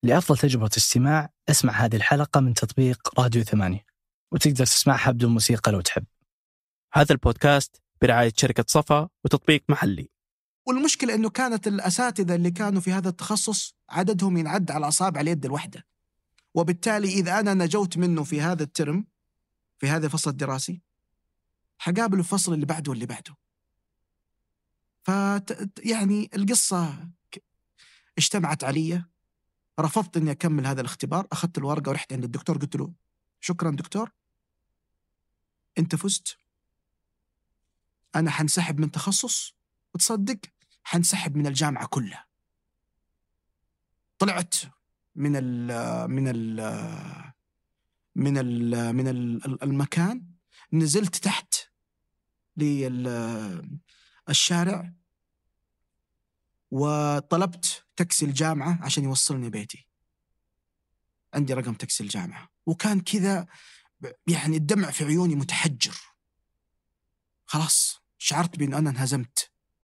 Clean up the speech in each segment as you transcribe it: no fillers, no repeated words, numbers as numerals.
لأفضل تجربة استماع اسمع هذه الحلقة من تطبيق راديو 8، وتقدر تسمعها بدون موسيقى لو تحب. هذا البودكاست برعاية شركة صفا وتطبيق محلي. والمشكلة أنه كانت الأساتذة اللي كانوا في هذا التخصص عددهم ينعد على أصابع اليد الواحدة، وبالتالي إذا أنا نجوت منه في هذا الترم في هذا الفصل الدراسي حقابل الفصل اللي بعده واللي بعده. يعني القصة اجتمعت علي، رفضت أني أكمل هذا الاختبار، أخذت الورقة ورحت عند الدكتور قلت له شكرا دكتور، أنت فزت، أنا حنسحب من تخصص، وتصدق حنسحب من الجامعة كلها. طلعت من المكان، نزلت تحت للشارع وطلبت تاكسي الجامعة عشان يوصلني بيتي. عندي رقم تاكسي الجامعة، وكان كذا يعني الدمع في عيوني متحجر، خلاص شعرت بأن أنا انهزمت.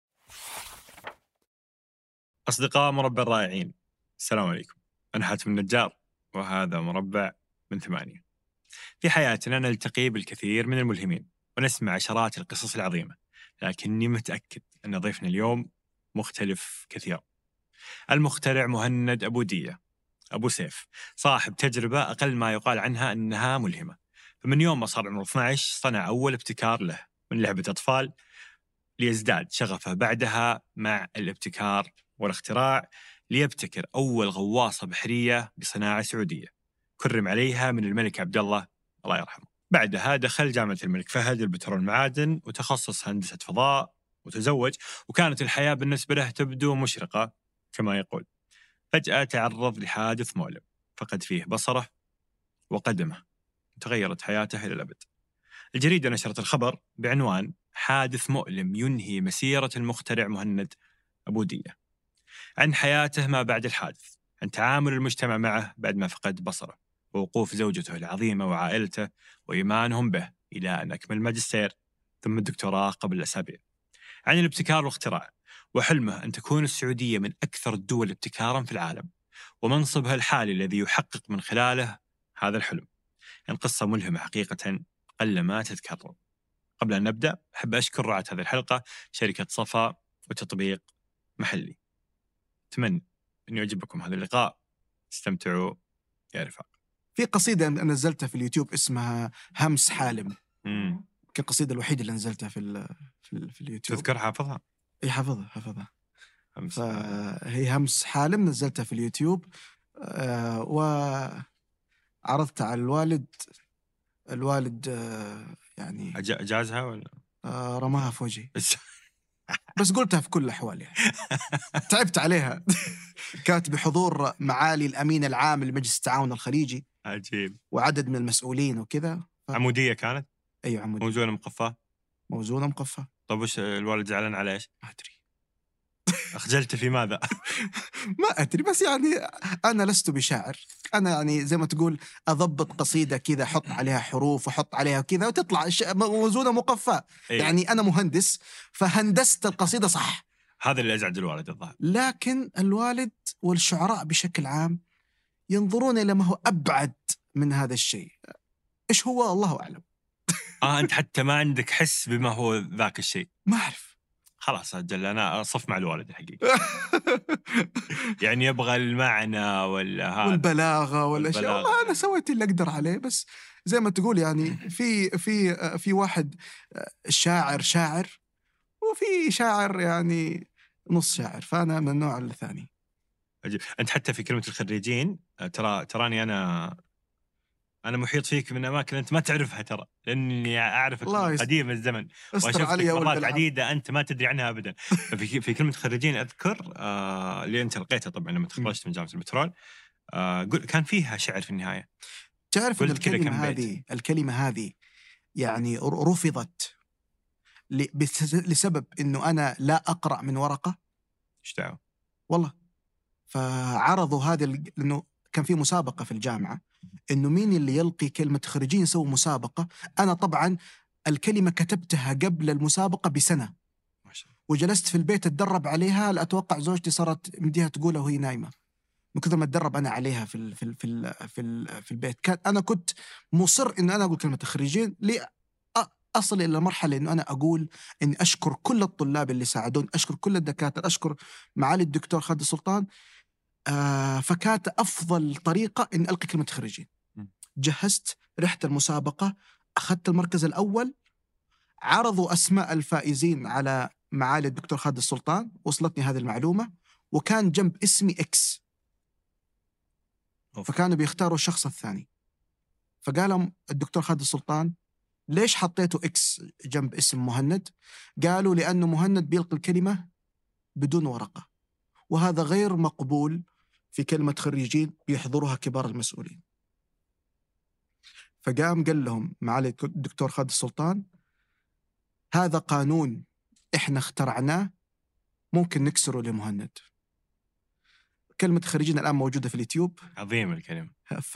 أصدقاء مربع الرائعين، السلام عليكم. أنا حاتم النجار، وهذا مربع من 8. في حياتنا نلتقي بالكثير من الملهمين ونسمع عشرات القصص العظيمة، لكني متأكد أن ضيفنا اليوم مختلف كثيرا. المخترع مهند أبو دية، أبو سيف، صاحب تجربة أقل ما يقال عنها أنها ملهمة. فمن يوم ما صار عمره 12 صنع أول ابتكار له من لعبة أطفال، ليزداد شغفه بعدها مع الابتكار والاختراع، ليبتكر أول غواصة بحرية بصناعة سعودية كرم عليها من الملك عبد الله الله يرحمه. بعدها دخل جامعة الملك فهد للبترول والمعادن وتخصص هندسة فضاء وتزوج، وكانت الحياة بالنسبة له تبدو مشرقة كما يقول. فجأة تعرض لحادث مؤلم فقد فيه بصره وقدمه، تغيرت حياته إلى الأبد. الجريدة نشرت الخبر بعنوان حادث مؤلم ينهي مسيرة المخترع مهند أبو دية، عن حياته ما بعد الحادث، عن تعامل المجتمع معه بعد ما فقد بصره، ووقوف زوجته العظيمة وعائلته وإيمانهم به إلى أن أكمل الماجستير ثم الدكتوراه قبل أسابيع، عن الابتكار والاختراع وحلمه أن تكون السعودية من أكثر الدول ابتكارا في العالم، ومنصبها الحالي الذي يحقق من خلاله هذا الحلم. يعني قصة ملهمة حقيقة قلما تتكرر. قبل أن نبدأ أحب أشكر رعاة هذه الحلقة شركة صفا وتطبيق محلي. أتمنى أن يعجبكم هذا اللقاء، استمتعوا يا رفاق. في قصيدة أنا نزلتها في اليوتيوب اسمها همس حالم، كقصيدة الوحيدة اللي نزلتها في اليوتيوب. تذكر حافظها؟ أي حافظها. هي همس حالم، نزلتها في اليوتيوب وعرضتها على الوالد يعني أجازها ولا رماها في وجهي بس قلتها في كل الأحوال يعني. تعبت عليها. كانت بحضور معالي الأمين العام لمجلس التعاون الخليجي. عجيب. وعدد من المسؤولين وكذا. عمودية كانت؟ أيوة عمودية. موزونة مقفى؟ موزونة مقفى. طب وش الوالد زعلان على إيش؟ ما أدري. أخجلت في ماذا؟ ما أدري، بس يعني أنا لست بشاعر، أنا يعني زي ما تقول أضبط قصيدة كذا، حط عليها حروف وحط عليها كذا وتطلع موزونة مقفى. يعني أنا مهندس فهندست القصيدة صح. هذا اللي أزعج الوالد الظاهر. لكن الوالد والشعراء بشكل عام ينظرون إلى ما هو أبعد من هذا الشيء. إيش هو الله أعلم. أنت حتى ما عندك حس بما هو ذاك الشيء. ما أعرف. خلاص أجل أنا أصف مع الوالد الحقيقة. يعني يبغى المعنى والبلاغة والأشياء. والله أنا سويت اللي أقدر عليه، بس زي ما تقول يعني في واحد شاعر وفي شاعر يعني نص شاعر، فأنا من النوع الثاني. أجل. أنت حتى في كلمة الخريجين تراني أنا محيط فيك من أماكن أنت ما تعرفها ترى، لأني أعرفك قديم الزمن وأشوفك مرات عديدة أنت ما تدري عنها أبدا. في كلمة خريجين أذكر اللي أنت لقيتها طبعا لما تخرجت من جامعة البترول، كان فيها شعر في النهاية. تعرف أن الكلمة هذه يعني رفضت لسبب أنه أنا لا أقرأ من ورقة. إيش دعوة؟ والله فعرضوا هذا لأنه كان في مسابقة في الجامعة إنه مين اللي يلقي كلمة خريجين يسوي مسابقة. أنا طبعا الكلمة كتبتها قبل المسابقة بسنة، وجلست في البيت أتدرب عليها. لا أتوقع زوجتي صارت مديها تقولها وهي نايمة. من كثر ما اتدرب انا عليها في البيت. انا كنت مصر ان انا اقول كلمه الخريجين لي اصل الى مرحله انه انا اقول اني اشكر كل الطلاب اللي ساعدوني، اشكر كل الدكاتره، اشكر معالي الدكتور خالد السلطان. فكانت افضل طريقه اني القي كلمه خريجين. جهزت، رحت المسابقه، اخذت المركز الاول، عرضوا اسماء الفائزين على معالي الدكتور خالد السلطان، وصلتني هذه المعلومه، وكان جنب اسمي اكس، فكانوا بيختاروا الشخص الثاني. فقال الدكتور خالد السلطان ليش حطيته اكس جنب اسم مهند؟ قالوا لأنه مهند بيلقي الكلمة بدون ورقة، وهذا غير مقبول في كلمة خريجين بيحضرها كبار المسؤولين. فقام قال لهم معالي الدكتور خالد السلطان هذا قانون احنا اخترعناه، ممكن نكسره لمهند. كلمة خريجين الآن موجودة في اليوتيوب. عظيم الكلمة.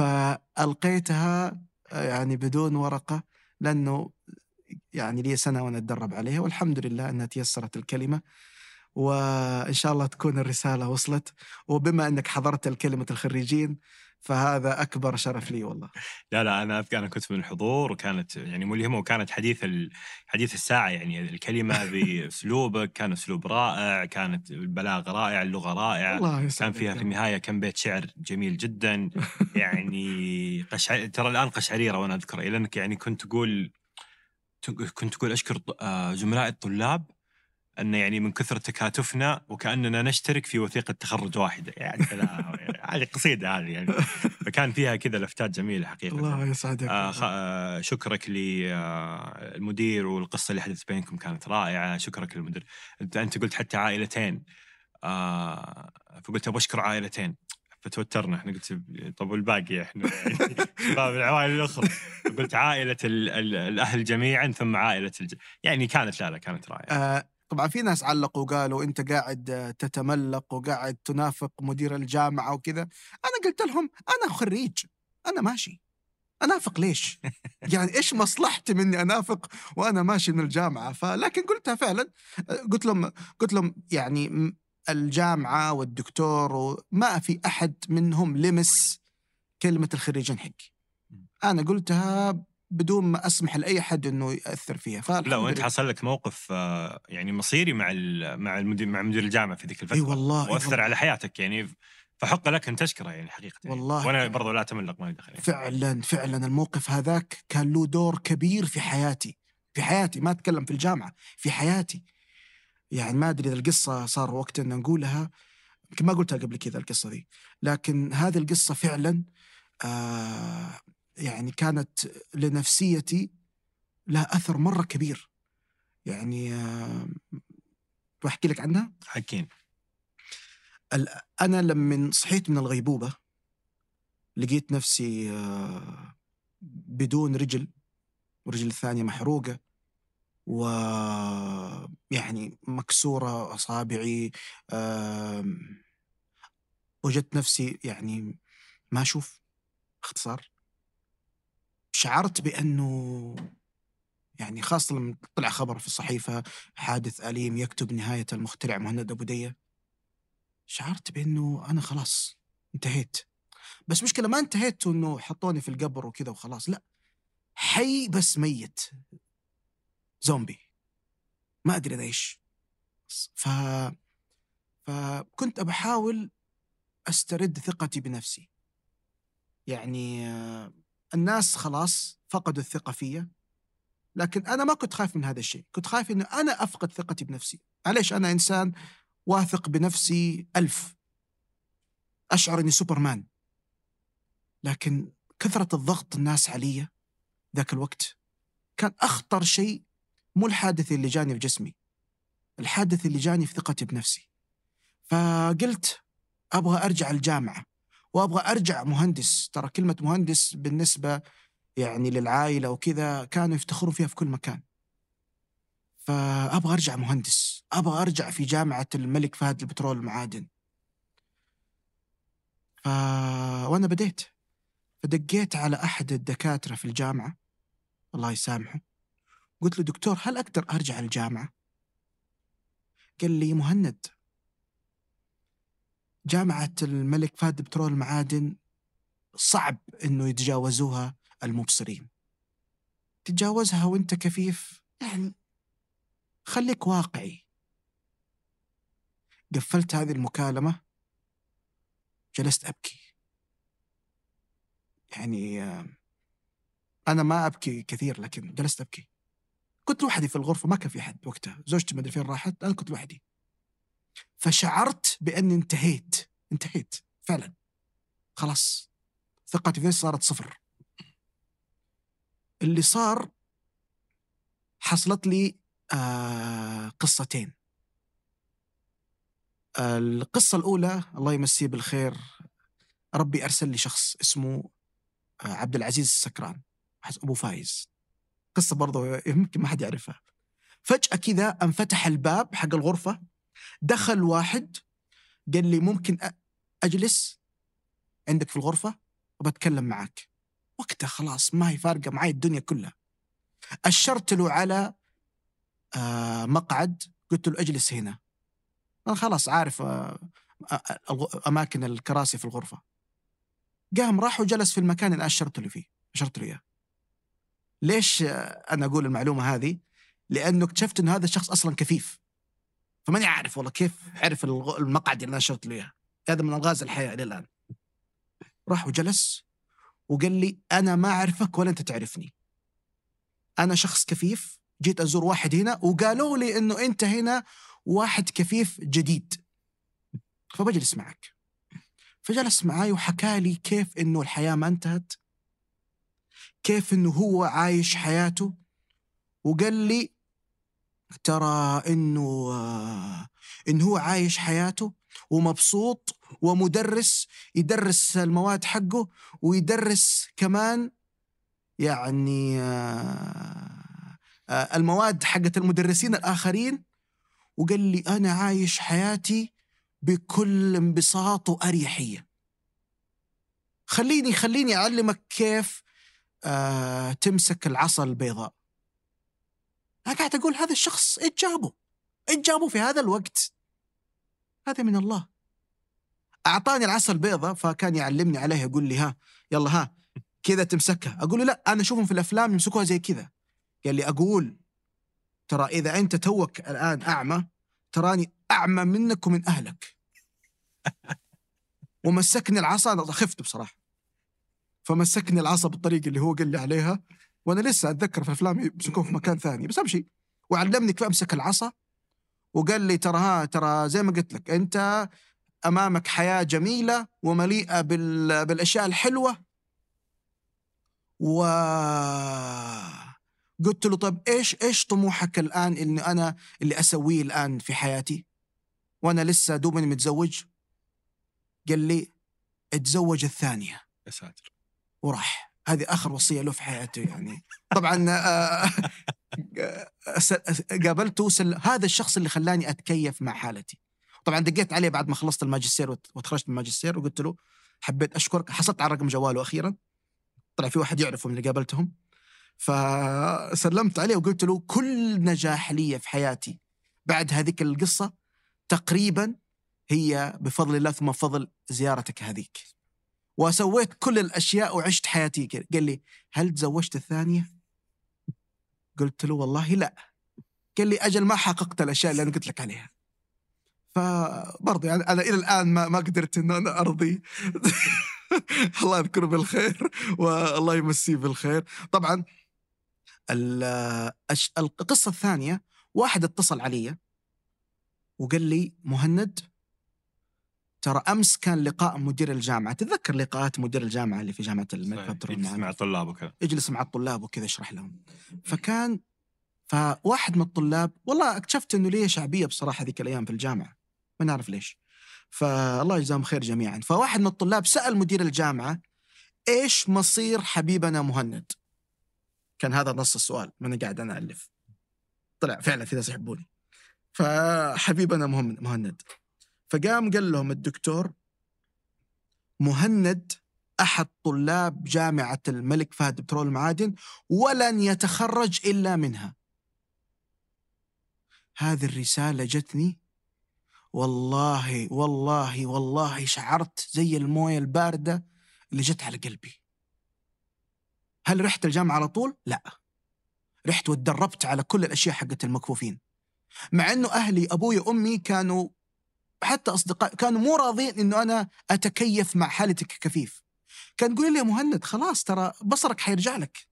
فألقيتها يعني بدون ورقة، لأنه يعني لي سنة وأنا أتدرب عليها، والحمد لله أنها تيسرت الكلمة، وإن شاء الله تكون الرسالة وصلت. وبما أنك حضرت الكلمة الخريجين فهذا أكبر شرف لي والله. لا أنا كنت من الحضور، وكانت يعني ملهمة، وكانت حديث الساعة. يعني الكلمة بأسلوبك كان أسلوب رائع، كانت البلاغة رائع، اللغة رائعة، كان فيها في النهاية كم بيت شعر جميل جدا. يعني ترى الآن قشعريرة وأنا أذكر، لأنك يعني كنت تقول أشكر زملائي الطلاب أن يعني من كثرة تكاتفنا وكأننا نشترك في وثيقة تخرج واحدة. يعني هذه قصيدة هذه يعني، فكان فيها كذا لفتات جميلة حقيقة. الله يسعدك. شكرك للمدير، والقصة اللي حدثت بينكم كانت رائعة. شكرك للمدير. أنت قلت حتى عائلتين، فقلت أبغى أشكر عائلتين، فتوترنا. احنا قلت طب والباقي احنا يعني شباب العوائل الأخرى. قلت عائلة الأهل جميعا ثم عائلة يعني كانت كانت رائعة. طبعا في ناس علقوا وقالوا أنت قاعد تتملق وقاعد تنافق مدير الجامعة وكذا. أنا قلت لهم أنا خريج، أنا ماشي، أنافق ليش؟ يعني إيش مصلحتي مني أنافق وأنا ماشي من الجامعة؟ لكن قلتها فعلا، قلت لهم يعني الجامعة والدكتور وما في أحد منهم لمس كلمة الخريجين حقي. أنا قلتها بدون ما أسمح لأي حد إنه يأثر فيها. لا، وأنت حصل لك موقف يعني مصيري مع مدير الجامعة في ذيك الفترة، والله وأثر على حياتك يعني، فحق لك أن تشكره يعني حقيقة. والله وأنا برضو لا أتملق، ما يدخل يعني. فعلا الموقف هذاك كان له دور كبير في حياتي، ما أتكلم في الجامعة، في حياتي. يعني ما أدري إذا القصة صار وقت أن نقولها، يمكن ما قلتها قبل كذا القصة دي، لكن هذه القصة فعلا يعني كانت لنفسيتي لها أثر مرة كبير. يعني بحكي لك عنها. حكين. أنا لما صحيت من الغيبوبة لقيت نفسي بدون رجل، ورجل الثانية محروقة، ويعني مكسورة أصابعي. وجدت نفسي يعني ما أشوف، باختصار شعرت بأنه يعني خاصة لما طلع خبر في الصحيفة حادث أليم يكتب نهاية المخترع مهند أبو دية، شعرت بأنه أنا خلاص انتهيت. بس مشكلة ما انتهيت أنه حطوني في القبر وكذا وخلاص، لا، حي بس ميت، زومبي، ما أدري إذا إيش. فكنت بحاول أسترد ثقتي بنفسي. يعني الناس خلاص فقدوا الثقة فيا، لكن أنا ما كنت خايف من هذا الشيء، كنت خايف أنه أنا أفقد ثقتي بنفسي. معليش، أنا إنسان واثق بنفسي 1000، أشعر أني سوبرمان، لكن كثرة الضغط الناس علي ذاك الوقت كان أخطر شيء. مو الحادث اللي جاني في جسمي، الحادث اللي جاني في ثقتي بنفسي. فقلت أبغى أرجع الجامعة، وأبغى أرجع مهندس. ترى كلمة مهندس بالنسبة يعني للعائلة وكذا كانوا يفتخروا فيها في كل مكان. فأبغى أرجع مهندس، أبغى أرجع في جامعة الملك فهد للبترول والمعادن. وأنا بديت فدقيت على أحد الدكاترة في الجامعة، الله يسامحه، قلت له دكتور هل أقدر أرجع الجامعة؟ قال لي مهند، جامعة الملك فهد بترول المعادن صعب إنه يتجاوزوها المبصرين. تتجاوزها وإنت كفيف، يعني خليك واقعي. قفلت هذه المكالمة، جلست أبكي. يعني أنا ما أبكي كثير، لكن جلست أبكي. كنت لوحدي في الغرفة، ما كان في حد وقتها، زوجتي ما أدري فين راحت، أنا كنت لوحدي. فشعرت بأني انتهيت فعلا، خلاص ثقتي في نفسي صارت صفر. اللي صار، حصلت لي قصتين. القصة الأولى الله يمسيه بالخير، ربي أرسل لي شخص اسمه عبد العزيز السكران، أبو فايز. قصة برضو يمكن ما حد يعرفها. فجأة كذا انفتح الباب حق الغرفة، دخل واحد قال لي ممكن أجلس عندك في الغرفة وبتكلم معك. وقتها خلاص ما هي فارقة معي الدنيا كلها. أشرت له على مقعد، قلت له أجلس هنا. أنا خلاص عارف أماكن الكراسي في الغرفة. قام راح وجلس في المكان اللي أشرت له إياه. ليش أنا أقول المعلومة هذه؟ لأنه اكتشفت أن هذا الشخص أصلا كفيف، فماني عارف والله كيف عرف المقعد اللي أنا أشرت له إياه. هذا من ألغاز الحياة إلى الآن. راح وجلس وقال لي أنا ما أعرفك ولا أنت تعرفني، أنا شخص كفيف جيت أزور واحد هنا وقالوا لي أنه أنت هنا واحد كفيف جديد، فبجلس معك. فجلس معاي وحكى لي كيف أنه الحياة ما انتهت، كيف أنه هو عايش حياته. وقال لي ترى أنه هو عايش حياته ومبسوط، ومدرس يدرس المواد حقه، ويدرس كمان يعني المواد حقت المدرسين الآخرين. وقال لي أنا عايش حياتي بكل انبساط وأريحية. خليني أعلمك كيف تمسك العصا البيضاء. أنا قاعد أقول هذا الشخص إتجابه في هذا الوقت، هذا من الله. أعطاني العصا البيضاء، فكان يعلمني عليها، يقول لي ها يلا ها كذا تمسكها. أقول له لا، أنا أشوفهم في الأفلام يمسكوها زي كذا. قال لي أقول ترى إذا أنت توك الآن أعمى، تراني أعمى منك ومن أهلك. ومسكني العصا، خفت بصراحة، فمسكني العصا بالطريقة اللي هو قال لي عليها، وأنا لسه أتذكر في الأفلام يمسكوه في مكان ثاني، بس أمشي. وعلمني كيف أمسك العصا، وقال لي ترى زي ما قلت لك، أنت أمامك حياة جميلة ومليئة بالأشياء الحلوة. قلت له طب إيش طموحك الآن إن أنا اللي أسويه الآن في حياتي وأنا لسه دوبني متزوج؟ قال لي اتزوج الثانية. يا ساتر. وراح. هذه آخر وصية له في حياته يعني. طبعا قابلته هذا الشخص اللي خلاني أتكيف مع حالتي. طبعا دقيت عليه بعد ما خلصت الماجستير وتخرجت من الماجستير، وقلت له حبيت أشكرك. حصلت على رقم جواله أخيرا، طلع في واحد يعرفه من اللي قابلتهم، فسلمت عليه وقلت له كل نجاح لي في حياتي بعد هذيك القصة تقريبا هي بفضل الله ثم فضل زيارتك هذيك، وسويت كل الأشياء وعشت حياتي كده. قال لي هل تزوجت الثانية؟ قلت له والله لا. قال لي أجل ما حققت الأشياء اللي أنا قلت لك عليها. فبرضه يعني أنا إلى الآن ما قدرت إن أنا أرضي. الله يذكره بالخير والله يمسيه بالخير. طبعا القصة الثانية، واحد اتصل علي وقال لي مهند ترى أمس كان لقاء مدير الجامعة. تذكر لقاءات مدير الجامعة اللي في جامعة الملك فهد بترول يجلس مع الطلاب وكذا، يجلس مع الطلاب وكذا يشرح لهم. فواحد من الطلاب، والله اكتشفت انه ليه شعبية بصراحة ذيك الأيام في الجامعة، ما نعرف ليش، فالله يجزاهم خير جميعا. فواحد من الطلاب سأل مدير الجامعة ايش مصير حبيبنا مهند؟ كان هذا نص السؤال، ما انا قاعد انا ألف، طلع فعلا في ناس يحبوني. فحبيبنا مهند، فقام قال لهم الدكتور مهند أحد طلاب جامعة الملك فهد بترول المعادن ولن يتخرج إلا منها. هذه الرسالة جتني والله والله والله شعرت زي الموية الباردة اللي جت على قلبي. هل رحت الجامعة على طول؟ لا، رحت واتدربت على كل الأشياء حقت المكفوفين، مع أنه أهلي أبوي وأمي كانوا حتى أصدقاء كانوا مو راضين أنه أنا أتكيف مع حالتك كفيف. كان يقول لي يا مهند خلاص ترى بصرك حيرجع لك،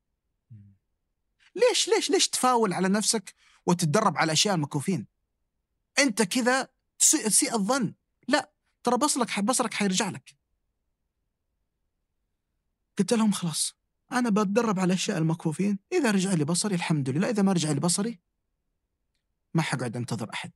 ليش تفاول على نفسك وتتدرب على أشياء المكفوفين؟ أنت كذا تسيء الظن، لا ترى بصرك حيرجع لك. قلت لهم خلاص أنا بتدرب على أشياء المكفوفين، إذا رجع لي بصري الحمد لله، إذا ما رجع لي بصري ما حقعد أنتظر أحد.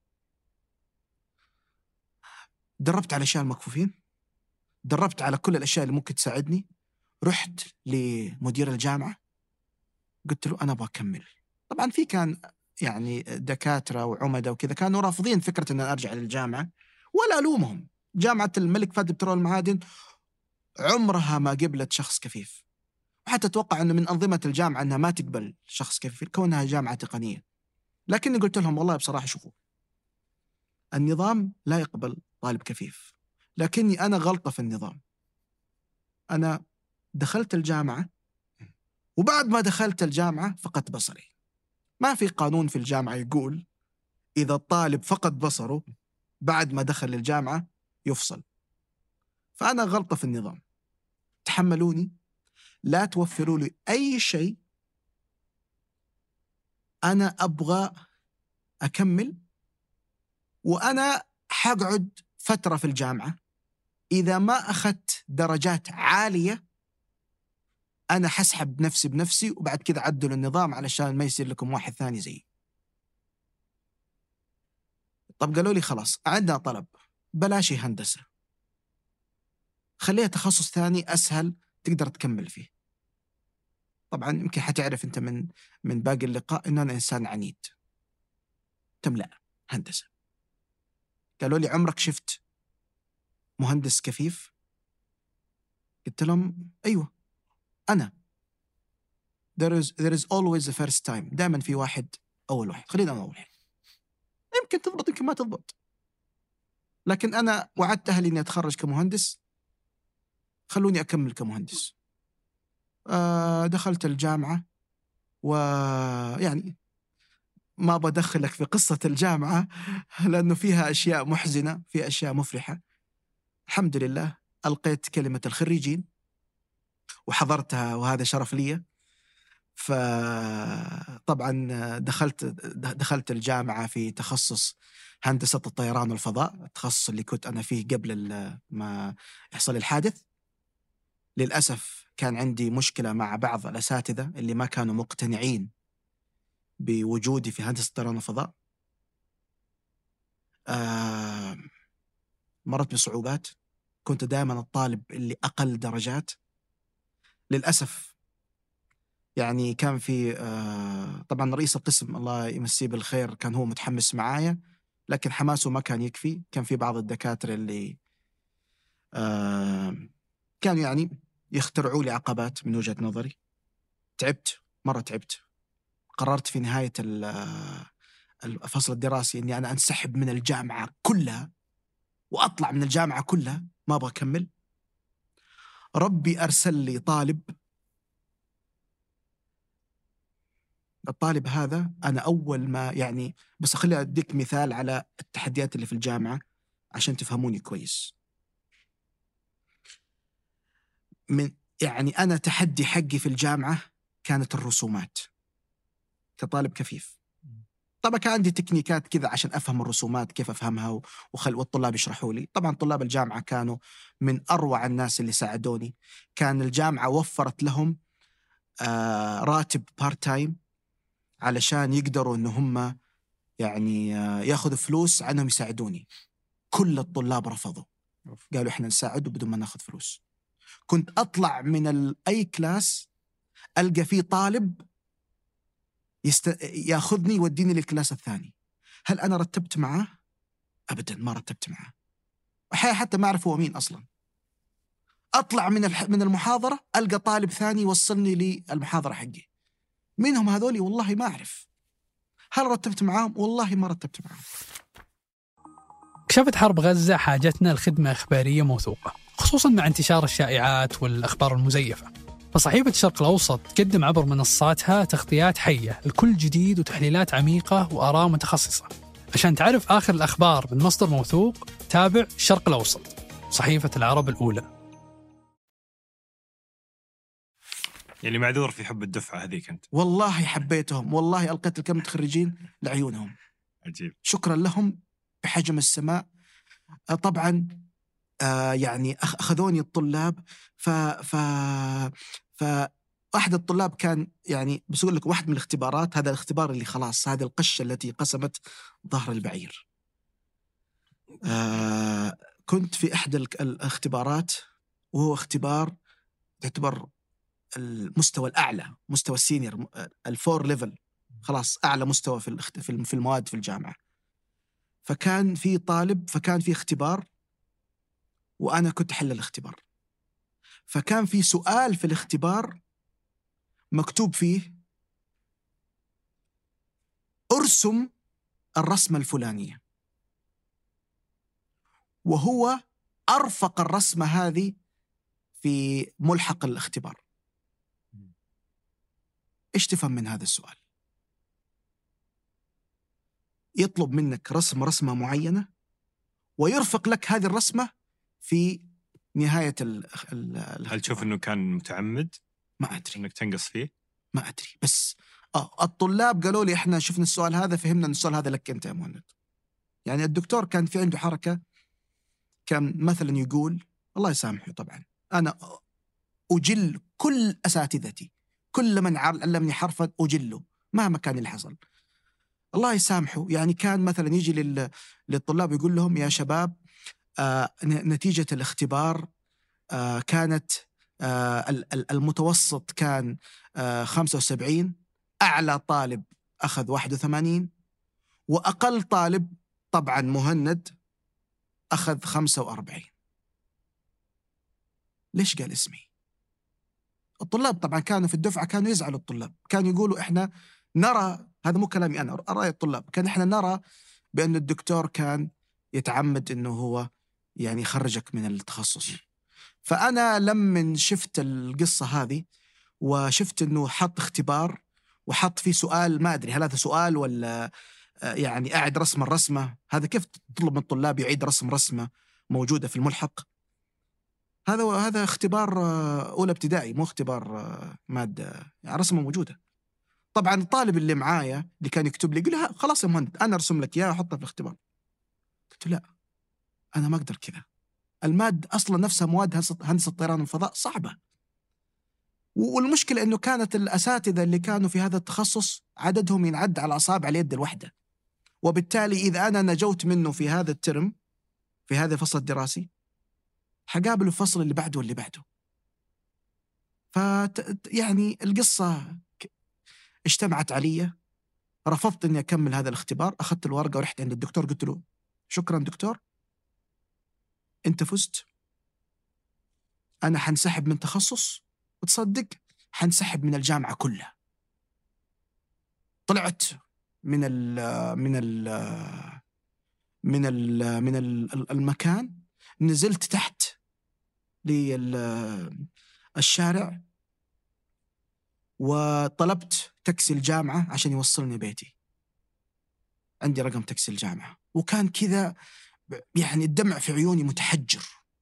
دربت على أشياء المكفوفين، دربت على كل الأشياء اللي ممكن تساعدني. رحت لمدير الجامعة قلت له أنا أبغى أكمل. طبعا في كان يعني دكاترة وعمدة وكذا كانوا رافضين فكرة أن أرجع للجامعة، ولا ألومهم. جامعة الملك فهد بترول المعادن عمرها ما قبلت شخص كفيف، وحتى أتوقع أنه من أنظمة الجامعة أنها ما تقبل شخص كفيف كونها جامعة تقنية. لكني قلت لهم والله بصراحة شوفوا، النظام لا يقبل طالب كفيف، لكني أنا غلطة في النظام. أنا دخلت الجامعة وبعد ما دخلت الجامعة فقدت بصري. ما في قانون في الجامعة يقول إذا الطالب فقد بصره بعد ما دخل الجامعة يفصل. فأنا غلطة في النظام، تحملوني، لا توفروا لي أي شيء، أنا أبغى أكمل، وأنا حقعد فترة في الجامعة. إذا ما أخذت درجات عالية أنا حسحب نفسي بنفسي، وبعد كذا عدلوا النظام علشان ما يصير لكم واحد ثاني زيي. طب قالوا لي خلاص عندنا طلب، بلاش هندسة، خليها تخصص ثاني أسهل تقدر تكمل فيه. طبعا يمكن حتعرف أنت من باقي اللقاء إن أنا إنسان عنيد. لا هندسة. قالوا لي عمرك شفت مهندس كفيف؟ قلت لهم أيوة أنا. there is always a first time. دائما في واحد أول واحد، خلينا أول واحد. يمكن تضبط يمكن ما تضبط، لكن أنا وعدت أهلي إني أتخرج كمهندس، خلوني أكمل كمهندس. دخلت الجامعة، ويعني ما بدخلك في قصة الجامعة لأنه فيها أشياء محزنة، فيها أشياء مفرحة. الحمد لله ألقيت كلمة الخريجين وحضرتها، وهذا شرف لي. فطبعا دخلت الجامعة في تخصص هندسة الطيران والفضاء، التخصص اللي كنت أنا فيه قبل ما يحصل الحادث. للأسف كان عندي مشكلة مع بعض الأساتذة اللي ما كانوا مقتنعين بوجودي في هندسة الطيران والفضاء. مرت بصعوبات، كنت دائما الطالب اللي أقل درجات. للأسف يعني كان في طبعا رئيس القسم الله يمسيه بالخير كان هو متحمس معايا، لكن حماسه ما كان يكفي. كان في بعض الدكاترة اللي كانوا يعني يخترعوا لي عقبات من وجهة نظري. تعبت، مرة تعبت. قررت في نهاية الفصل الدراسي أني أنا أنسحب من الجامعة كلها وأطلع من الجامعة كلها، ما أبغى أكمل. ربي أرسل لي طالب. الطالب هذا أنا أول ما يعني، بس أخلي أديك مثال على التحديات اللي في الجامعة عشان تفهموني كويس. يعني أنا تحدي حقي في الجامعة كانت الرسومات كطالب كفيف. طبعا كان عندي تكنيكات كذا عشان أفهم الرسومات كيف أفهمها، والطلاب يشرحوا لي. طبعا طلاب الجامعة كانوا من أروع الناس اللي ساعدوني. كان الجامعة وفرت لهم راتب بارت تايم علشان يقدروا إن هم يعني ياخذوا فلوس عنهم يساعدوني. كل الطلاب رفضوا، قالوا إحنا نساعده بدون ما ناخذ فلوس. كنت أطلع من أي كلاس ألقى فيه طالب ياخذني يوديني للكلاس الثاني. هل أنا رتبت معاه؟ أبدا ما رتبت معاه، وحياة حتى ما أعرف هو مين أصلا. أطلع من المحاضرة ألقى طالب ثاني يوصلني للمحاضرة حقي. منهم هذولي والله ما أعرف. هل رتبت معاهم؟ والله ما رتبت معاهم. كشفت حرب غزة حاجتنا لخدمة إخبارية موثوقة، خصوصاً مع انتشار الشائعات والأخبار المزيفة. فصحيفة الشرق الأوسط تقدم عبر منصاتها تغطيات حية لكل جديد وتحليلات عميقة وآراء متخصصة. عشان تعرف آخر الأخبار من مصدر موثوق، تابع الشرق الأوسط، صحيفة العرب الأولى. يعني معذور في حب الدفعة هذيك أنت. والله حبيتهم، والله ألقيت الكم متخرجين لعيونهم. عجيب. شكرا لهم بحجم السماء. طبعا يعني أخذوني الطلاب. أحد الطلاب كان يعني بس أقول لك واحد من الاختبارات، هذا الاختبار اللي خلاص هذه القشة التي قسمت ظهر البعير. كنت في إحدى الاختبارات، وهو اختبار تعتبر المستوى الأعلى، مستوى السينيور، الفور ليفل، خلاص أعلى مستوى في المواد في الجامعة. فكان في طالب، فكان في اختبار وأنا كنت أحل الاختبار. فكان في سؤال في الاختبار مكتوب فيه أرسم الرسمة الفلانية، وهو أرفق الرسمة هذه في ملحق الاختبار. إيش تفهم من هذا السؤال؟ يطلب منك رسمة معينة ويرفق لك هذه الرسمة في نهاية هل تشوف أنه كان متعمد؟ ما أدري. أنك تنقص فيه؟ ما أدري، بس الطلاب قالوا لي إحنا شفنا السؤال هذا، فهمنا أن السؤال هذا لك أنت يا مهند. يعني الدكتور كان في عنده حركة، كان مثلا يقول، الله يسامحه طبعا، أنا أجل كل أساتذتي، كل من علمني حرفا أجله مهما كان اللي حصل، الله يسامحه. يعني كان مثلا يجي للطلاب يقول لهم يا شباب، نتيجة الاختبار كانت المتوسط كان 75، أعلى طالب أخذ 81، وأقل طالب طبعا مهند أخذ 45. ليش قال اسمي؟ الطلاب طبعا كانوا في الدفعة كانوا يزعلوا، الطلاب كانوا يقولوا إحنا نرى، هذا مو كلامي أنا، رأي الطلاب، كان إحنا نرى بأن الدكتور كان يتعمد أنه هو يعني يخرجك من التخصص. فأنا لما شفت القصة هذه وشفت أنه حط اختبار وحط فيه سؤال، ما أدري هل هذا سؤال ولا يعني أعد رسم الرسمة، هذا كيف تطلب من الطلاب يعيد رسمة موجودة في الملحق؟ هذا اختبار أولى ابتدائي، مو اختبار مادة، يعني رسمة موجودة. طبعا الطالب اللي معايا اللي كان يكتب لي يقول لي خلاص يا مهند أنا أرسم لك إياه وأحطه في الاختبار. قلت لا، أنا ما أقدر كذا، المادة أصلا نفسها مواد هندسة الطيران والفضاء صعبة. والمشكلة أنه كانت الأساتذة اللي كانوا في هذا التخصص عددهم ينعد على أصابع اليد الواحدة، وبالتالي إذا أنا نجوت منه في هذا الترم في هذا الفصل الدراسي حقابل الفصل اللي بعده واللي بعده. يعني القصة اجتمعت علي، رفضت أني أكمل هذا الاختبار، أخذت الورقة ورحت عند الدكتور قلت له شكرا دكتور، أنت فزت، أنا حنسحب من تخصص، وتصدق حنسحب من الجامعة كلها. طلعت من المكان، نزلت تحت للشارع وطلبت تاكسي الجامعة عشان يوصلني بيتي. عندي رقم تاكسي الجامعة، وكان كذا يعني الدمع في عيوني متحجر،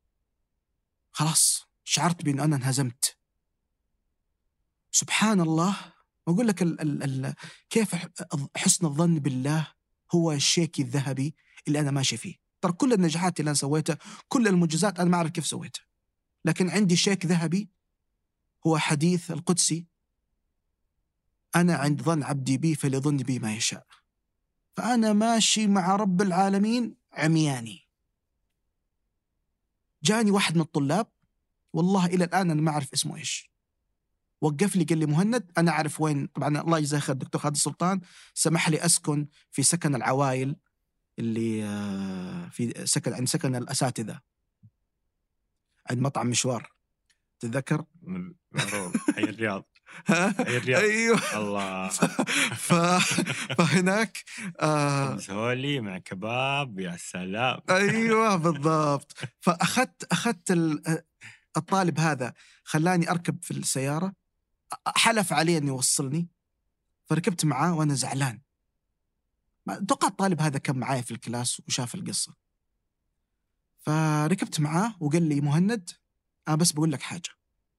خلاص شعرت بأن أنا انهزمت. سبحان الله، أقول لك كيف حسن الظن بالله هو الشيك الذهبي اللي أنا ماشي فيه. ترى كل النجاحات اللي أنا سويتها، كل المنجزات أنا ما أعرف كيف سويتها، لكن عندي شيك ذهبي هو حديث القدسي: أنا عند ظن عبدي بي فليظن بي ما يشاء. فأنا ماشي مع رب العالمين عمياني. جاني واحد من الطلاب، والله إلى الآن أنا ما أعرف اسمه إيش، وقف لي قال لي مهند أنا أعرف وين، طبعا الله يجزاه خير الدكتور خالد السلطان سمح لي أسكن في سكن العوائل اللي في عند سكن الأساتذة عند مطعم مشوار، تتذكر؟ حي الرياض. حي الرياض. أيوه. الله. فهناك سولي مع كباب، يا سلام. أيوه بالضبط. فأخذت الطالب هذا خلاني أركب في السيارة، حلف علي أن يوصلني، فركبت معاه وأنا زعلان. أتوقع الطالب هذا كان معايا في الكلاس وشاف القصة، فركبت معاه وقال لي مهند أنا بس بقول لك حاجة،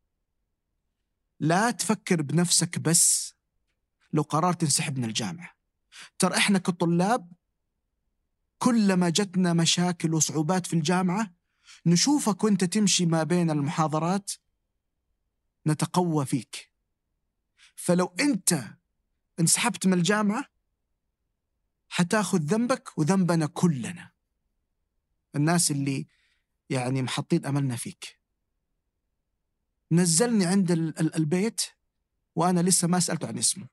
لا تفكر بنفسك بس لو قررت تنسحب من الجامعة. ترى إحنا كطلاب كلما جتنا مشاكل وصعوبات في الجامعة نشوفك وانت تمشي ما بين المحاضرات نتقوى فيك. فلو انت انسحبت من الجامعة حتاخذ ذنبك وذنبنا كلنا، الناس اللي يعني محطين أملنا فيك. نزلني عند البيت وأنا لسه ما سألته عن اسمه.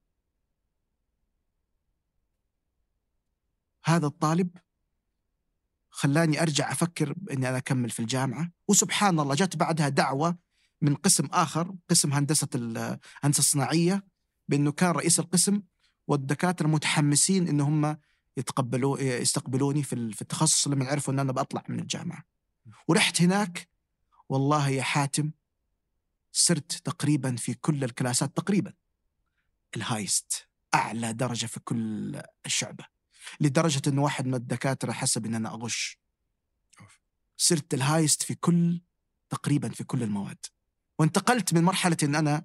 هذا الطالب خلاني أرجع أفكر إني أنا أكمل في الجامعة. وسبحان الله جات بعدها دعوة من قسم آخر، قسم هندسة الصناعية، بأنه كان رئيس القسم والدكاترة متحمسين إن هم يستقبلوني في التخصص لما يعرفوا أن أنا بأطلع من الجامعة. ورحت هناك والله يا حاتم صرت تقريبا في كل الكلاسات تقريبا الهايست، أعلى درجة في كل الشعبة، لدرجة أنه واحد من الدكاترة حسب أن أنا أغش. صرت الهايست في تقريبا في كل المواد. وانتقلت من مرحلة أن أنا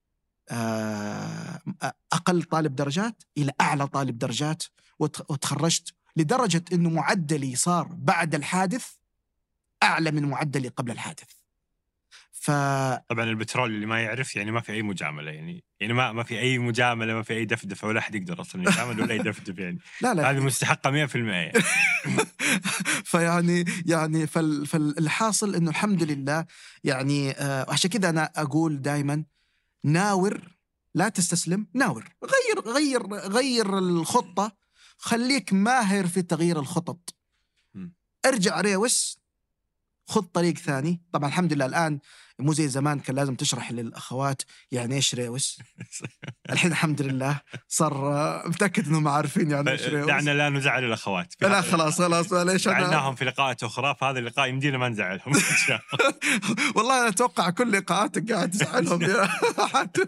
أقل طالب درجات إلى أعلى طالب درجات، وتخرجت لدرجة أنه معدلي صار بعد الحادث أعلى من معدلي قبل الحادث. طبعا البترول اللي ما يعرف يعني ما في أي مجاملة، يعني ما في أي مجاملة، ما في أي دفدفة، ولا أحد يقدر أصلا يجامل ولا يدفدف يعني. لا هذه مستحقة 100% يعني. فيعني فالحاصل إنه الحمد لله يعني عشان كذا أنا أقول دائما ناور، لا تستسلم، ناور، غير الخطة، خليك ماهر في تغيير الخطط. ارجع ريوس، خذ طريق ثاني. طبعا الحمد لله الآن مو زي زمان كان لازم تشرح للأخوات يعني إيش ريوس. الحين الحمد لله صار متأكد إنهم عارفين يعني إيش ريوس. دعنا لا نزعل الأخوات. لا خلاص ليش زعلناهم في لقاءات أخرى، في هذا اللقاء يمدينا ما نزعلهم. والله أنا أتوقع كل لقاءاتك قاعد تزعلهم يا حاتم.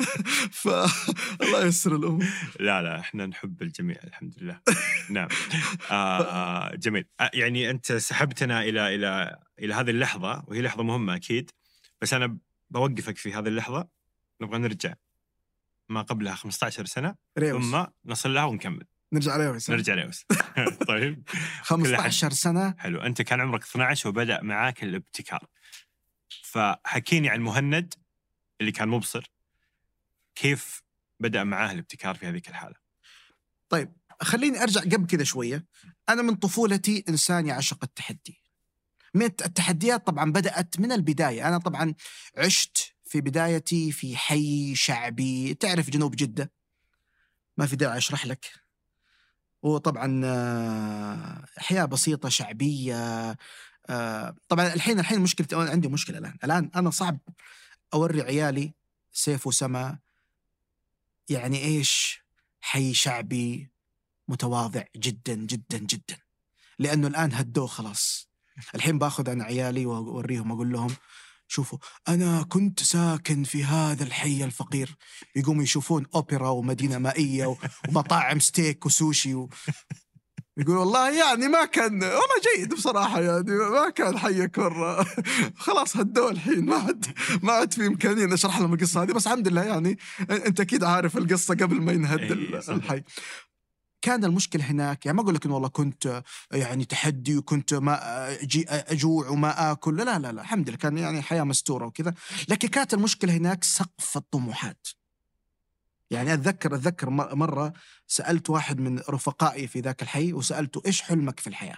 فالله يسر الأمور. لا إحنا نحب الجميع الحمد لله. نعم. جميل. يعني أنت سحبتنا إلى هذه اللحظة، وهي لحظة مهمة أكيد، بس أنا بوقفك في هذه اللحظة. نبغى نرجع ما قبلها 15 سنة ريوس. ثم نصل لها ونكمل. نرجع ريوس. طيب 15 سنة. حلو. أنت كان عمرك 12 وبدأ معاك الابتكار، فحكيني عن مهند اللي كان مبصر، كيف بدأ معاه الابتكار في هذه الحالة؟ طيب خليني أرجع قبل كذا شوية. أنا من طفولتي إنسان يعشق التحدي. من التحديات طبعا بدأت من البداية. أنا طبعا عشت في بدايتي في حي شعبي، تعرف جنوب جدة، ما في داعي أشرح لك. وطبعا حياة بسيطة شعبية. طبعا الحين مشكلتي، عندي مشكلة الآن أنا صعب أوري عيالي سيف وسما يعني إيش حي شعبي متواضع جدا جدا جدا، لأنه الآن هدوه خلاص. الحين باخذ أنا عيالي وأوريهم، أقول لهم شوفوا أنا كنت ساكن في هذا الحي الفقير، يقوموا يشوفون أوبرا ومدينة مائية ومطاعم ستيك وسوشي يقول والله يعني ما كان والله جيد بصراحة، يعني ما كان حيك مرة. خلاص هدوه الحين، ما عاد في إمكانية نشرح لهم القصة هذه. بس الحمد لله يعني أنت أكيد عارف القصة قبل ما ينهد الحي. كان المشكلة هناك يعني ما أقول لك إنه والله كنت يعني تحدي وكنت ما أجوع وما آكل، لا الحمد لله كان يعني حياة مستورة وكذا. لكن كانت المشكلة هناك سقف الطموحات. يعني أتذكر مرة سألت واحد من رفقائي في ذاك الحي وسألته إيش حلمك في الحياة؟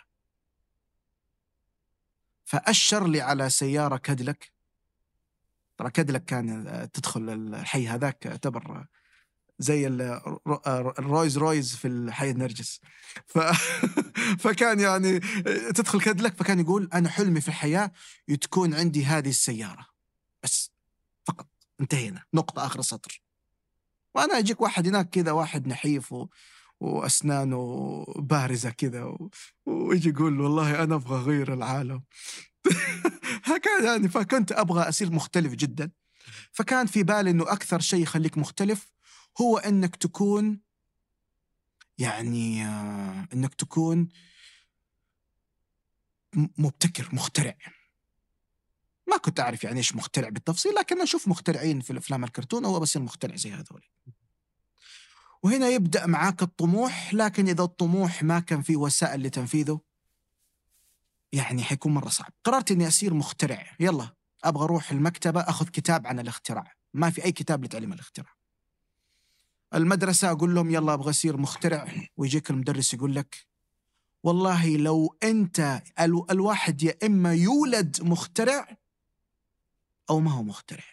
فأشر لي على سيارة كاديلاك. ترى كاديلاك كان تدخل الحي هذاك اعتبر زي الرويز في الحي النرجس. فكان يعني تدخل كاديلاك، فكان يقول أنا حلمي في الحياة تكون عندي هذه السيارة بس فقط. انتهينا، نقطة آخر السطر. وأنا أجيك واحد هناك كذا، واحد نحيف وأسنانه بارزة كذا ويجي يقول والله أنا أبغى أغير العالم. هكذا يعني. فكنت أبغى أصير مختلف جدا. فكان في بالي أنه أكثر شيء يخليك مختلف هو أنك تكون يعني أنك تكون مبتكر، مخترع. ما كنت أعرف يعني إيش مخترع بالتفصيل، لكن أشوف مخترعين في الأفلام الكرتون هو بس المخترع زي هذول. وهنا يبدأ معاك الطموح، لكن إذا الطموح ما كان فيه وسائل لتنفيذه يعني حيكون مرة صعب. قررت إني أصير مخترع. يلا أبغى أروح المكتبة أخذ كتاب عن الاختراع. ما في أي كتاب لتعليم الاختراع. المدرسة أقول لهم يلا أبغى أصير مخترع، ويجيك المدرس يقول لك والله لو أنت الواحد يا إما يولد مخترع أو ما هو مخترع.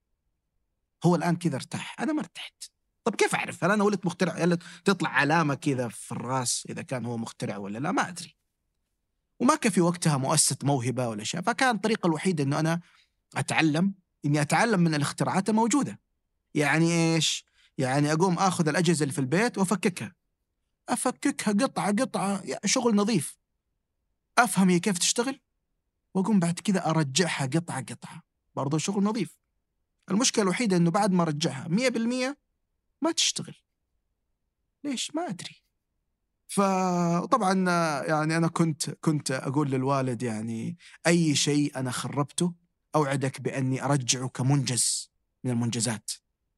هو الآن كذا ارتاح، أنا ما ارتحت. طب كيف أعرف هل أنا ولدت مخترع؟ يلا تطلع علامة كذا في الراس إذا كان هو مخترع ولا لا، ما أدري. وما كان في وقتها مؤسسة موهبة ولا شيء. فكان الطريقة الوحيدة إنه أنا إني أتعلم من الاختراعات الموجودة. يعني إيش؟ يعني أقوم أخذ الأجهزة اللي في البيت وأفككها قطعة قطعة، شغل نظيف. أفهم هي كيف تشتغل وأقوم بعد كذا أرجعها قطعة قطعة، برضو شغل نظيف. المشكلة الوحيدة إنه بعد ما أرجعها 100% ما تشتغل. ليش؟ ما أدري. فطبعا يعني أنا كنت أقول للوالد يعني أي شيء أنا خربته أوعدك بأني أرجعه كمنجز من المنجزات.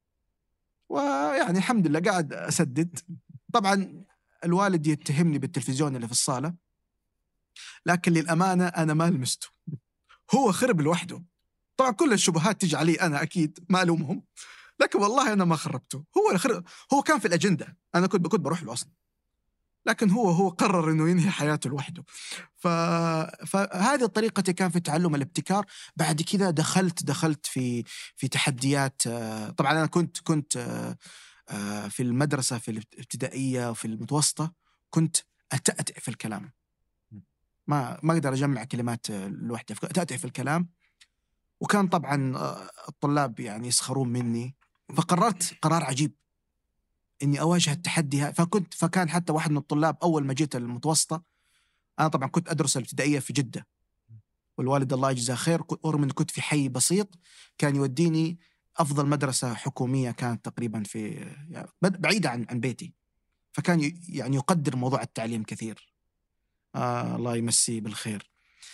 ويعني الحمد لله قاعد أسدد. طبعا الوالد يتهمني بالتلفزيون اللي في الصالة، لكن للأمانة أنا ما لمسته، هو خرب لوحده. طبعا كل الشبهات تيجي علي أنا، أكيد ما ألومهم، لكن والله أنا ما خربته. هو كان في الأجندة، أنا كنت بروح له أصلا، لكن هو قرر إنه ينهي حياته لوحده. فهذه طريقتي كان في تعلم الابتكار. بعد كذا دخلت في تحديات. طبعا أنا كنت في المدرسة في الابتدائية وفي المتوسطة كنت أتأتئ في الكلام، ما أقدر أجمع كلمات لوحدي، أتأتئ في الكلام. وكان طبعا الطلاب يعني يسخرون مني. فقررت قرار عجيب إني أواجه التحدي. فكان حتى واحد من الطلاب أول ما جيت المتوسطة، أنا طبعا كنت أدرس الابتدائية في جدة، والوالد الله يجزاه خير رغم أني كنت في حي بسيط كان يوديني أفضل مدرسة حكومية كانت تقريبا في يعني بعيدة عن بيتي. فكان يعني يقدر موضوع التعليم كثير، الله يمسيه بالخير.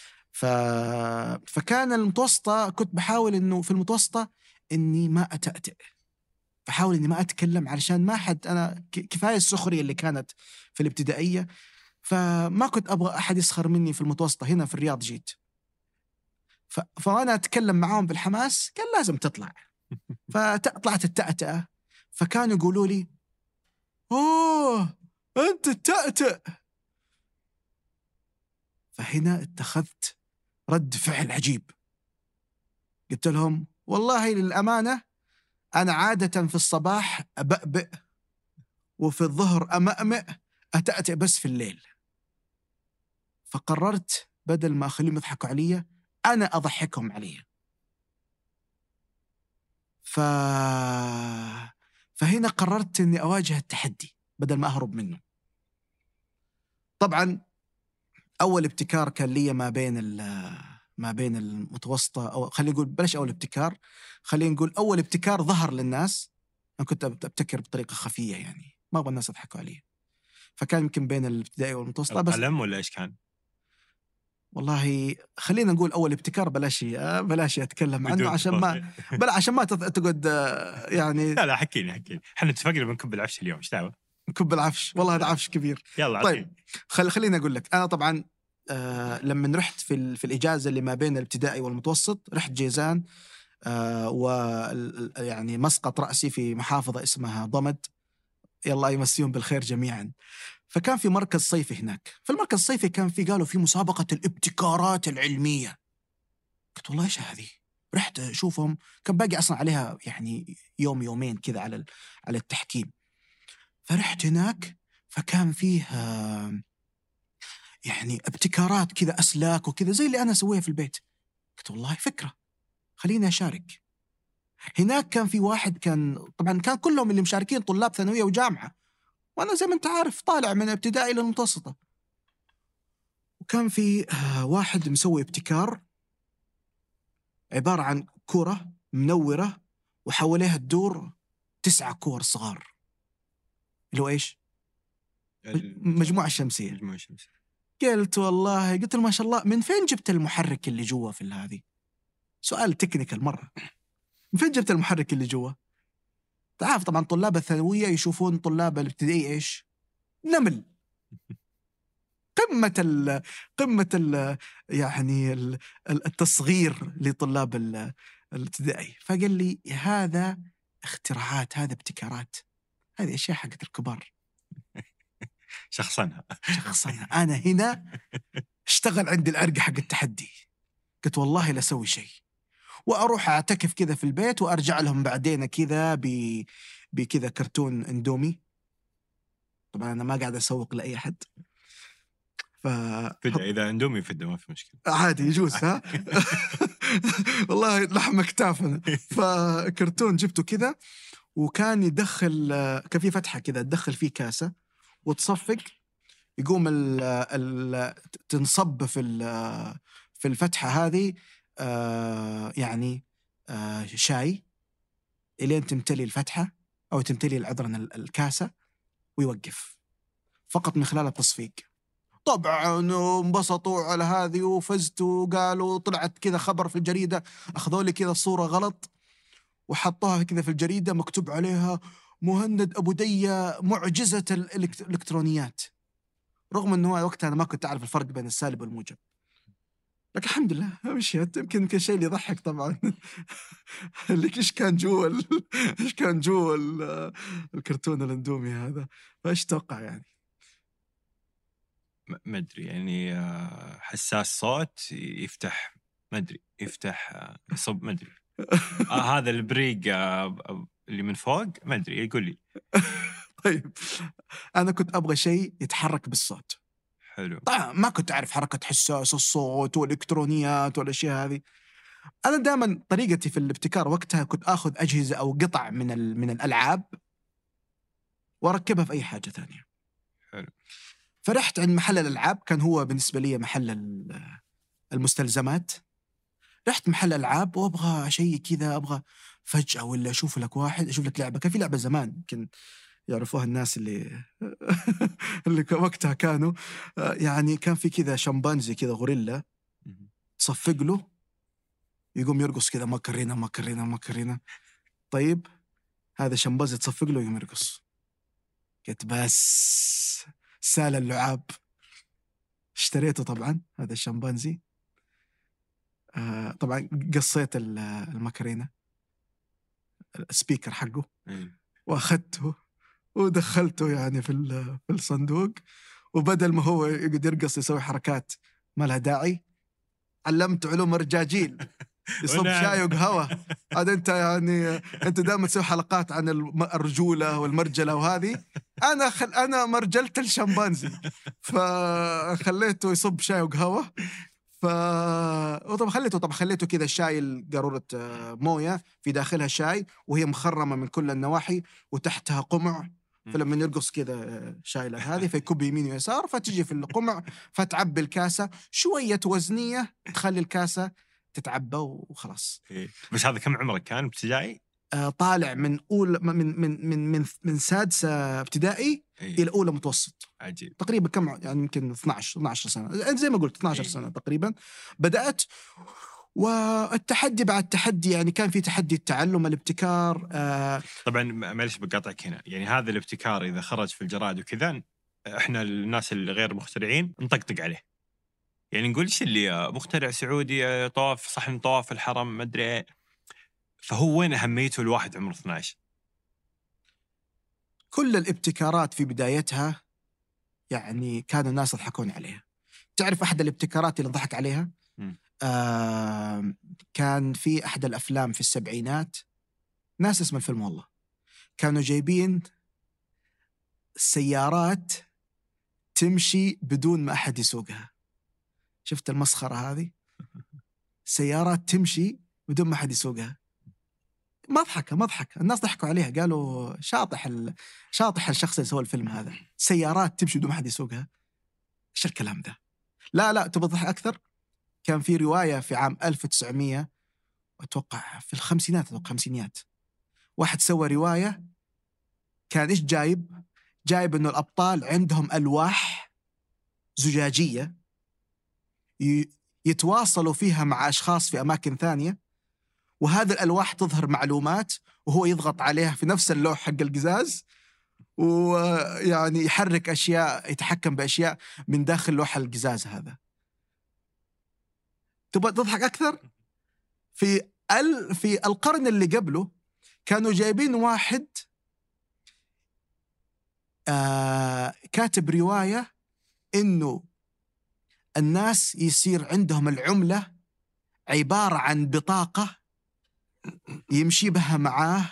فكان المتوسطة كنت بحاول إنه في المتوسطة إني ما أتأتئ، بحاول إني ما أتكلم علشان ما حد، أنا كفاية السخرية اللي كانت في الابتدائية، فما كنت أبغى أحد يسخر مني في المتوسطة. هنا في الرياض جيت فأنا أتكلم معاهم بالحماس، كان لازم تطلع. فطلعت التأتئة، فكانوا يقولوا لي أوه أنت التأتئ. فهنا اتخذت رد فعل عجيب. قلت لهم والله للأمانة أنا عادة في الصباح أبأبئ وفي الظهر أمأمئ، أتأتئ بس في الليل. فقررت بدل ما أخليهم يضحكوا علي أنا أضحكهم علي. فهنا قررت أني أواجه التحدي بدل ما أهرب منه. طبعا أول ابتكار كان لي ما بين المتوسطة، أو خلينا نقول بلاش أول ابتكار، خلينا نقول أول ابتكار ظهر للناس. أنا كنت أبتكر بطريقة خفية يعني ما أبغى الناس يضحكوا علي. فكان يمكن بين الابتدائي والمتوسطة. بس القلم ولا إيش كان؟ والله خلينا نقول أول ابتكار بلاش أتكلم عنه عشان ما تقعد يعني. لا حكيني احنا اتفقنا بنكب العفش اليوم، ايش دعوة؟ نكب العفش، والله هذا عفش كبير. يلا طيب خليني أقول لك. أنا طبعا لما رحت في الإجازة اللي ما بين الابتدائي والمتوسط رحت جيزان، ويعني مسقط رأسي في محافظة اسمها ضمد، يلا يمسيهم بالخير جميعا. فكان في مركز صيفي هناك. في المركز الصيفي كان قالوا في مسابقة الابتكارات العلمية. قلت والله إيش هذه؟ رحت أشوفهم، كان باقي أصلا عليها يعني يومين كذا على التحكيم. فرحت هناك فكان فيه يعني ابتكارات كذا، أسلاك وكذا زي اللي أنا أسويها في البيت. قلت والله فكرة، خليني أشارك. هناك كان في واحد طبعا كان كلهم اللي مشاركين طلاب ثانوية وجامعة، وأنا زي ما أنت عارف طالع من ابتدائي للمتوسطة. وكان في واحد مسوي ابتكار عبارة عن كرة منورة وحواليها تدور 9 كور صغار، اللي هو إيش؟ مجموعة الشمسية. مجموعة الشمسية. قلت له ما شاء الله، من فين جبت المحرك اللي جوا في هذه؟ سؤال تكنيكال مرة. من فين جبت المحرك اللي جوا؟ تعرف طبعا طلاب الثانوية يشوفون طلاب الابتدائي إيش؟ نمل. قمة يعني التصغير لطلاب الابتدائي. فقال لي هذا اختراعات، هذا ابتكارات، هذه أشياء حقت الكبار. شخصنها. أنا هنا اشتغل عندي العرق حق التحدي. قلت والله لا أسوي شيء، وأروح أعتكف كذا في البيت وأرجع لهم بعدين كذا بكذا كرتون اندومي. طبعا أنا ما قاعد أسوق لأي أحد، فدأ إذا اندومي فدأ ما في مشكلة، عادي يجوز. ها والله لحم كتافنا. فكرتون جبته كذا، وكان يدخل، كان في فتحة كذا تدخل فيه كاسة وتصفق، يقوم تنصب في الفتحة هذه يعني شاي إلين تمتلي الفتحة أو تمتلي العذرا الكاسة، ويوقف فقط من خلال التصفيق. طبعا انبسطوا على هذه وفزت، وقالوا طلعت كذا خبر في الجريدة، أخذوا لي كذا صورة غلط وحطوها كذا في الجريدة مكتوب عليها مهند أبو دية معجزة الإلكترونيات، رغم أنه وقتها أنا ما كنت أعرف الفرق بين السالب والموجب. لكن الحمد لله مشيت. يمكن الشيء اللي يضحك طبعا اللي إيش كان جوا الكرتون الاندومي هذا، فايش توقع يعني؟ ما أدري يعني حساس صوت يفتح، ما أدري يفتح يصب، ما أدري هذا البريق اللي من فوق، ما أدري يقول لي. طيب أنا كنت أبغى شيء يتحرك بالصوت. حلو. طبعا ما كنت أعرف حركة حساس الصوت والإلكترونيات والأشياء هذه. أنا دائما طريقتي في الابتكار وقتها كنت أخذ أجهزة أو قطع من الألعاب وأركبها في أي حاجة ثانية. حلو. فرحت عند محل الألعاب، كان هو بالنسبة لي محل المستلزمات. رحت محل ألعاب وأبغى شيء كذا، أبغى فجأة ولا أشوف لك لعبة. كان في لعبة زمان يمكن يعرفوها الناس اللي وقتها كانوا يعني، كان في كذا شمبانزي كذا غوريلا تصفق له يقوم يرقص كذا، ما كرينا. طيب هذا شمبانزي تصفق له يقوم يرقص. قلت بس سال اللعاب. اشتريته طبعا هذا الشمبانزي. طبعا قصيت الماكرينة السبيكر حقه واخذته ودخلته يعني في الصندوق، وبدل ما هو يقعد يرقص يسوي حركات ما لها داعي، علمت علوم رجاجيل، يصب شاي وقهوة. هذا انت يعني انت دائما تسوي حلقات عن الرجولة والمرجلة وهذه، انا مرجلت الشمبانزي، فخليته يصب شاي وقهوة. طبعا خليته كذا الشاي القارورة موية في داخلها شاي وهي مخرمة من كل النواحي وتحتها قمع، فلما يرقص كذا شايلة هذه فيكب يمين ويسار، فتجي في القمع فتعبي الكاسة، شوية وزنية تخلي الكاسة تتعبى وخلاص. بس هذا كم عمرك كان ابتدائي؟ طالع من أول من سادسة ابتدائي إلى أولى متوسط. عجيب. تقريبا كم يعني؟ يمكن 12 سنة زي ما قلت، 12 سنة تقريبا بدأت. والتحدي بعد تحدي يعني، كان في تحدي التعلم، الابتكار. طبعا معلش بقاطعك هنا، يعني هذا الابتكار إذا خرج في الجرائد وكذا، إحنا الناس اللي غير مخترعين نطقطق عليه، يعني نقول إيش اللي مخترع سعودي طواف صحن طواف الحرم ما أدري. فهو وين أهميته الواحد عمره 12؟ كل الابتكارات في بدايتها يعني كانوا الناس يضحكون عليها. تعرف أحد الابتكارات اللي ضحك عليها؟ كان في أحد الأفلام في السبعينات، ناس اسم الفيلم والله، كانوا جايبين سيارات تمشي بدون ما أحد يسوقها. شفت المسخرة هذه؟ سيارات تمشي بدون ما أحد يسوقها. مضحكة الناس ضحكوا عليها، قالوا شاطح الشخص اللي سوى الفيلم هذا، سيارات تمشي بدون ما حد يسوقها، ايش الكلام ده؟ لا تبغى تضحك أكثر، كان في رواية في عام 1900 أتوقع في الخمسينات، واحد سوى رواية، كان إيش جايب إنه الأبطال عندهم ألواح زجاجية يتواصلوا فيها مع أشخاص في أماكن ثانية، وهذه الألواح تظهر معلومات وهو يضغط عليها في نفس اللوح حق القزاز، ويعني يحرك أشياء، يتحكم بأشياء من داخل لوح القزاز هذا. تبغى تضحك أكثر؟ في القرن اللي قبله كانوا جايبين واحد كاتب رواية إنه الناس يصير عندهم العملة عبارة عن بطاقة يمشي بها معاه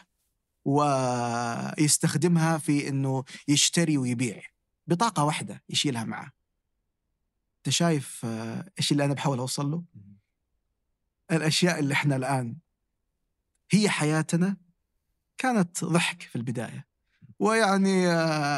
ويستخدمها في إنه يشتري ويبيع، بطاقة واحدة يشيلها معاه. أنت شايف إيش اللي أنا بحاول أوصل له؟ الأشياء اللي إحنا الآن هي حياتنا كانت ضحك في البداية، ويعني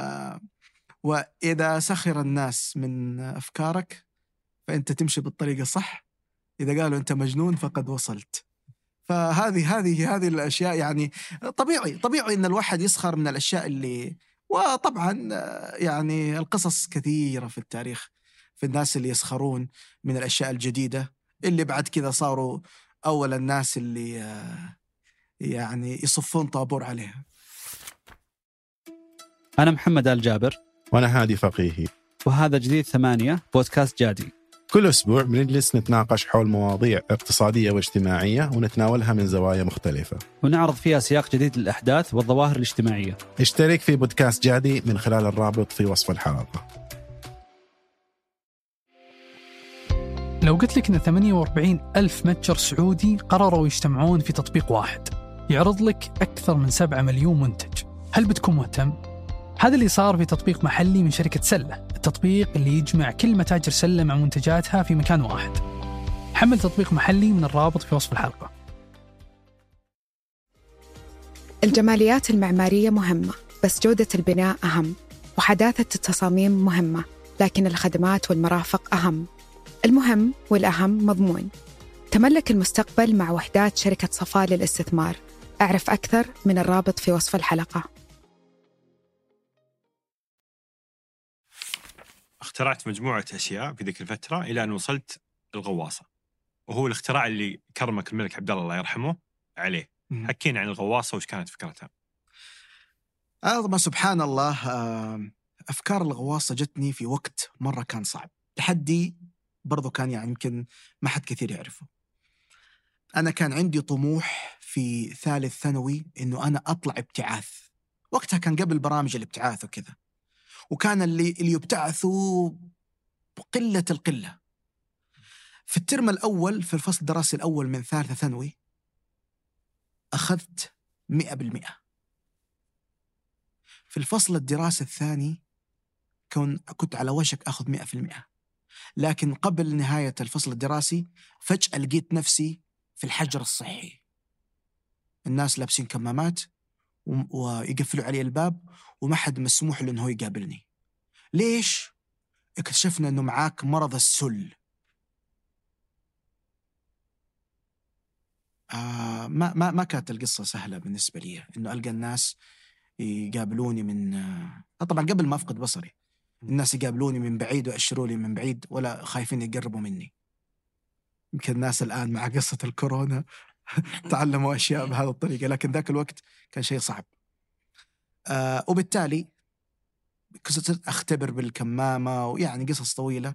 وإذا سخر الناس من أفكارك فأنت تمشي بالطريقة الصح، إذا قالوا أنت مجنون فقد وصلت. فهذه الأشياء يعني طبيعي إن الواحد يسخر من الأشياء اللي، وطبعا يعني القصص كثيرة في التاريخ في الناس اللي يسخرون من الأشياء الجديدة، اللي بعد كذا صاروا أول الناس اللي يعني يصفون طابور عليها. أنا محمد آل جابر، وأنا هادي فقيهي، وهذا جديد 8 بودكاست جادي. كل أسبوع بنجلس نتناقش حول مواضيع اقتصادية واجتماعية ونتناولها من زوايا مختلفة، ونعرض فيها سياق جديد للأحداث والظواهر الاجتماعية. اشترك في بودكاست جادي من خلال الرابط في وصف الحلقة. لو قلت لك أن 48 ألف متجر سعودي قرروا يجتمعون في تطبيق واحد يعرض لك أكثر من 7 مليون منتج، هل بتكون مهتم؟ هذا اللي صار في تطبيق محلي من شركة سلة، التطبيق اللي يجمع كل متاجر سلة مع منتجاتها في مكان واحد. حمل تطبيق محلي من الرابط في وصف الحلقة. الجماليات المعمارية مهمة، بس جودة البناء أهم، وحداثة التصاميم مهمة، لكن الخدمات والمرافق أهم. المهم والأهم مضمون. تملك المستقبل مع وحدات شركة صفاء للاستثمار. أعرف أكثر من الرابط في وصف الحلقة. اخترعت مجموعة أشياء في ذيك الفترة إلى أن وصلت الغواصة، وهو الاختراع اللي كرمك الملك عبد الله يرحمه عليه. حكينا عن الغواصة وش كانت فكرتها. طبعا سبحان الله، أفكار الغواصة جتني في وقت مرة كان صعب، تحدي برضو كان يعني يمكن ما حد كثير يعرفه. أنا كان عندي طموح في ثالث ثانوي إنه أنا أطلع ابتعاث. وقتها كان قبل برامج الابتعاث وكذا، وكان اللي يبتعثوا بقلة القلة. في الترم الأول في الفصل الدراسي الأول من ثالثة ثانوي أخذت 100%. في الفصل الدراسي الثاني كنت على وشك أخذ 100%، لكن قبل نهاية الفصل الدراسي فجأة لقيت نفسي في الحجر الصحي، الناس لابسين كمامات ويقفلوا علي الباب وما حد مسموح له إنه يقابلني. ليش؟ اكتشفنا إنه معاك مرض السل. ما كانت القصة سهلة بالنسبة لي إنه ألقى الناس يقابلوني من طبعا قبل ما أفقد بصري، الناس يقابلوني من بعيد ويأشروا لي من بعيد ولا خايفين يقربوا مني. يمكن الناس الآن مع قصة الكورونا تعلموا أشياء بهذه الطريقة، لكن ذاك الوقت كان شيء صعب. وبالتالي كنت أختبر بالكمامة ويعني قصص طويلة.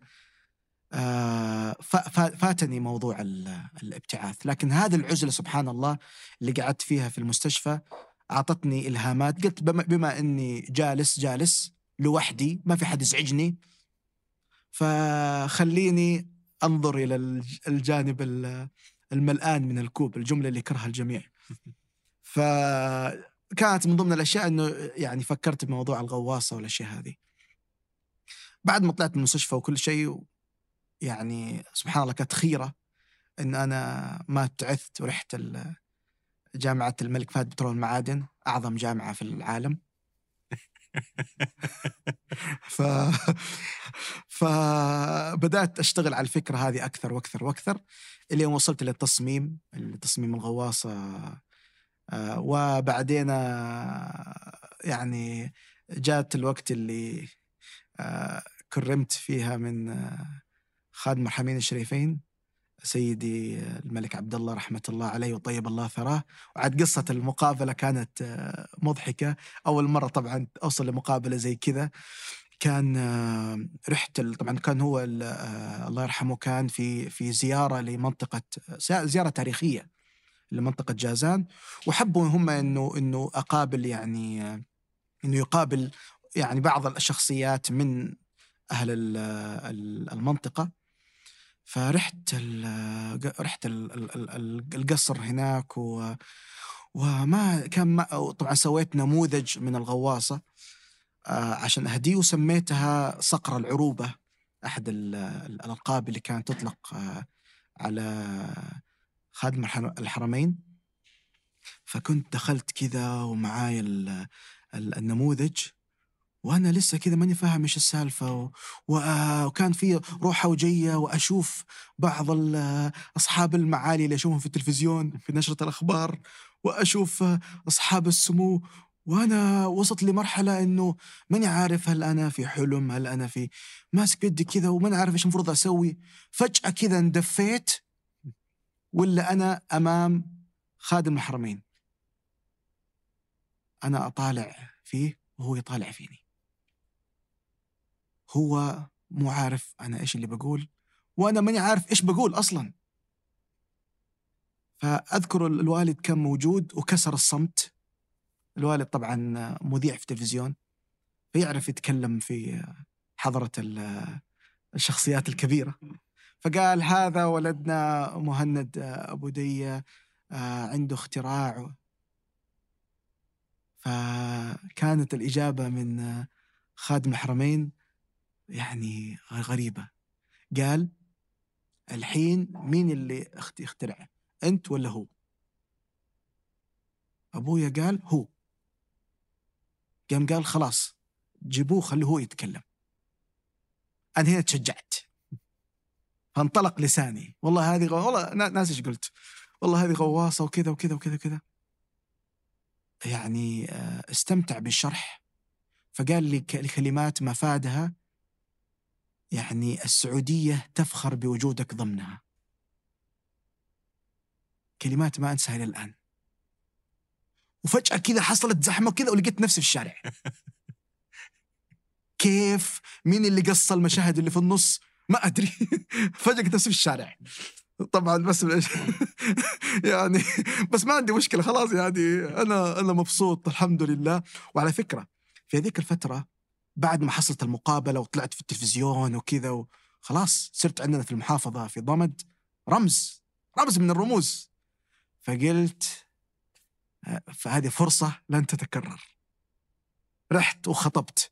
فاتني موضوع الابتعاث، لكن هذه العزلة سبحان الله اللي قعدت فيها في المستشفى أعطتني إلهامات. قلت بما أني جالس لوحدي ما في حد يزعجني، فخليني أنظر إلى الجانب الملآن من الكوب، الجملة اللي كرهها الجميع. فكانت من ضمن الأشياء أنه يعني فكرت بموضوع الغواصة والأشياء هذه. بعد ما طلعت من المستشفى وكل شيء يعني سبحان الله كانت خيرة أن أنا ما تعثت ورحت جامعة الملك فهد بترول المعادن، أعظم جامعة في العالم. فبدأت أشتغل على الفكرة هذه أكثر وأكثر وأكثر، اليوم وصلت للتصميم الغواصة. وبعدين يعني جاءت الوقت اللي كرمت فيها من خادم الحرمين الشريفين سيدي الملك عبد الله رحمة الله عليه وطيب الله ثراه. وعاد قصة المقابلة كانت مضحكة. أول مرة طبعا أوصل لمقابلة زي كذا، كان رحت طبعا كان هو الله يرحمه كان في زيارة لمنطقة، زيارة تاريخية لمنطقة جازان، وحبوا هم إنه أقابل يعني إنه يقابل يعني بعض الشخصيات من أهل المنطقة. فرحت القصر هناك وما كان طبعا سويت نموذج من الغواصة عشان أهديه، وسميتها صقر العروبة، أحد الألقاب اللي كانت تطلق على خادم الحرمين. فكنت دخلت كذا ومعاي النموذج، وأنا لسه كذا ماني فاهم إيش السالفة، وكان في روحة وجية، وأشوف بعض أصحاب المعالي اللي أشوفهم في التلفزيون في نشرة الأخبار، وأشوف أصحاب السمو، وأنا وصلت لمرحلة إنه ماني عارف هل أنا في حلم، هل أنا في ماسك بيدي كذا وماني عارف إيش المفروض أسوي. فجأة كذا اندفيت، ولا أنا أمام خادم الحرمين، أنا أطالع فيه وهو يطالع فيني. هو مو عارف أنا إيش اللي بقول، وأنا ماني عارف إيش بقول أصلاً. فأذكر الوالد كان موجود وكسر الصمت. الوالد طبعاً مذيع في التلفزيون، فيعرف يتكلم في حضرة الشخصيات الكبيرة. فقال هذا ولدنا مهند أبو دية عنده اختراع. فكانت الإجابة من خادم الحرمين يعني غريبة. قال الحين مين اللي اخترع، أنت ولا هو؟ أبويا قال هو. قال خلاص جيبوه خليه هو يتكلم. أنا هنا تشجعت، فانطلق لساني. والله هذه والله ناس إيش قلت، والله هذه غواصة وكذا وكذا وكذا كذا. يعني استمتع بالشرح. فقال لي الكلمات مفادها يعني السعودية تفخر بوجودك ضمنها. كلمات ما أنساها إلى الآن. وفجأة كذا حصلت زحمة كذا ولقيت نفسي في الشارع. كيف؟ مين اللي قص المشاهد اللي في النص؟ ما أدري. فجأة لقيت نفسي في الشارع. طبعا بس يعني بس ما عندي مشكلة خلاص، يعني أنا مبسوط الحمد لله. وعلى فكرة في هذيك الفترة بعد ما حصلت المقابلة وطلعت في التلفزيون وكذا خلاص صرت عندنا في المحافظة في ضمد رمز من الرموز. فقلت فهذه فرصة لن تتكرر. رحت وخطبت.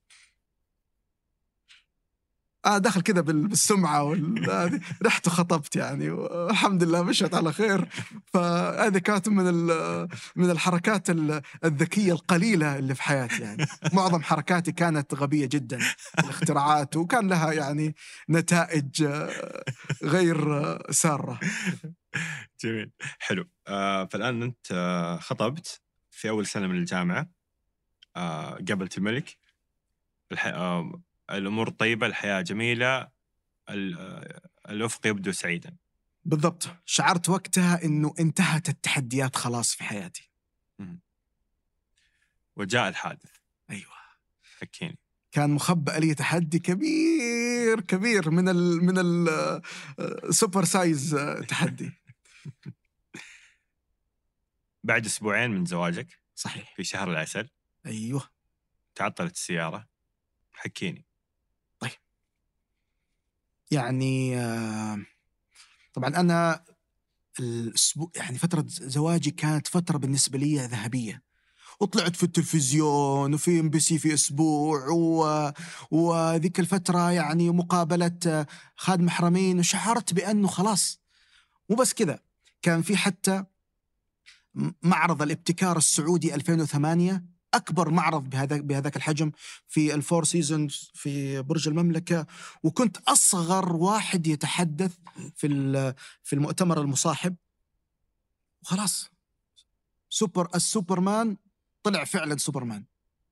دخل كذا بالسمعة رحت وخطبت يعني، والحمد لله مشيت على خير. فهذه كانت من الحركات الذكية القليلة اللي في حياتي. يعني معظم حركاتي كانت غبية جدا، الاختراعات، وكان لها يعني نتائج غير سارة. جميل، حلو. فالآن أنت خطبت في أول سنة من الجامعة، قابلت الملك، الأمور طيبة، الحياة جميلة، الأفق يبدو سعيدا. بالضبط. شعرت وقتها إنه انتهت التحديات خلاص في حياتي. وجاء الحادث. أيوة، حكيني. كان مخبأ لي تحدي كبير من السوبر سايز تحدي. بعد أسبوعين من زواجك، صحيح، في شهر العسل. أيوة. تعطلت السيارة. حكيني. طيب، يعني طبعا أنا الأسبوع يعني فترة زواجي كانت فترة بالنسبة لي ذهبية، وطلعت في التلفزيون وفي MBC في أسبوع وذيك الفترة يعني مقابلة خادم حرمين، وشعرت بأنه خلاص. مو بس كذا، كان في حتى معرض الابتكار السعودي 2008، أكبر معرض بهذاك الحجم في الفور سيزونز في برج المملكة، وكنت أصغر واحد يتحدث في المؤتمر المصاحب. وخلاص السوبرمان طلع فعلا سوبرمان.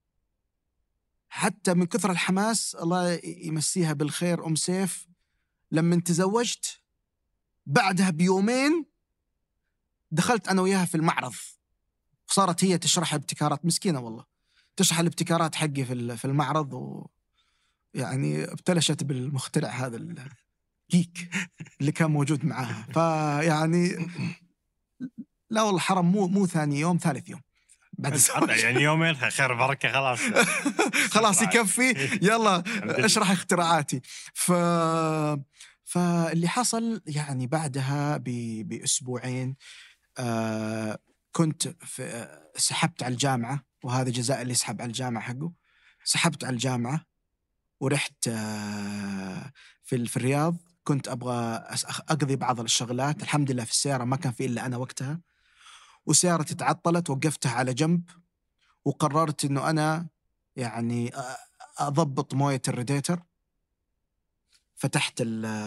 حتى من كثر الحماس، الله يمسيها بالخير أم سيف، لما تزوجت بعدها بيومين دخلت أنا وياها في المعرض، وصارت هي تشرح ابتكارات، مسكينة والله، تشرح الابتكارات حقي في المعرض، ويعني ابتلشت بالمخترع هذا الجيك اللي كان موجود معاها. فيعني لا والله حرم، مو ثاني يوم، ثالث يوم بعد الزواج. يعني يومين خير بركة، خلاص خلاص يكفي، يلا اشرح اختراعاتي. فاللي حصل يعني بعدها بأسبوعين كنت سحبت على الجامعة، وهذا جزاء اللي يسحب على الجامعة حقه. سحبت على الجامعة ورحت في الرياض، كنت أبغى أقضي بعض الشغلات. الحمد لله في السيارة ما كان في إلا أنا وقتها، وسيارتي تعطلت، وقفتها على جنب، وقررت إنه أنا يعني أضبط موية الراديتر. فتحت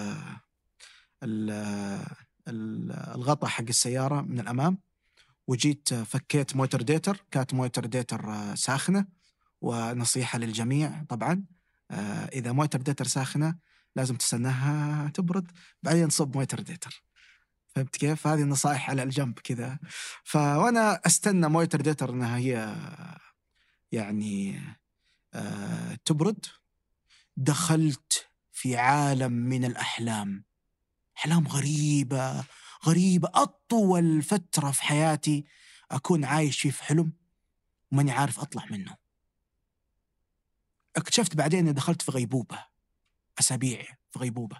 الغطاء حق السيارة من الأمام، وجيت فكيت موية الراديتر. كانت موية الراديتر ساخنة، ونصيحة للجميع طبعا، إذا موية الراديتر ساخنة لازم تستناها تبرد بعدين تصب موية الراديتر. فهمت كيف؟ هذه النصائح على الجنب كذا. فوانا استنى موية الراديتر انها هي يعني تبرد، دخلت في عالم من الأحلام، أحلام غريبة. أطول فترة في حياتي أكون عايش فيه في حلم وماني عارف أطلع منه. اكتشفت بعدين أني دخلت في غيبوبة، أسابيع في غيبوبة.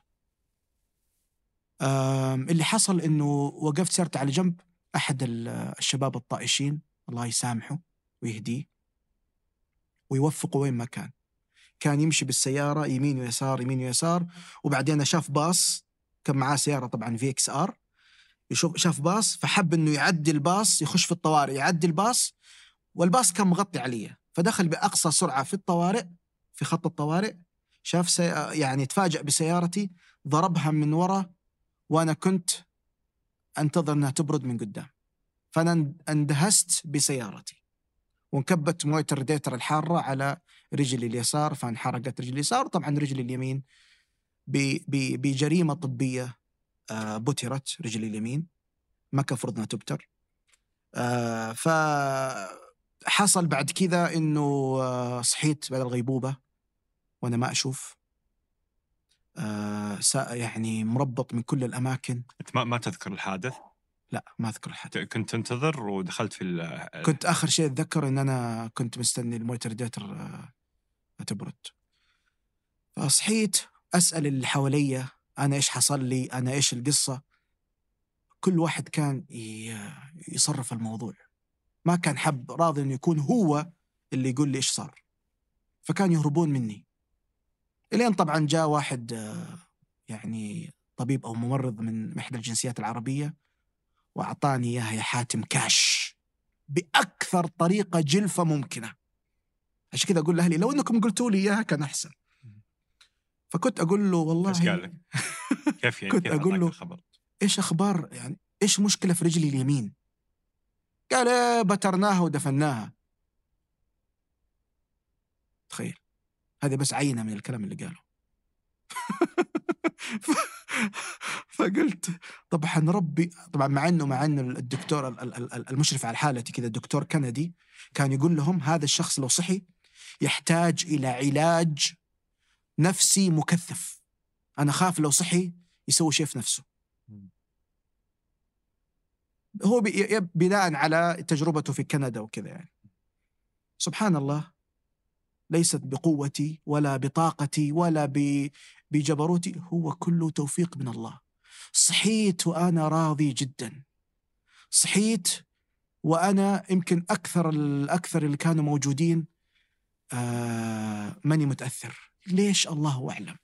اللي حصل إنه وقفت سيرت على جنب، أحد الشباب الطائشين الله يسامحه ويهديه ويوفقه وين ما كان يمشي بالسيارة يمين ويسار، وبعدين شاف باص، كان معاه سيارة طبعا VXR، شاف باص فحب إنه يعدي الباص، يخش في الطوارئ، يعدي الباص، والباص كان مغطي عليه، فدخل بأقصى سرعة في الطوارئ، في خط الطوارئ. شاف يعني تفاجأ بسيارتي، ضربها من وراء، وأنا كنت أنتظر أنها تبرد من قدام. فأنا اندهست بسيارتي، وانكبت موية الراديتر الحارة على رجلي اليسار، فانحرقت رجلي اليسار. طبعا رجلي اليمين بجريمة طبية بترت رجلي اليمين، ما كان فرضنا تبتر. فحصل بعد كذا إنه صحيت بعد الغيبوبة وأنا ما أشوف، يعني مربط من كل الأماكن. أنت ما تذكر الحادث؟ لا ما أذكر الحادث. كنت تنتظر ودخلت في كنت آخر شيء أتذكر إن أنا كنت مستني الموية الراديتر تبرد. فصحيت أسأل اللي حواليا أنا إيش حصل لي، أنا إيش القصة. كل واحد كان يصرف الموضوع، ما كان حب راضي إنه يكون هو اللي يقول لي إيش صار، فكان يهربون مني. إلين طبعا جاء واحد يعني طبيب أو ممرض من إحدى الجنسيات العربية، وأعطاني إياها يا حاتم كاش بأكثر طريقة جلفة ممكنة. عشان كذا أقول لأهلي لو أنكم قلتوا لي إياها كان أحسن. فكنت أقول له والله إيش قال لك؟ كيف يعني؟ كنت أقول له إيش أخبار، يعني إيش مشكلة في رجلي اليمين؟ قال بترناها ودفناها. تخيل، هذا بس عينة من الكلام اللي قاله. فقلت طبعا ربي، طبعا مع انه الدكتور المشرف على حالتي كذا دكتور كندي، كان يقول لهم هذا الشخص لو صحي يحتاج الى علاج نفسي مكثف. انا خاف لو صحي يسوي شيء في نفسه. هو بناء على تجربته في كندا وكذا يعني. سبحان الله، ليست بقوتي ولا بطاقتي ولا بجبروتي، هو كله توفيق من الله. صحيت وأنا راضي جدا، صحيت وأنا يمكن أكثر اللي كانوا موجودين ماني متأثر. ليش؟ الله أعلم.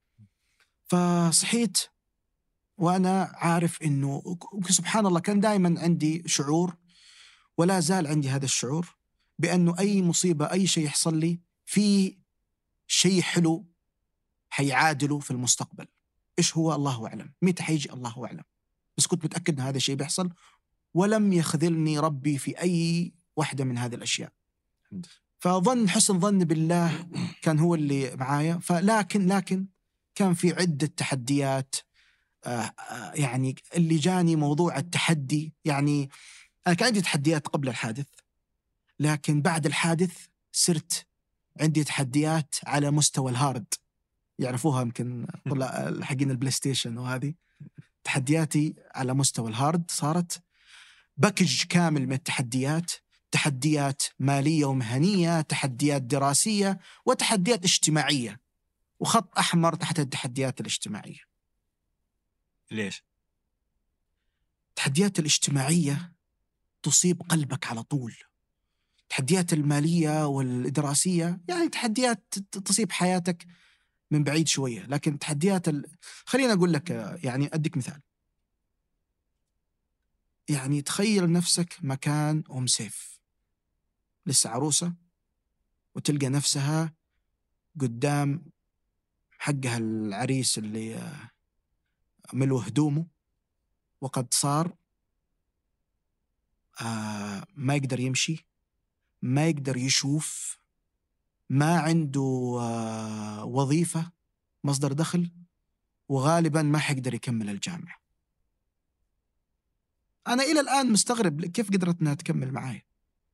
فصحيت وأنا عارف إنه سبحان الله كان دائما عندي شعور ولا زال عندي هذا الشعور بأنه أي مصيبة أي شيء يحصل لي في شيء حلو حيعادله في المستقبل. إيش هو الله أعلم، متى حيجي الله أعلم، بس كنت متأكد أن هذا الشيء بيحصل، ولم يخذلني ربي في أي واحدة من هذه الأشياء. فظن حسن ظن بالله كان هو اللي معايا. لكن كان في عدة تحديات. يعني اللي جاني موضوع التحدي، يعني أنا كان عندي تحديات قبل الحادث، لكن بعد الحادث صرت عندي تحديات على مستوى الهارد، يعرفوها يمكن طلع حقين البلاي ستيشن، وهذه تحدياتي على مستوى الهارد صارت باكج كامل من التحديات، تحديات مالية ومهنية، تحديات دراسية، وتحديات اجتماعية، وخط أحمر تحت التحديات الاجتماعية. ليش؟ التحديات الاجتماعية تصيب قلبك على طول. التحديات المالية والدراسية يعني تحديات تصيب حياتك من بعيد شوية، لكن تحديات خلينا أقول لك، يعني أديك مثال. يعني تخيل نفسك مكان أم سيف لسه عروسة، وتلقى نفسها قدام حقها العريس اللي ملو هدومه، وقد صار ما يقدر يمشي، ما يقدر يشوف، ما عنده وظيفة مصدر دخل، وغالبا ما حيقدر يكمل الجامعة. أنا إلى الآن مستغرب كيف قدرت أنها تكمل معاي،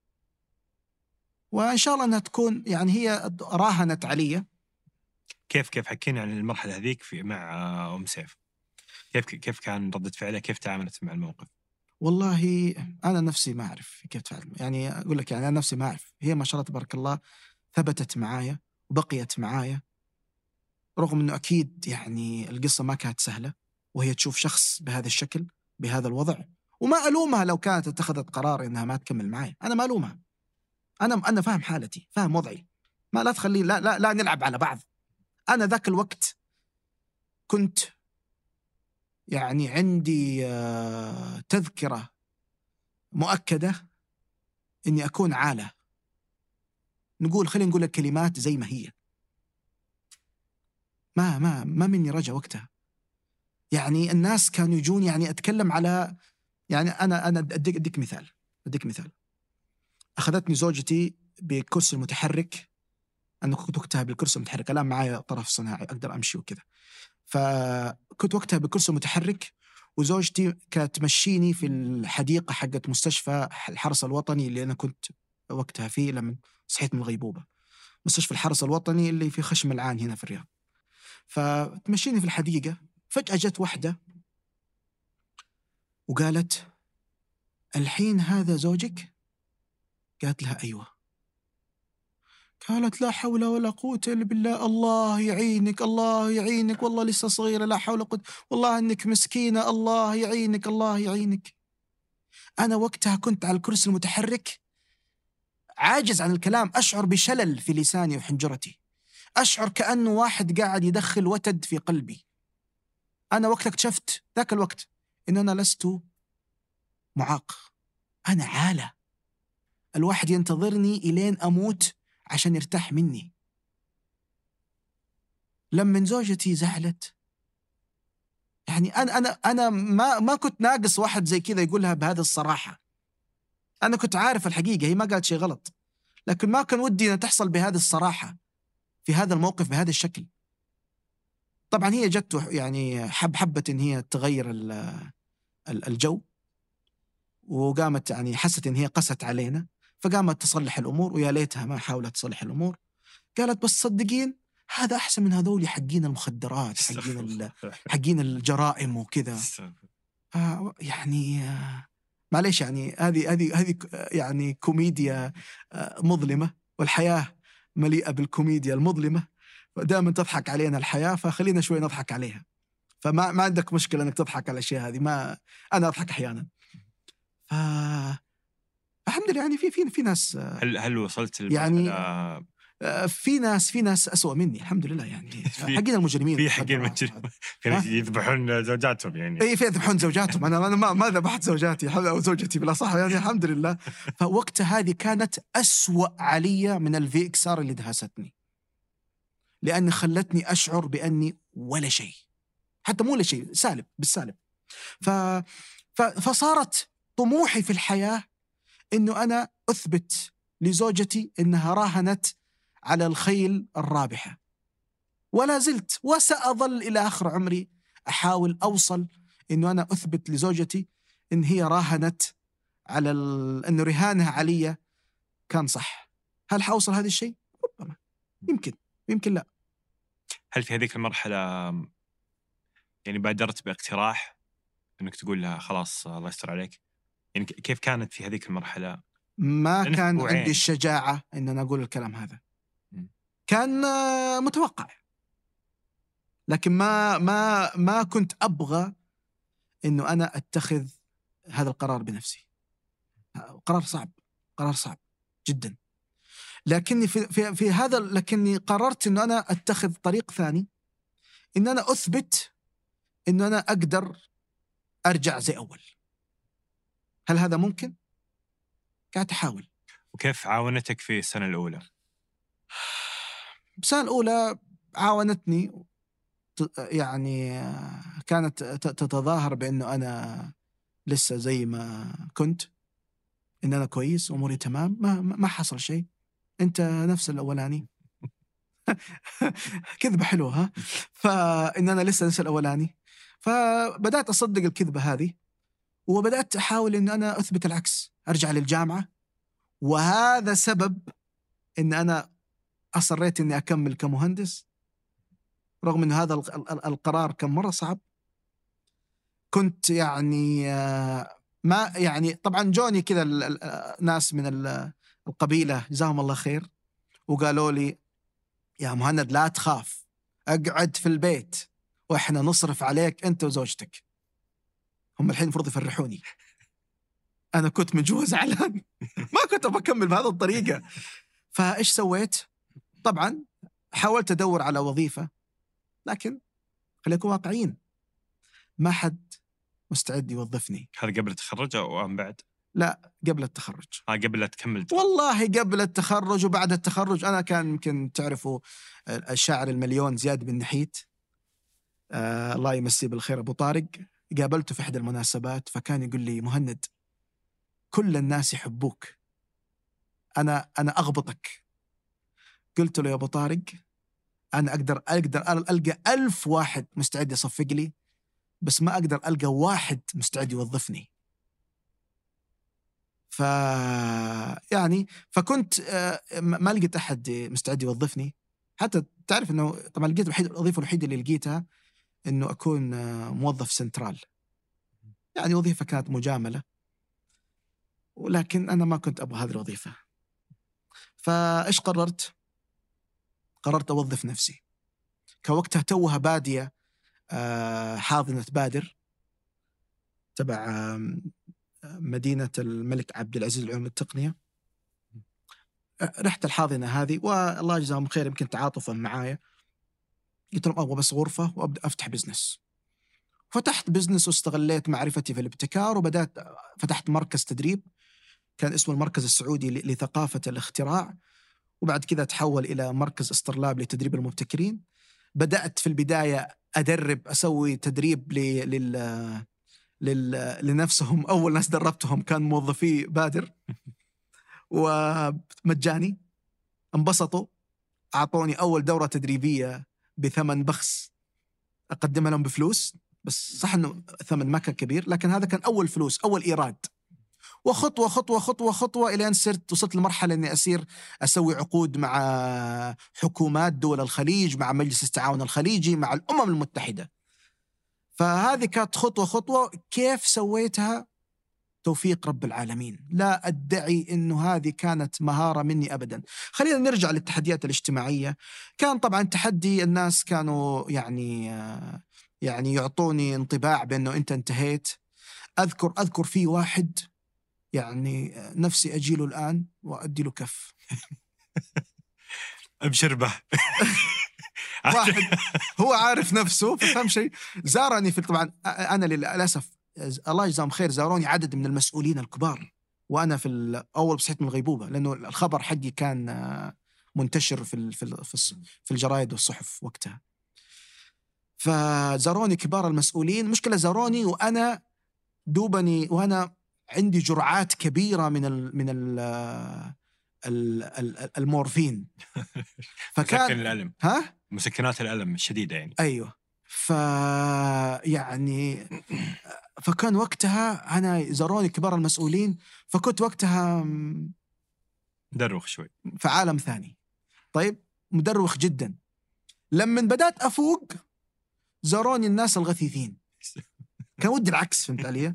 وإن شاء الله أنها تكون، يعني هي راهنت علي. كيف حكينا عن المرحلة هذيك مع أم سيف؟ كيف كان ردة فعلها؟ كيف تعاملت مع الموقف؟ والله أنا نفسي ما أعرف كيف تفعل، يعني أقول لك، يعني أنا نفسي ما أعرف. هي ما شاء الله تبارك الله ثبتت معايا وبقيت معايا، رغم أنه أكيد يعني القصة ما كانت سهلة، وهي تشوف شخص بهذا الشكل بهذا الوضع. وما ألومها لو كانت اتخذت قرار إنها ما تكمل معي، أنا ما ألومها. أنا فاهم حالتي، فاهم وضعي، ما لا تخلي لا نلعب على بعض. أنا ذاك الوقت كنت يعني عندي تذكرة مؤكدة إني أكون عالة. خلينا نقول الكلمات زي ما هي، ما مني رجع وقتها. يعني الناس كانوا يجون، يعني أتكلم على، يعني أنا أديك مثال. أخذتني زوجتي بكرسي المتحرك. أنا كنت وقتها بالكرسي المتحرك، الآن معايا طرف صناعي أقدر أمشي وكذا. فكنت وقتها بكرسي متحرك، وزوجتي كانت تمشيني في الحديقة حقت مستشفى الحرس الوطني اللي أنا كنت وقتها فيه لما صحيت من الغيبوبة، مستشفى الحرس الوطني اللي في خشم العان هنا في الرياض. فتمشيني في الحديقة، فجأة جت واحدة وقالت: الحين هذا زوجك؟ قالت لها: أيوة. قالت: لا حول ولا قوة إلا بالله، الله يعينك الله يعينك، والله لسه صغيرة، لا حول ولا قوة، والله أنك مسكينة، الله يعينك الله يعينك. أنا وقتها كنت على الكرسي المتحرك عاجز عن الكلام، أشعر بشلل في لساني وحنجرتي، أشعر كأنه واحد قاعد يدخل وتد في قلبي. أنا وقتها اكتشفت ذاك الوقت إن أنا لست معاق، أنا عالة. الواحد ينتظرني إلين أموت عشان يرتاح مني. لما زوجتي زعلت، يعني أنا ما كنت ناقص واحد زي كذا يقولها بهذا الصراحة. أنا كنت عارف الحقيقة، هي ما قالت شيء غلط، لكن ما كان ودي أن تحصل بهذه الصراحة في هذا الموقف بهذا الشكل. طبعا هي جت يعني حبت إن هي تغير الجو، وقامت يعني حست إن هي قست علينا، فقامت تصلح الأمور، ويا ليتها ما حاولت تصلح الأمور. قالت: بس صدقين هذا أحسن من هذول حقين المخدرات، حقين الجرائم وكذا. يعني معليش، يعني هذه يعني كوميديا مظلمة، والحياة مليئة بالكوميديا المظلمة، دائما تضحك علينا الحياة، فخلينا شوي نضحك عليها. فما عندك مشكلة أنك تضحك على الأشياء هذه، ما أنا أضحك أحيانا. الحمد لله، يعني في ناس. هل وصلت يعني في ناس أسوأ مني الحمد لله يعني. حقين المجرمين، في حقين المجرمين، في ناس يذبحون زوجاتهم يعني. اي في يذبحون زوجاتهم. انا ما ذبحت زوجاتي او زوجتي بلا صح يعني الحمد لله. فوقتها هذه كانت أسوأ علية من الفي اكسار اللي دهستني، لأن خلتني أشعر بأني ولا شيء، حتى مو ولا شيء، سالب بالسالب. فصارت طموحي في الحياة إنه أنا أثبت لزوجتي إنها راهنت على الخيل الرابحة، ولا زلت وسأظل إلى آخر عمري أحاول أوصل إنه أنا أثبت لزوجتي إن هي راهنت على إنه رهانها علي كان صح. هل حأوصل هذا الشيء؟ ربما، يمكن لا. هل في هذيك المرحلة يعني بادرت باقتراح إنك تقول لها خلاص الله يستر عليك؟ يعني كيف كانت في هذيك المرحلة؟ ما كان عندي الشجاعة إن أنا أقول الكلام هذا. كان متوقع، لكن ما كنت أبغى إنه أنا أتخذ هذا القرار بنفسي. قرار صعب جدا. لكني في هذا، لكني قررت إنه أنا أتخذ طريق ثاني، إن أنا أثبت إنه أنا أقدر أرجع زي أول. هل هذا ممكن؟ قاعد أحاول. وكيف عاونتك في السنة الأولى؟ السنة الأولى عاونتني يعني كانت تتظاهر بأنه أنا لسه زي ما كنت، إن أنا كويس أموري تمام، ما حصل شيء، أنت نفس الأولاني. كذبة حلوة ها. فإن أنا لسه نفس الأولاني. فبدأت أصدق الكذبة هذه، وبدأت أحاول إن أنا أثبت العكس، أرجع للجامعة. وهذا سبب إن أنا أصريت إني أكمل كمهندس، رغم إن هذا القرار كان مرة صعب. كنت يعني ما يعني طبعا جوني كذا ناس من القبيلة جزاهم الله خير، وقالوا لي يا مهند لا تخاف، اقعد في البيت وإحنا نصرف عليك أنت وزوجتك. هم الحين المفروض يفرحوني. أنا كنت من جوا زعلان، ما كنت بكمل بهذه الطريقة. فإيش سويت؟ طبعا حاولت أدور على وظيفة، لكن خلينا نكون واقعيين، ما حد مستعد يوظفني. هذا قبل التخرج أو أم بعد؟ لا قبل التخرج. قبل لا تكمل؟ والله قبل التخرج وبعد التخرج. أنا كان يمكن تعرفوا الشاعر المليون زياد بن نحيت، الله يمسيه بالخير، أبو طارق، قابلته في إحدى المناسبات، فكان يقول لي مهند كل الناس يحبوك، أنا أغبطك. قلت له يا أبو طارق أنا أقدر ألقى 1000 واحد مستعد يصفق لي، بس ما أقدر ألقى واحد مستعد يوظفني. فكنت ما لقيت أحد مستعد يوظفني. حتى تعرف أنه طبعا لقيت الوظيفة الوحيدة اللي لقيتها أنه أكون موظف سنترال، يعني وظيفة كانت مجاملة، ولكن أنا ما كنت أبغى هذه الوظيفة. فإيش قررت أوظف نفسي. كوقتها توها بادية حاضنة بادر تبع مدينة الملك عبد العزيز للعلوم والتقنية. رحت الحاضنة هذه، والله يجزاهم خير يمكن تعاطفا معايا، قلت لهم أبغى بس غرفة وأبدأ أفتح بزنس. فتحت بزنس واستغليت معرفتي في الابتكار، وبدأت فتحت مركز تدريب كان اسمه المركز السعودي لثقافة الاختراع، وبعد كذا تحول إلى مركز استرلاب لتدريب المبتكرين. بدأت في البداية أدرب، أسوي تدريب لنفسهم. أول ناس دربتهم كان موظفي بادر ومجاني، انبسطوا، أعطوني أول دورة تدريبية بثمن بخس، أقدمها لهم بفلوس، بس صح أنه ثمن ما كان كبير، لكن هذا كان أول فلوس، أول إيراد. وخطوة خطوة خطوة خطوة إلى أن وصلت لمرحلة أني أسوي عقود مع حكومات دول الخليج، مع مجلس التعاون الخليجي، مع الأمم المتحدة. فهذه كانت خطوة خطوة. كيف سويتها؟ توفيق رب العالمين. لا أدعي أنه هذه كانت مهارة مني أبدا. خلينا نرجع للتحديات الاجتماعية. كان طبعا تحدي، الناس كانوا يعني يعطوني انطباع بأنه أنت انتهيت. أذكر في واحد يعني نفسي أجيله الآن وأدي له كف. ابشر به. واحد هو عارف نفسه فهم شيء. زارني طبعا أنا للأسف الله يجزاهم خير زاروني عدد من المسؤولين الكبار وأنا في أول بصحيت من الغيبوبة، لأنه الخبر حقي كان منتشر في الجرائد والصحف وقتها. فزاروني كبار المسؤولين، مشكلة زاروني وأنا دوبني وأنا عندي جرعات كبيرة من المورفين. فكان الألم، ها؟ مسكنات الألم الشديدة يعني. أيوة. يعني فكان وقتها أنا زاروني كبار المسؤولين، فكنت وقتها مدروخ شوي في عالم ثاني. طيب مدروخ جدا. لما بدأت أفوق زاروني الناس الغثيثين، كان ودي العكس، فهمت علي؟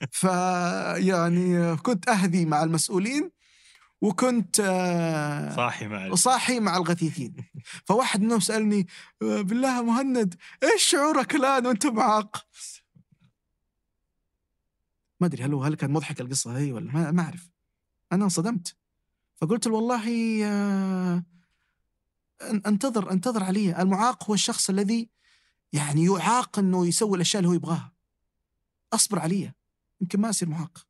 يعني كنت أهذي مع المسؤولين وكنت صاحي مع الغثيثين. فواحد منهم سألني بالله مهند إيش شعورك الآن وأنت معاق؟ ما أدري هل كان مضحك القصة هي ولا ما أعرف. أنا انصدمت فقلت له والله انتظر علي. المعاق هو الشخص الذي يعني يعاق أنه يسوي الأشياء اللي هو يبغاها. أصبر علي يمكن ما أصير معاق.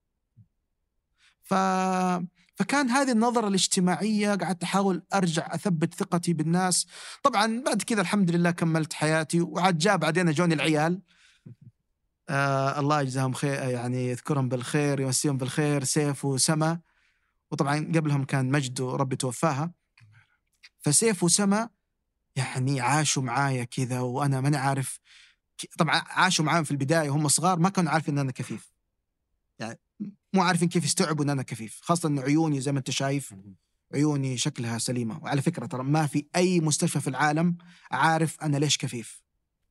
فكان هذه النظرة الاجتماعية قعدت أحاول أرجع أثبت ثقتي بالناس. طبعا بعد كذا الحمد لله كملت حياتي، وعاد جاء بعدين جوني العيال الله يجزاهم خير، يعني يذكرهم بالخير يمسيهم بالخير، سيف وسما. وطبعا قبلهم كان مجد وربي توفاها. فسيف وسما يعني عاشوا معايا كذا وأنا ما عارف. طبعا عاشوا معاهم في البداية وهم صغار ما كانوا عارفين أن أنا كفيف، يعني مو عارفين كيف يستوعبوا أن أنا كفيف، خاصة أن عيوني زي ما أنت شايف عيوني شكلها سليمة. وعلى فكرة ترى ما في أي مستشفى في العالم عارف أنا ليش كفيف.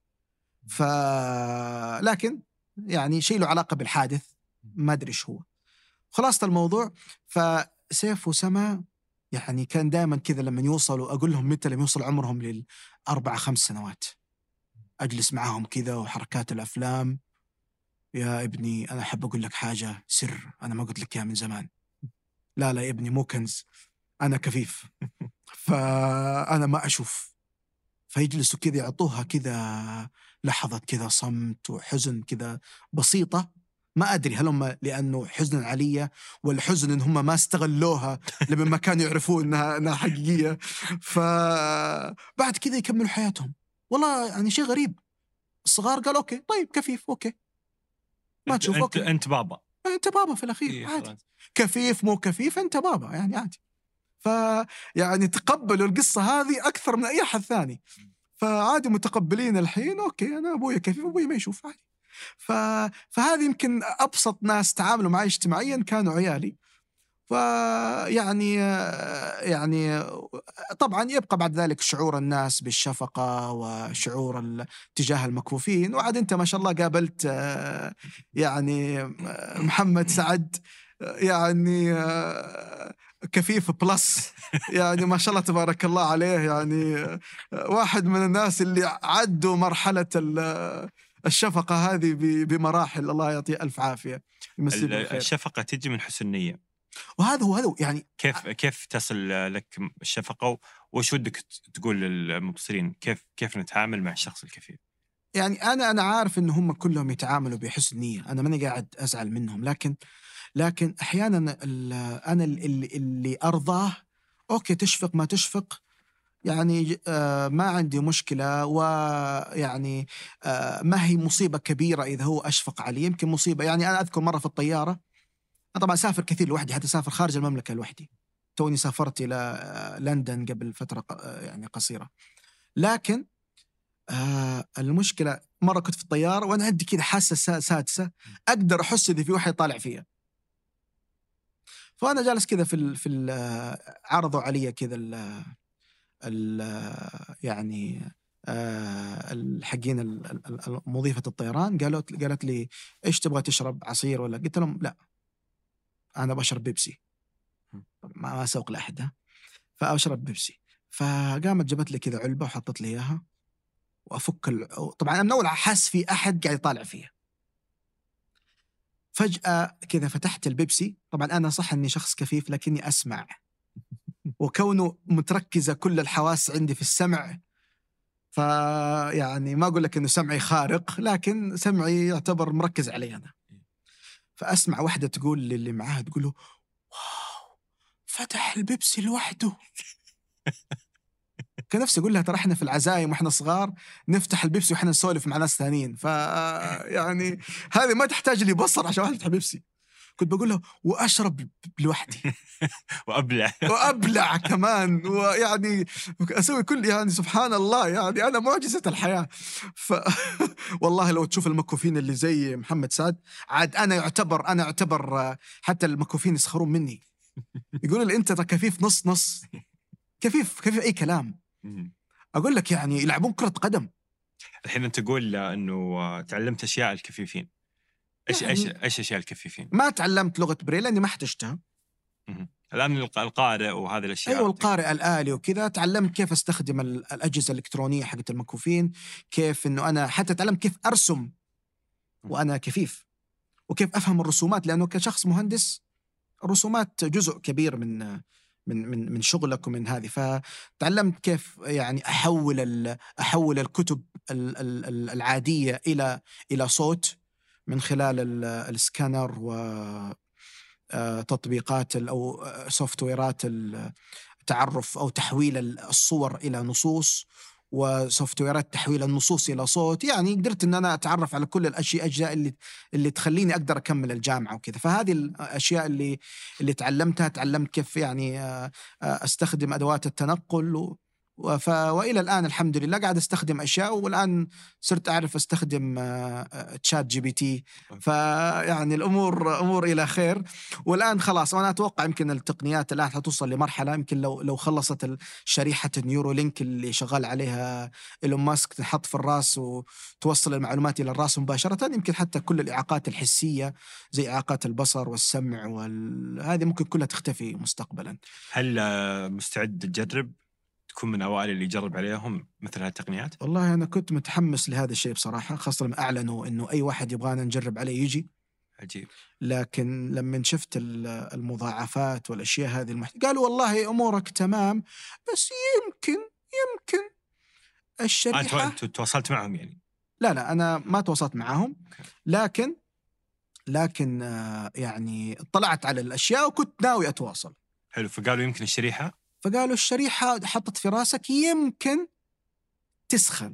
لكن يعني شيء له علاقة بالحادث ما أدري إيش هو. خلاصة الموضوع فسيف وسما يعني كان دائما كذا لما يوصلوا أقول لهم متى لما يوصل عمرهم 4-5 سنوات أجلس معاهم كذا وحركات الأفلام، يا ابني أنا أحب أقول لك حاجة سر أنا ما قلت لك إياها من زمان. لا يا ابني مو كنز، أنا كفيف فأنا ما أشوف. فيجلسوا كذا يعطوها كذا لحظة كذا صمت وحزن كذا بسيطة. ما أدري هل هم لأنه حزن عليا ولا حزن إن هم ما استغلوها لما ما كانوا يعرفون إنها حقيقية. فبعد كذا يكملوا حياتهم. والله يعني شيء غريب. الصغار قال أوكي طيب كفيف أوكي ما تشوف أوكي أنت بابا في الأخير عادي. كفيف مو كفيف أنت بابا يعني عادي. يعني تقبلوا القصة هذه أكثر من أي أحد ثاني. فعادي متقبلين الحين أوكي أنا أبويا كفيف أبويا ما يشوف عادي. فهذه يمكن أبسط ناس تعاملوا معي اجتماعيا كانوا عيالي. يعني طبعا يبقى بعد ذلك شعور الناس بالشفقة وشعور تجاه المكفوفين. وعاد أنت ما شاء الله قابلت يعني محمد سعد يعني كفيف بلس يعني ما شاء الله تبارك الله عليه، يعني واحد من الناس اللي عدوا مرحلة الشفقة هذه بمراحل. الله يعطيه ألف عافية. الشفقة تجي من حسن نية، وهذا هو يعني كيف تصل لك الشفقة؟ وش ودك تقول للمبصرين كيف نتعامل مع الشخص الكفيف؟ يعني أنا عارف إن هم كلهم يتعاملوا بحسن نية، أنا ماني قاعد أزعل منهم، لكن أحيانا أنا اللي أرضاه أوكي تشفق ما تشفق يعني ما عندي مشكلة. ويعني ما هي مصيبة كبيرة إذا هو أشفق علي. يمكن مصيبة يعني أنا أذكر مرة في الطيارة، أنا طبعا سافر كثير لوحدي، حتى سافر خارج المملكة لوحدي. توني سافرت إلى لندن قبل فترة يعني قصيرة. لكن المشكلة مرة كنت في الطيارة وأنا عندي كذا حاسة سادسة أقدر أحس إذا في واحد طالع فيها. فأنا جالس كذا في عرضوا علي كذا يعني الحقين مضيفة الطيران قالت لي إيش تبغى تشرب عصير ولا؟ قلت لهم لا أنا بشرب بيبسي، ما أسوق لأحد فأشرب بيبسي. فقامت جابت لي كذا علبة وحطت لي إياها وأفك طبعا أنا من أول حاس في أحد قاعد يطالع فيها. فجأة كذا فتحت البيبسي. طبعا أنا صح أني شخص كفيف لكني أسمع وكونه متركزة كل الحواس عندي في السمع، فيعني ما أقول لك إنه سمعي خارق، لكن سمعي يعتبر مركز علي أنا. فأسمع واحدة تقول للي معاها، تقول له واو فتح البيبسي لوحده. كان نفسي أقول لها ترى إحنا في العزايم وإحنا صغار نفتح البيبسي وإحنا نسولف مع ناس ثانيين، يعني هذه ما تحتاج لي بصر عشان واحد يفتح بيبسي. كنت بقول له وأشرب لوحدي وأبلع كمان، ويعني أسوي كل، يعني سبحان الله، يعني أنا معجزة الحياة. والله لو تشوف المكوفين اللي زي محمد سعد، عاد أنا يعتبر حتى المكوفين يسخرون مني، يقولوا لي أنت كفيف نص نص، كفيف أي كلام. أقول لك يعني يلعبون كرة قدم. الحين أنت تقول أنه تعلمت أشياء الكفيفين. إيش أشياء الكفيفين؟ ما تعلمت لغة بريل لأني ما احتجتها. الآن القارئ وهذه الأشياء. أيوة القارئ الآلي وكذا، تعلمت كيف أستخدم الأجهزة الإلكترونية حقت المكفوفين، كيف إنه أنا حتى تعلمت كيف أرسم وأنا كفيف، وكيف أفهم الرسومات، لأنه كشخص مهندس الرسومات جزء كبير من شغلك ومن هذه. فتعلمت كيف يعني أحول الكتب العادية إلى صوت من خلال السكانر وتطبيقات أو سوفتويرات التعرف أو تحويل الصور إلى نصوص، وسوفتويرات تحويل النصوص إلى صوت. يعني قدرت أن أنا أتعرف على كل الأجزاء اللي تخليني أقدر أكمل الجامعة وكذا. فهذه الأشياء اللي تعلمت كيف يعني أستخدم أدوات التنقل وإلى الآن الحمد لله قاعد أستخدم أشياء، والآن صرت أعرف أستخدم تشات جي بي تي. فيعني الأمور إلى خير. والآن خلاص أنا أتوقع يمكن التقنيات الآن حتوصل لمرحلة يمكن لو خلصت شريحة النيورولينك اللي شغال عليها إيلون ماسك تنحط في الرأس وتوصل المعلومات إلى الرأس مباشرة، يمكن حتى كل الإعاقات الحسية زي إعاقات البصر والسمع هذه ممكن كلها تختفي مستقبلا. هل مستعد تجرب تكون من أوائل اللي يجرب عليهم مثل هذه التقنيات؟ والله أنا كنت متحمس لهذا الشيء بصراحة، خاصة لما أعلنوا إنه أي واحد يبغانا نجرب عليه يجي. عجيب. لكن لما شفت المضاعفات والأشياء هذه قالوا والله أمورك تمام، بس يمكن الشريحة. أنت تواصلت معهم يعني؟ لا أنا ما تواصلت معهم، لكن يعني اطلعت على الأشياء وكنت ناوي أتواصل. حلو. فقالوا يمكن فقالوا الشريحة حطت في راسك يمكن تسخن.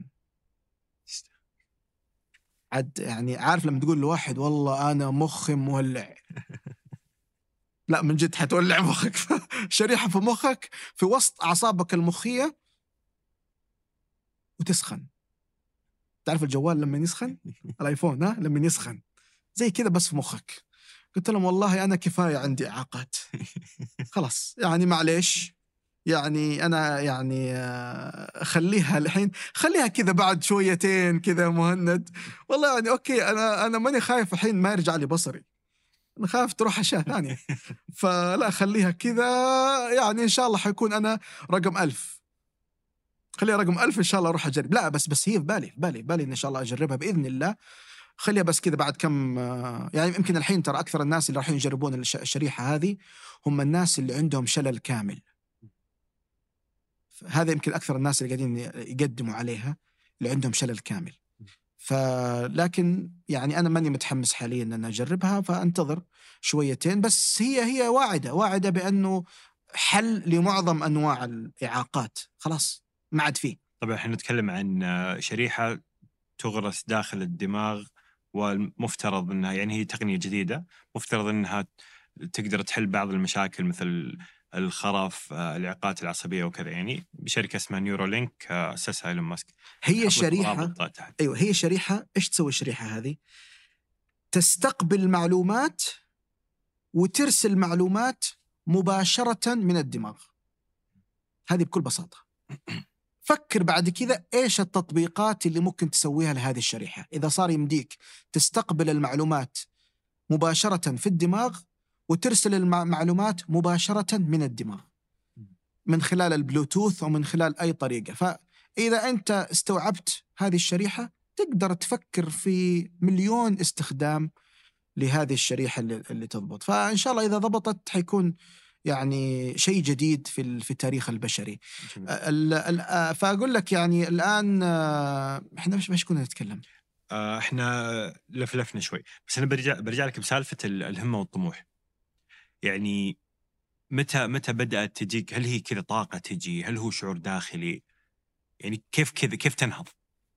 عاد يعني عارف لما تقول لواحد والله أنا مخي مولع، لا من جد حتولع مخك. شريحة في مخك في وسط أعصابك المخية وتسخن. تعرف الجوال لما يسخن، الآيفون لما يسخن زي كذا بس في مخك. قلت لهم والله أنا كفاية عندي إعاقات، خلاص يعني معليش، يعني أنا يعني خليها الحين، خليها كذا بعد شويتين كذا مهند. والله يعني أوكي، أنا ماني خايف الحين ما يرجع لي بصري، أنا خايف تروح أشياء ثانية. فلا خليها كذا، يعني إن شاء الله حيكون أنا رقم 1000، خليها رقم 1000 إن شاء الله أروح أجرب. لا بس هي في بالي إن شاء الله أجربها بإذن الله. خليها بس كذا بعد كم، يعني يمكن الحين ترى أكثر الناس اللي رايحين يجربون الشريحة هذه هم الناس اللي عندهم شلل كامل. هذا يمكن أكثر الناس اللي قاعدين يقدموا عليها اللي عندهم شلل كامل. لكن يعني أنا ماني متحمس حاليا أن أنا أجربها، فأنتظر شويتين. بس هي واعدة بأنه حل لمعظم أنواع الإعاقات، خلاص ما عاد فيه. طبعا احنا نتكلم عن شريحة تغرس داخل الدماغ، والمفترض أنها يعني هي تقنية جديدة، مفترض أنها تقدر تحل بعض المشاكل مثل الخرف، الإعاقات العصبية وكذا، يعني بشركة اسمها نيورولينك أسسها إيلون ماسك. هي شريحة، أيوة هي شريحة. إيش تسوي الشريحة هذه؟ تستقبل معلومات وترسل معلومات مباشرة من الدماغ. هذه بكل بساطة. فكر بعد كذا إيش التطبيقات اللي ممكن تسويها لهذه الشريحة إذا صار يمديك تستقبل المعلومات مباشرة في الدماغ وترسل المعلومات مباشرة من الدماغ من خلال البلوتوث أو من خلال أي طريقة. فإذا أنت استوعبت هذه الشريحة تقدر تفكر في مليون استخدام لهذه الشريحة اللي تضبط. فإن شاء الله إذا ضبطت حيكون يعني شيء جديد في التاريخ البشري. فأقول لك يعني الآن إحنا مش كنا نتكلم؟ إحنا لفلفنا شوي، بس أنا برجع لك بسالفة الهمة والطموح. يعني متى بدأت تجيك؟ هل هي كذا طاقة تجي؟ هل هو شعور داخلي؟ يعني كيف تنهض؟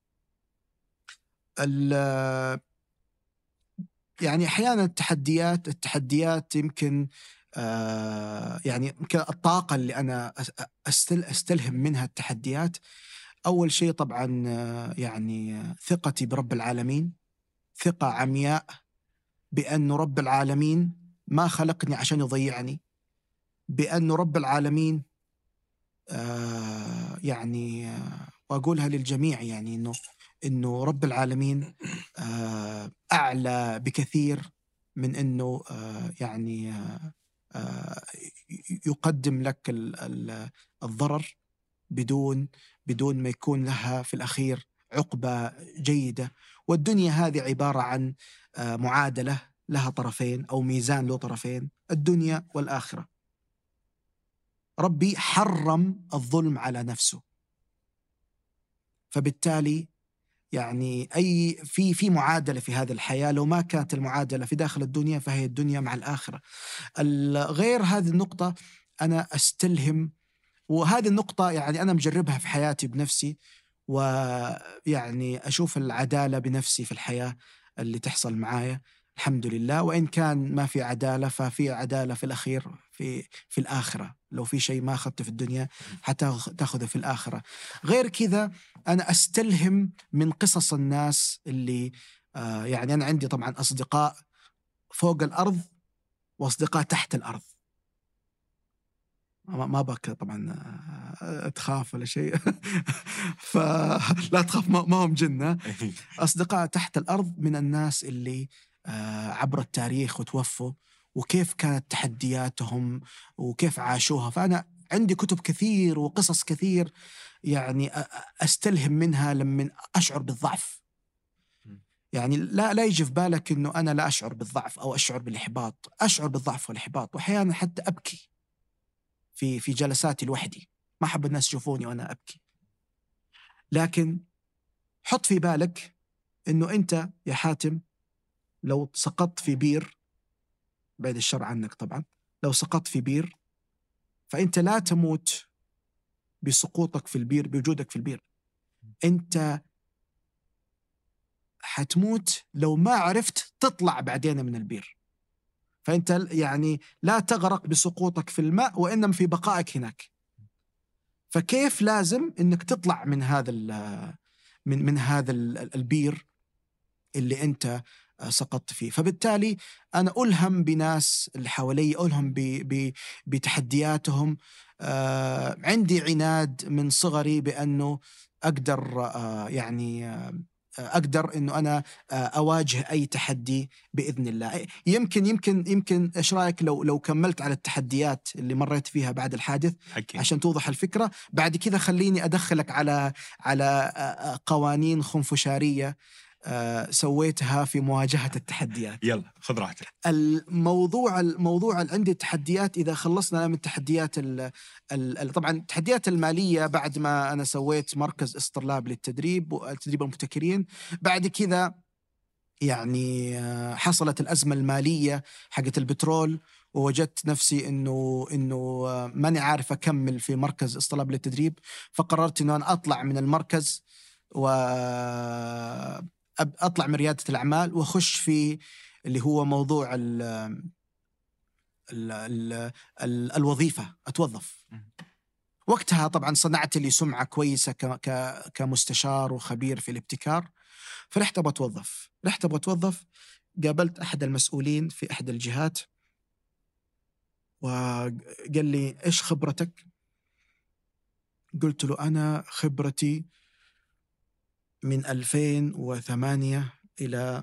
يعني أحيانا التحديات يمكن يعني الطاقة اللي أنا أستلهم منها التحديات. أول شيء طبعا يعني ثقتي برب العالمين، ثقة عمياء بأن رب العالمين ما خلقني عشان يضيعني، بأن رب العالمين يعني وأقولها للجميع، يعني إنه رب العالمين أعلى بكثير من إنه يعني يقدم لك الضرر بدون ما يكون لها في الأخير عقبة جيدة. والدنيا هذه عبارة عن معادلة لها طرفين أو ميزان له طرفين، الدنيا والآخرة. ربي حرم الظلم على نفسه، فبالتالي يعني في معادلة في هذه الحياة. لو ما كانت المعادلة في داخل الدنيا فهي الدنيا مع الآخرة. غير هذه النقطة أنا أستلهم، وهذه النقطة يعني أنا مجربها في حياتي بنفسي، ويعني أشوف العدالة بنفسي في الحياة اللي تحصل معايا الحمد لله. وإن كان ما في عدالة ففي عدالة في الأخير في الآخرة. لو في شيء ما أخذته في الدنيا حتى تأخذه في الآخرة. غير كذا أنا أستلهم من قصص الناس اللي يعني أنا عندي طبعا أصدقاء فوق الأرض وأصدقاء تحت الأرض. ما بك طبعا تخاف ولا شيء فلا تخاف، ما هم جنة. أصدقاء تحت الأرض من الناس اللي عبر التاريخ وتوفوا، وكيف كانت تحدياتهم وكيف عاشوها. فأنا عندي كتب كثير وقصص كثير يعني أستلهم منها لما أشعر بالضعف. يعني لا يجي في بالك إنه أنا لا أشعر بالضعف أو أشعر بالإحباط. أشعر بالضعف والإحباط، وأحيانا حتى أبكي في جلساتي لوحدي. ما أحب الناس يشوفوني وأنا أبكي. لكن حط في بالك إنه أنت يا حاتم لو سقطت في بير، بعد الشر عنك طبعا، لو سقطت في بير فأنت لا تموت بسقوطك في البير، بوجودك في البير. أنت حتموت لو ما عرفت تطلع بعدين من البير. فأنت يعني لا تغرق بسقوطك في الماء وإنما في بقائك هناك. فكيف لازم إنك تطلع من هذا من هذا البير اللي أنت سقطت فيه. فبالتالي أنا ألهم بناس اللي حوالي، ألهم بتحدياتهم. عندي عناد من صغري بأنه أقدر يعني أقدر إنه أنا أواجه أي تحدي بإذن الله. يمكن إيش رأيك لو كملت على التحديات اللي مريت فيها بعد الحادث عشان توضح الفكرة. بعد كذا خليني أدخلك على قوانين خنفشارية سويتها في مواجهة التحديات. يلا خذ راحتك. الموضوع اللي عندي التحديات، إذا خلصنا من التحديات طبعا التحديات المالية، بعد ما أنا سويت مركز اسطرلاب للتدريب وتدريب المبتكرين، بعد كذا يعني حصلت الأزمة المالية حقت البترول، ووجدت نفسي إنه ماني عارف أكمل في مركز اسطرلاب للتدريب. فقررت إنه أنا أطلع من المركز أطلع من ريادة الأعمال وأخش في اللي هو موضوع الوظيفة، أتوظف. وقتها طبعا صنعت لي سمعة كويسة كمستشار وخبير في الابتكار. فرحت أبغى أتوظف. قابلت أحد المسؤولين في أحد الجهات وقال لي إيش خبرتك؟ قلت له أنا خبرتي من 2008 إلى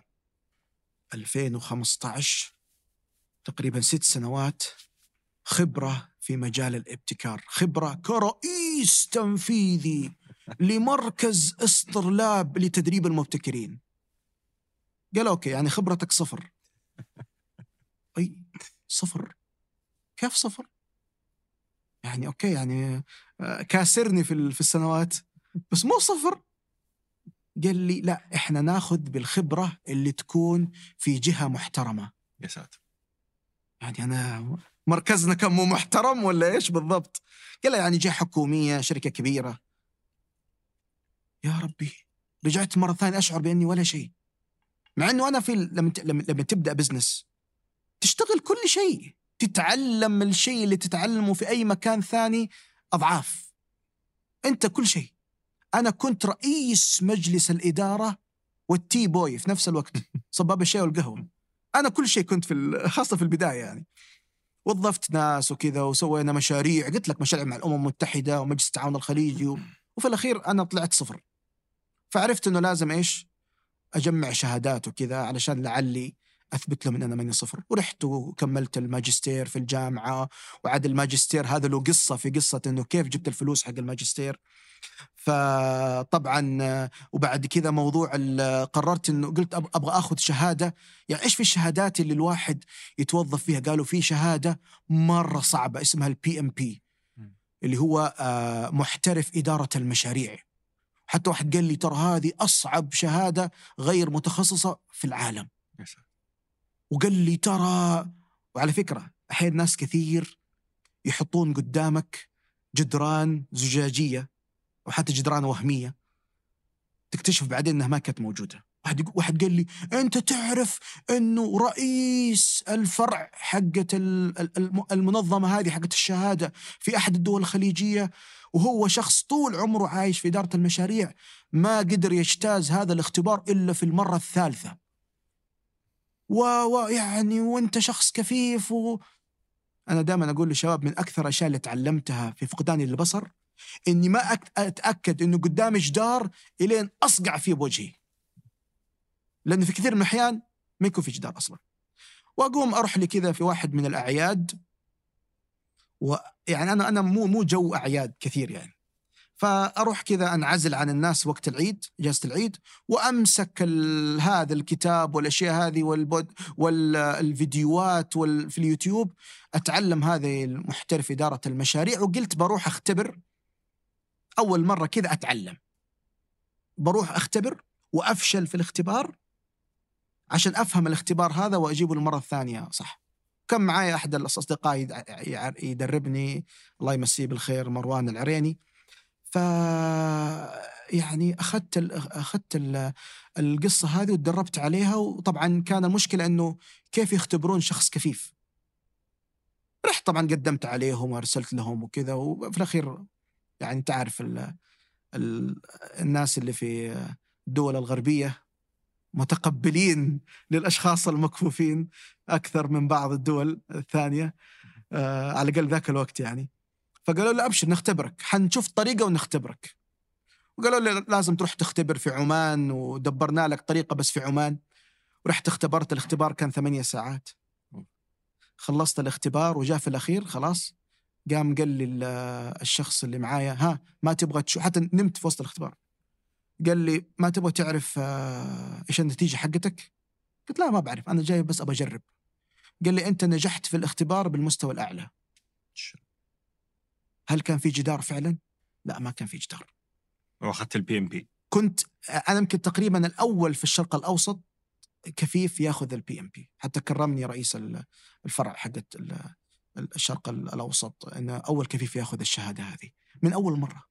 2015 تقريبا 6 سنوات خبرة في مجال الابتكار، خبرة كرئيس تنفيذي لمركز اسطرلاب لتدريب المبتكرين. قال أوكي، يعني خبرتك 0. أي 0؟ كيف 0؟ يعني أوكي يعني كاسرني في السنوات بس مو 0. قال لي لا، إحنا ناخذ بالخبرة اللي تكون في جهة محترمة. يا ساتر. يعني أنا مركزنا كان مو محترم ولا إيش بالضبط؟ قال لي يعني جهة حكومية، شركة كبيرة. يا ربي، رجعت مرة ثانية أشعر بأني ولا شيء، مع أنه أنا لما تبدأ بزنس تشتغل كل شيء، تتعلم الشيء اللي تتعلمه في أي مكان ثاني أضعاف. أنت كل شيء. أنا كنت رئيس مجلس الإدارة والتي بوي في نفس الوقت، صباب الشاي والقهوة. أنا كل شيء كنت خاصة في البداية يعني. وظفت ناس وكذا وسوينا مشاريع، قلت لك مشاريع مع الأمم المتحدة ومجلس التعاون الخليجي وفي الأخير أنا طلعت 0. فعرفت أنه لازم إيش أجمع شهادات وكذا علشان لعلي أثبت لهم أن أنا ماني 0. ورحت وكملت الماجستير في الجامعة، وعاد الماجستير هذا له قصة في قصة أنه كيف جبت الفلوس حق الماجستير. فطبعا وبعد كذا موضوع قررت أنه قلت أبغى أخذ شهادة. يعني إيش في الشهادات اللي الواحد يتوظف فيها؟ قالوا في شهادة مرة صعبة اسمها PMP اللي هو محترف إدارة المشاريع. حتى واحد قال لي ترى هذه أصعب شهادة غير متخصصة في العالم. وقال لي ترى، وعلى فكرة أحيانا ناس كثير يحطون قدامك جدران زجاجية وحتى جدران وهمية تكتشف بعدين أنها ما كانت موجودة. واحد قال لي أنت تعرف أنه رئيس الفرع حقة المنظمة هذه حقة الشهادة في أحد الدول الخليجية، وهو شخص طول عمره عايش في إدارة المشاريع ما قدر يجتاز هذا الاختبار إلا في المرة الثالثة. ويعني وأنت شخص كفيف. أنا دائما أقول للشباب من أكثر الأشياء اللي تعلمتها في فقداني للبصر إني ما أتأكد إنه قدامي جدار إلين أصقع فيه بوجهي، لأنه في كثير من الأحيان ما يكون في جدار أصلا. وأقوم أروح لي كذا في واحد من الأعياد، ويعني أنا مو جو أعياد كثير يعني، فأروح كذا أنعزل عن الناس وقت العيد، إجازة العيد، وأمسك هذا الكتاب والأشياء هذه والفيديوهات في اليوتيوب، أتعلم هذه المحترف إدارة المشاريع. وقلت بروح أختبر أول مرة كذا أتعلم، بروح أختبر وأفشل في الاختبار عشان أفهم الاختبار هذا وأجيبه المرة الثانية صح. كان معايا أحد الأصدقاء يدربني، الله يمسيه بالخير، مروان العريني. يعني أخذت القصة هذه وتدربت عليها. وطبعا كان المشكلة أنه كيف يختبرون شخص كفيف. رحت طبعا قدمت عليهم وأرسلت لهم وكذا، وفي الأخير يعني تعرف الناس اللي في الدول الغربية متقبلين للأشخاص المكفوفين أكثر من بعض الدول الثانية، على الأقل ذاك الوقت يعني. فقالوا لي أبشر نختبرك، حنشوف طريقة ونختبرك. وقالوا لي لازم تروح تختبر في عمان، ودبرنا لك طريقة بس في عمان. ورحت اختبرت، الاختبار كان 8 ساعات. خلصت الاختبار وجاء في الأخير خلاص قام قال لي الشخص اللي معايا ها ما تبغى تشوف، حتى نمت في وسط الاختبار، قال لي ما تبغى تعرف إيش النتيجة حقتك؟ قلت لا ما بعرف، أنا جاي بس أبغى أجرب. قال لي أنت نجحت في الاختبار بالمستوى الأعلى. هل كان في جدار فعلا؟ لا ما كان في جدار. وأخذت PMP. كنت أنا يمكن تقريبا الأول في الشرق الأوسط كفيف ياخذ PMP، حتى كرمني رئيس الفرع حقت الشرق الأوسط أنه أول كفيف ياخذ الشهادة هذه من أول مرة.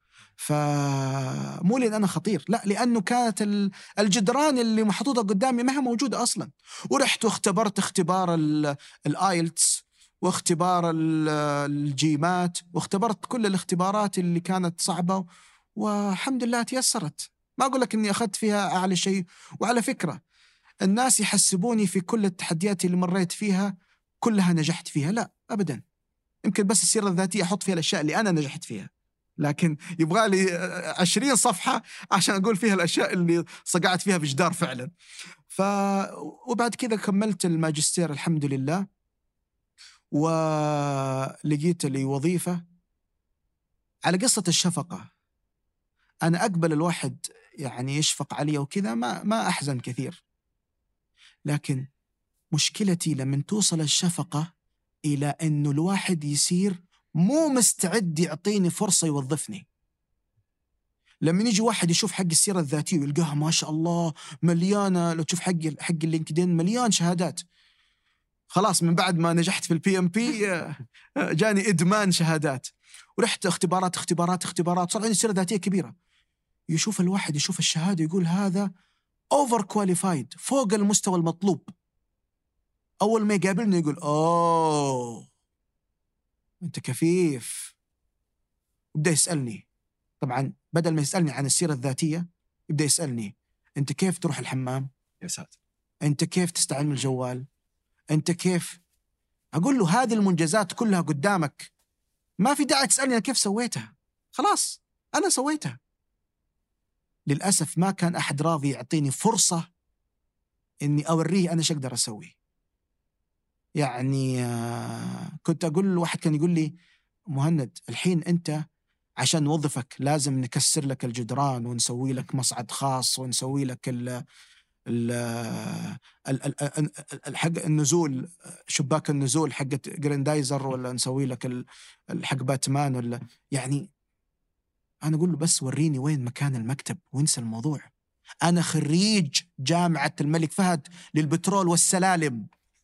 فمو لأن أنا خطير، لا، لأنه كانت الجدران اللي محطوطة قدامي ما هي موجودة أصلا. ورحت واختبرت اختبار الآيلتس واختبار الجيمات، واختبرت كل الاختبارات اللي كانت صعبة، والحمد لله تيسرت. ما أقول لك أني أخذت فيها أعلى شيء. وعلى فكرة الناس يحسبوني في كل التحديات اللي مريت فيها كلها نجحت فيها، لا أبدا. يمكن بس السيرة الذاتية أحط فيها الأشياء اللي أنا نجحت فيها، لكن يبغى لي 20 صفحة عشان أقول فيها الأشياء اللي صقعت فيها بجدار فعلا. وبعد كذا كملت الماجستير الحمد لله، ولقيت لي وظيفة. على قصة الشفقة، أنا أقبل الواحد يعني يشفق علي وكذا، ما أحزن كثير، لكن مشكلتي لما توصل الشفقة إلى أنه الواحد يصير مو مستعد يعطيني فرصة يوظفني. لما يجي واحد يشوف حق السيرة الذاتية ويلقاها ما شاء الله مليانة، لو تشوف حق اللينكدين مليان شهادات، خلاص من بعد ما نجحت في الPMP جاني إدمان شهادات، ورحت اختبارات صار عندي سيرة ذاتية كبيرة. يشوف الواحد يشوف الشهادة يقول هذا over qualified، فوق المستوى المطلوب. أول ما يقابلني يقول أنت كفيف. يبدأ يسألني، طبعا بدل ما يسألني عن السيرة الذاتية يبدأ يسألني أنت كيف تروح الحمام؟ يا ساتر. أنت كيف تستعمل الجوال؟ أنت كيف؟ أقول له هذه المنجزات كلها قدامك، ما في داعي تسألني أنا كيف سويتها، خلاص أنا سويتها. للأسف ما كان أحد راضي يعطيني فرصة إني أوريه أنا شو أقدر أسوي. يعني كنت أقول واحد كان يقول لي مهند الحين أنت عشان نوظفك لازم نكسر لك الجدران ونسوي لك مصعد خاص ونسوي لك حق النزول، شباك النزول حقت جريندايزر، ولا نسوي لك الحق باتمان، ولا يعني أنا أقول له بس وريني وين مكان المكتب وانسى الموضوع. أنا خريج جامعة الملك فهد للبترول والسلالم.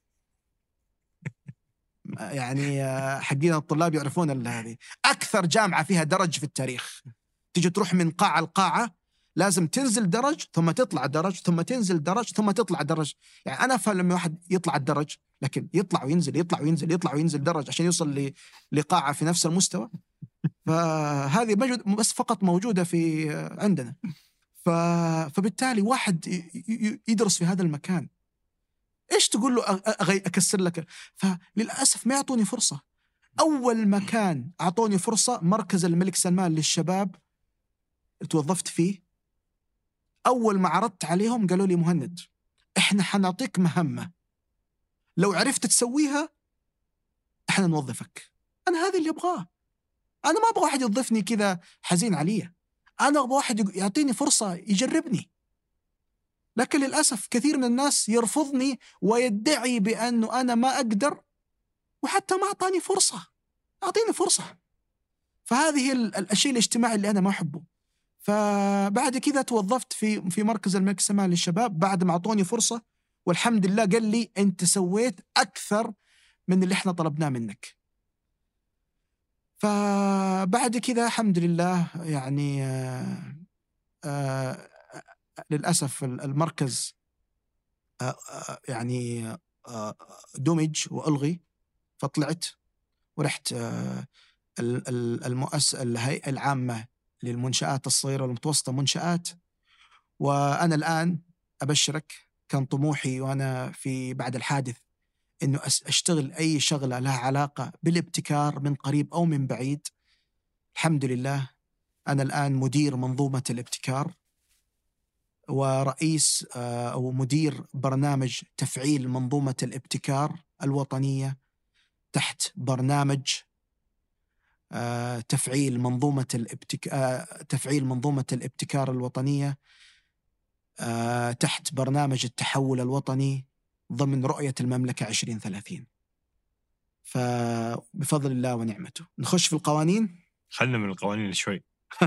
يعني حقين الطلاب يعرفون هذه أكثر جامعة فيها درج في التاريخ. تيجي تروح من قاعة لقاعة لازم تنزل درج ثم تطلع درج ثم تنزل درج ثم تطلع درج. يعني أنا أفهم لما واحد يطلع الدرج، لكن يطلع وينزل يطلع وينزل يطلع وينزل درج عشان يوصل لقاعة في نفس المستوى. فهذه بس فقط موجودة في عندنا. فبالتالي واحد يدرس في هذا المكان إيش تقول له أكسر لك؟ فللأسف ما يعطوني فرصة. أول مكان أعطوني فرصة مركز الملك سلمان للشباب توظفت فيه. أول ما عرضت عليهم قالوا لي مهند إحنا حنعطيك مهمة، لو عرفت تسويها إحنا نوظفك. أنا هذا اللي أبغاه. أنا ما أبغى واحد يوظفني كذا حزين علي، أنا أبغى واحد يعطيني فرصة يجربني. لكن للأسف كثير من الناس يرفضني ويدعي بأنه أنا ما أقدر، وحتى ما أعطاني فرصة. أعطيني فرصة. فهذه الشيء الاجتماعي اللي أنا ما أحبه. فبعد كذا توظفت في مركز الملك سلمان للشباب بعد ما أعطوني فرصة، والحمد لله قال لي أنت سويت أكثر من اللي إحنا طلبناه منك. فبعد كذا الحمد لله يعني للأسف المركز يعني دمج وألغي، فطلعت ورحت الهيئة العامة للمنشآت الصغيرة والمتوسطة منشآت. وأنا الآن أبشرك كان طموحي وأنا بعد الحادث إنه أشتغل أي شغلة لها علاقة بالابتكار من قريب أو من بعيد. الحمد لله أنا الآن مدير منظومة الابتكار ورئيس أو مدير برنامج تفعيل منظومة الابتكار الوطنية تحت برنامج تفعيل منظومة الابتكار الوطنية تحت برنامج التحول الوطني ضمن رؤية المملكة 2030. فبفضل الله ونعمته نخش في القوانين. خلنا من القوانين شوي.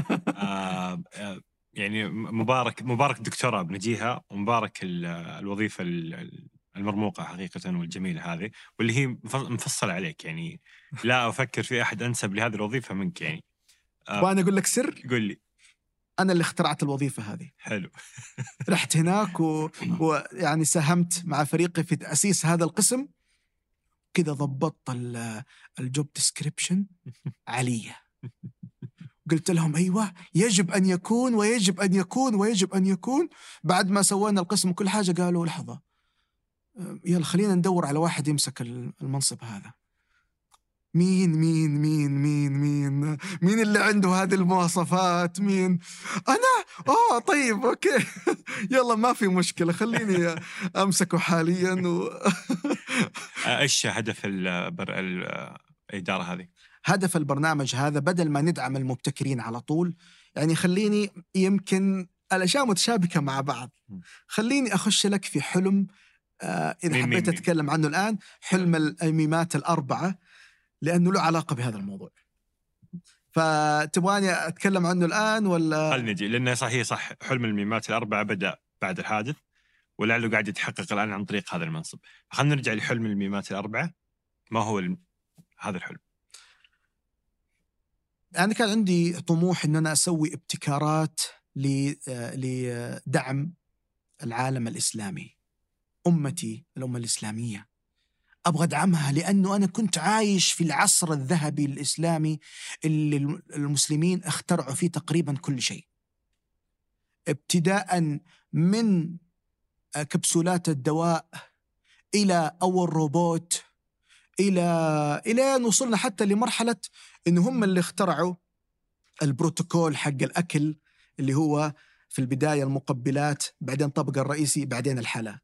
يعني مبارك الدكتوراه بنجيها، ومبارك الوظيفة المرموقة حقيقة والجميلة هذه، واللي هي مفصلة عليك. يعني لا أفكر في أحد أنسب لهذه الوظيفة منك. يعني وأنا أقول لك سر، قل لي. أنا اللي اخترعت الوظيفة هذه. حلو. رحت هناك ويعني ساهمت مع فريقي في تأسيس هذا القسم. كذا ضبطت الجوب ديسكريبشن عليا، قلت لهم أيوة يجب أن يكون ويجب أن يكون ويجب أن يكون. بعد ما سوينا القسم وكل حاجة قالوا لحظة يلا خلينا ندور على واحد يمسك المنصب هذا. مين مين مين مين مين مين اللي عنده هذه المواصفات؟ مين؟ أنا؟ طيب أوكي يلا ما في مشكلة خليني أمسكه حاليا إيش هدف الإدارة هذه؟ هدف البرنامج هذا بدل ما ندعم المبتكرين على طول، يعني خليني يمكن الأشياء متشابكة مع بعض. خليني أخش لك في حلم إذا حبيت أتكلم عنه الآن، حلم الميمات الأربعة لأنه له علاقة بهذا الموضوع. فتبغاني أتكلم عنه الآن ولا؟ خلينا نجي، لأنه صح حلم الميمات الأربعة بدأ بعد الحادث، ولعله قاعد يتحقق الآن عن طريق هذا المنصب. خلينا نرجع لحلم الميمات الأربعة. ما هو هذا الحلم؟ أنا كان عندي طموح إن أنا أسوي ابتكارات لدعم العالم الإسلامي، أمتي الأمة الإسلامية. أبغى أدعمها لأنه أنا كنت عايش في العصر الذهبي الإسلامي اللي المسلمين اخترعوا فيه تقريبا كل شيء، ابتداء من كبسولات الدواء إلى أول روبوت، إلى أن وصلنا حتى لمرحلة إنه هم اللي اخترعوا البروتوكول حق الأكل اللي هو في البداية المقبلات، بعدين طبق الرئيسي، بعدين الحلا.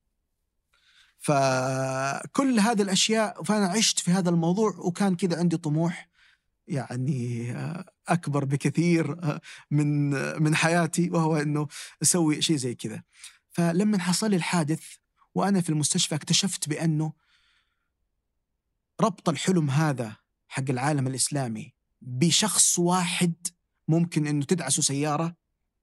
فكل هذه الأشياء، فأنا عشت في هذا الموضوع، وكان كذا عندي طموح يعني أكبر بكثير من حياتي، وهو إنه أسوي شيء زي كذا. فلما حصل لي الحادث وأنا في المستشفى اكتشفت بأنه ربط الحلم هذا حق العالم الإسلامي بشخص واحد ممكن إنه تدعسه سيارة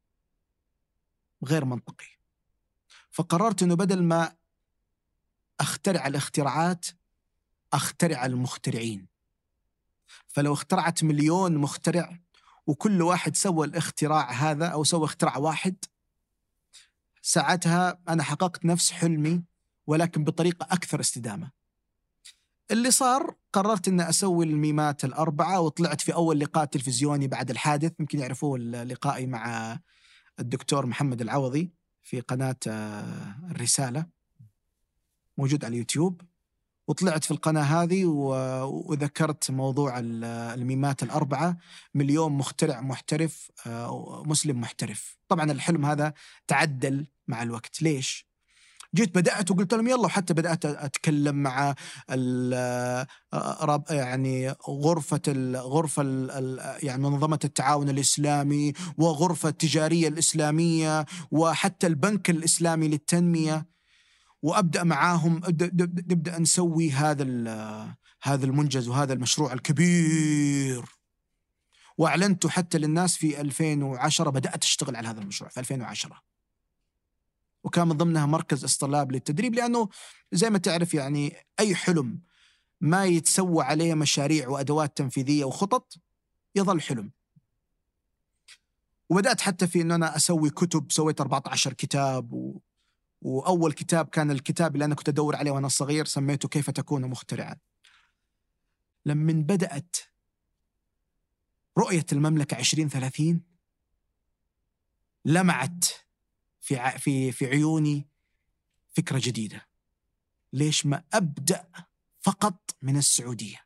غير منطقي. فقررت إنه بدل ما أخترع الاختراعات أخترع المخترعين. فلو اخترعت 1,000,000 مخترع وكل واحد سوى الاختراع هذا أو سوى اختراع واحد، ساعتها أنا حققت نفس حلمي ولكن بطريقة أكثر استدامة. اللي صار قررت أن أسوي الميمات الأربعة، وطلعت في أول لقاء تلفزيوني بعد الحادث، يمكن يعرفوه لقائي مع الدكتور محمد العوضي في قناة الرسالة، موجود على اليوتيوب. وطلعت في القناة هذه وذكرت موضوع الميمات الأربعة، 1,000,000 مخترع محترف، مسلم محترف. طبعا الحلم هذا تعدل مع الوقت. ليش؟ جيت بدأت وقلت لهم يلا، وحتى بدأت أتكلم مع يعني غرفة يعني منظمة التعاون الإسلامي، وغرفة التجارية الإسلامية، وحتى البنك الإسلامي للتنمية، وأبدأ معاهم نبدأ نسوي هذا المنجز وهذا المشروع الكبير. وأعلنته حتى للناس في 2010، بدأت أشتغل على هذا المشروع في 2010، وكان من ضمنها مركز اصطلاب للتدريب، لأنه زي ما تعرف يعني أي حلم ما يتسوى عليه مشاريع وأدوات تنفيذية وخطط يظل حلم. وبدأت حتى في أنه أنا أسوي كتب، سويت 14 كتاب، وأول كتاب كان الكتاب اللي أنا كنت أدور عليه وأنا صغير، سميته كيف تكون مخترعا. لما بدأت رؤية المملكة 2030 لمعت في عيوني فكرة جديدة. ليش ما أبدأ فقط من السعودية،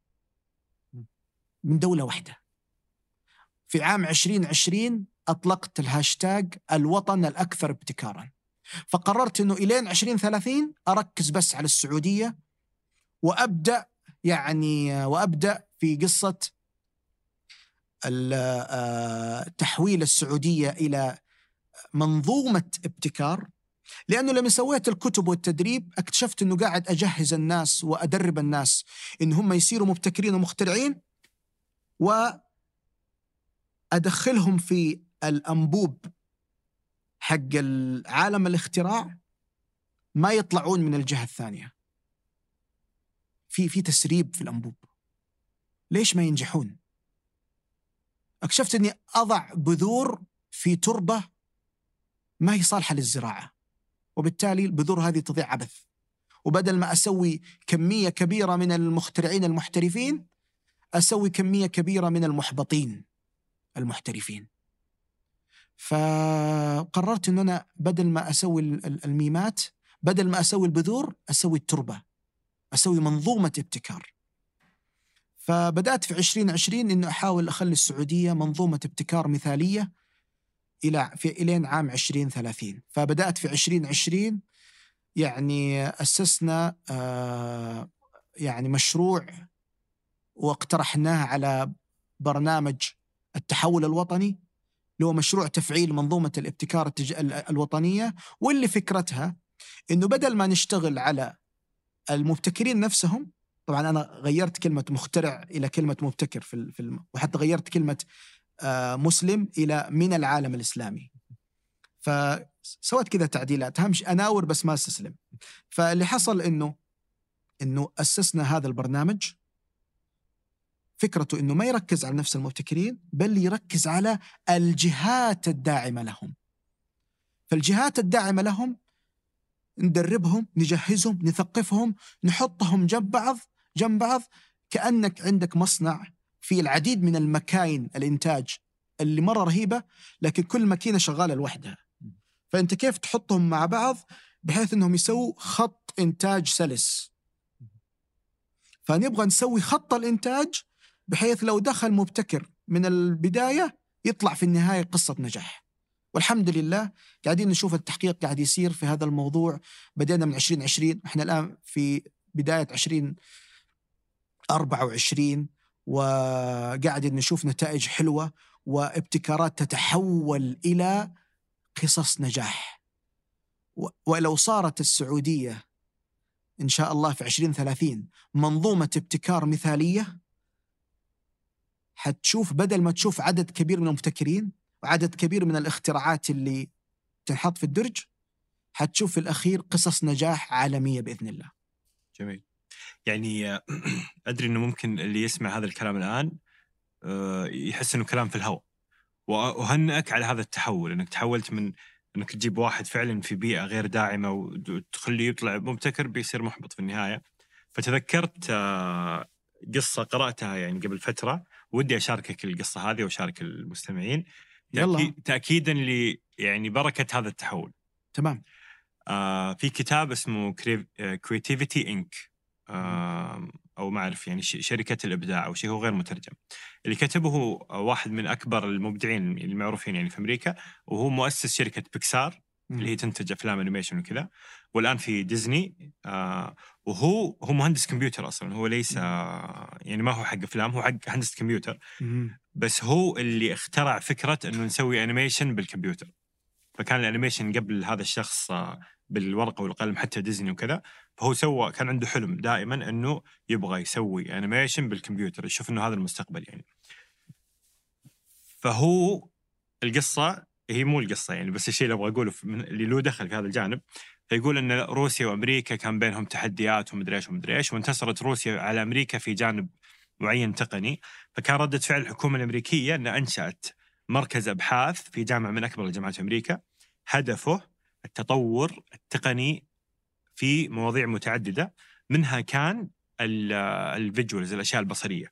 من دولة واحدة؟ في عام 2020 أطلقت الهاشتاج الوطن الأكثر ابتكارا. فقررت أنه إلين 2030 أركز بس على السعودية، وأبدأ في قصة تحويل السعودية إلى منظومة ابتكار. لأنه لما سويت الكتب والتدريب اكتشفت أنه قاعد أجهز الناس وأدرب الناس إن هم يصيروا مبتكرين ومخترعين، وأدخلهم في الأنبوب حق العالم الاختراع، ما يطلعون من الجهة الثانية. في تسريب في الأنبوب. ليش ما ينجحون؟ اكتشفت أني أضع بذور في تربة ما هي صالحة للزراعة، وبالتالي البذور هذه تضيع عبث. وبدل ما أسوي كمية كبيرة من المخترعين المحترفين، أسوي كمية كبيرة من المحبطين المحترفين. فقررت أن أنا بدل ما أسوي الميمات، بدل ما أسوي البذور، أسوي التربة، أسوي منظومة ابتكار. فبدأت في 2020 أنه أحاول أخلي السعودية منظومة ابتكار مثالية إلين عام 2030. فبدأت في 2020 يعني أسسنا يعني مشروع، واقترحناه على برنامج التحول الوطني، اللي هو مشروع تفعيل منظومة الابتكار الوطنية، واللي فكرتها إنه بدل ما نشتغل على المبتكرين نفسهم، طبعا أنا غيرت كلمة مخترع إلى كلمة مبتكر وحتى غيرت كلمة مسلم إلى من العالم الإسلامي. فسويت كذا تعديلات، همشي أناور بس ما استسلم. فاللي حصل إنه أسسنا هذا البرنامج، فكرته إنه ما يركز على نفس المبتكرين، بل يركز على الجهات الداعمة لهم. فالجهات الداعمة لهم ندربهم، نجهزهم، نثقفهم، نحطهم جنب بعض كأنك عندك مصنع في العديد من المكاين الإنتاج اللي مرة رهيبة، لكن كل ماكينة شغالة لوحدها. فأنت كيف تحطهم مع بعض بحيث أنهم يسووا خط إنتاج سلس؟ فنبغى نسوي خط الإنتاج بحيث لو دخل مبتكر من البداية يطلع في النهاية قصة نجاح. والحمد لله قاعدين نشوف التحقيق قاعد يصير في هذا الموضوع. بدأنا من 2020، احنا الآن في بداية 2024، وقاعد نشوف نتائج حلوة وابتكارات تتحول إلى قصص نجاح. ولو صارت السعودية إن شاء الله في 2030 منظومة ابتكار مثالية، حتشوف بدل ما تشوف عدد كبير من المبتكرين وعدد كبير من الاختراعات اللي تنحط في الدرج، حتشوف في الأخير قصص نجاح عالمية بإذن الله. جميل. يعني أدري أنه ممكن اللي يسمع هذا الكلام الآن يحس أنه كلام في الهواء، وأهنئك على هذا التحول، أنك تحولت من أنك تجيب واحد فعلا في بيئة غير داعمة وتخليه يطلع مبتكر بيصير محبط في النهاية. فتذكرت قصة قرأتها يعني قبل فترة، ودي أشاركك القصة هذه وأشارك المستمعين تأكيدا يعني بركة هذا التحول. تمام. في كتاب اسمه Creativity Inc. أو ما أعرف يعني شركة الإبداع أو شيء، هو غير مترجم. اللي كتبه واحد من أكبر المبدعين المعروفين يعني في أمريكا، وهو مؤسس شركة بيكسار اللي هي تنتج أفلام أنيميشن وكذا، والآن في ديزني. وهو مهندس كمبيوتر أصلا، هو ليس يعني ما هو حق أفلام، هو حق هندسة كمبيوتر. بس هو اللي اخترع فكرة أنه نسوي أنيميشن بالكمبيوتر. فكان الأنيميشن قبل هذا الشخص بالورقة والقلم حتى ديزني وكذا. فهو كان عنده حلم دائما أنه يبغى يسوي أنيميشن بالكمبيوتر، يشوف أنه هذا المستقبل يعني. فهو القصة هي مو القصة يعني، بس الشيء اللي أبغى أقوله اللي له دخل في هذا الجانب، فيقول أن روسيا وأمريكا كان بينهم تحديات ومدري إيش، وانتصرت روسيا على أمريكا في جانب معين تقني. فكان ردة فعل الحكومة الأمريكية أن أنشأت مركز أبحاث في جامعة من أكبر الجامعات في أمريكا، هدفه التطور التقني في مواضيع متعددة، منها كان الفيجوالز، الأشياء البصرية.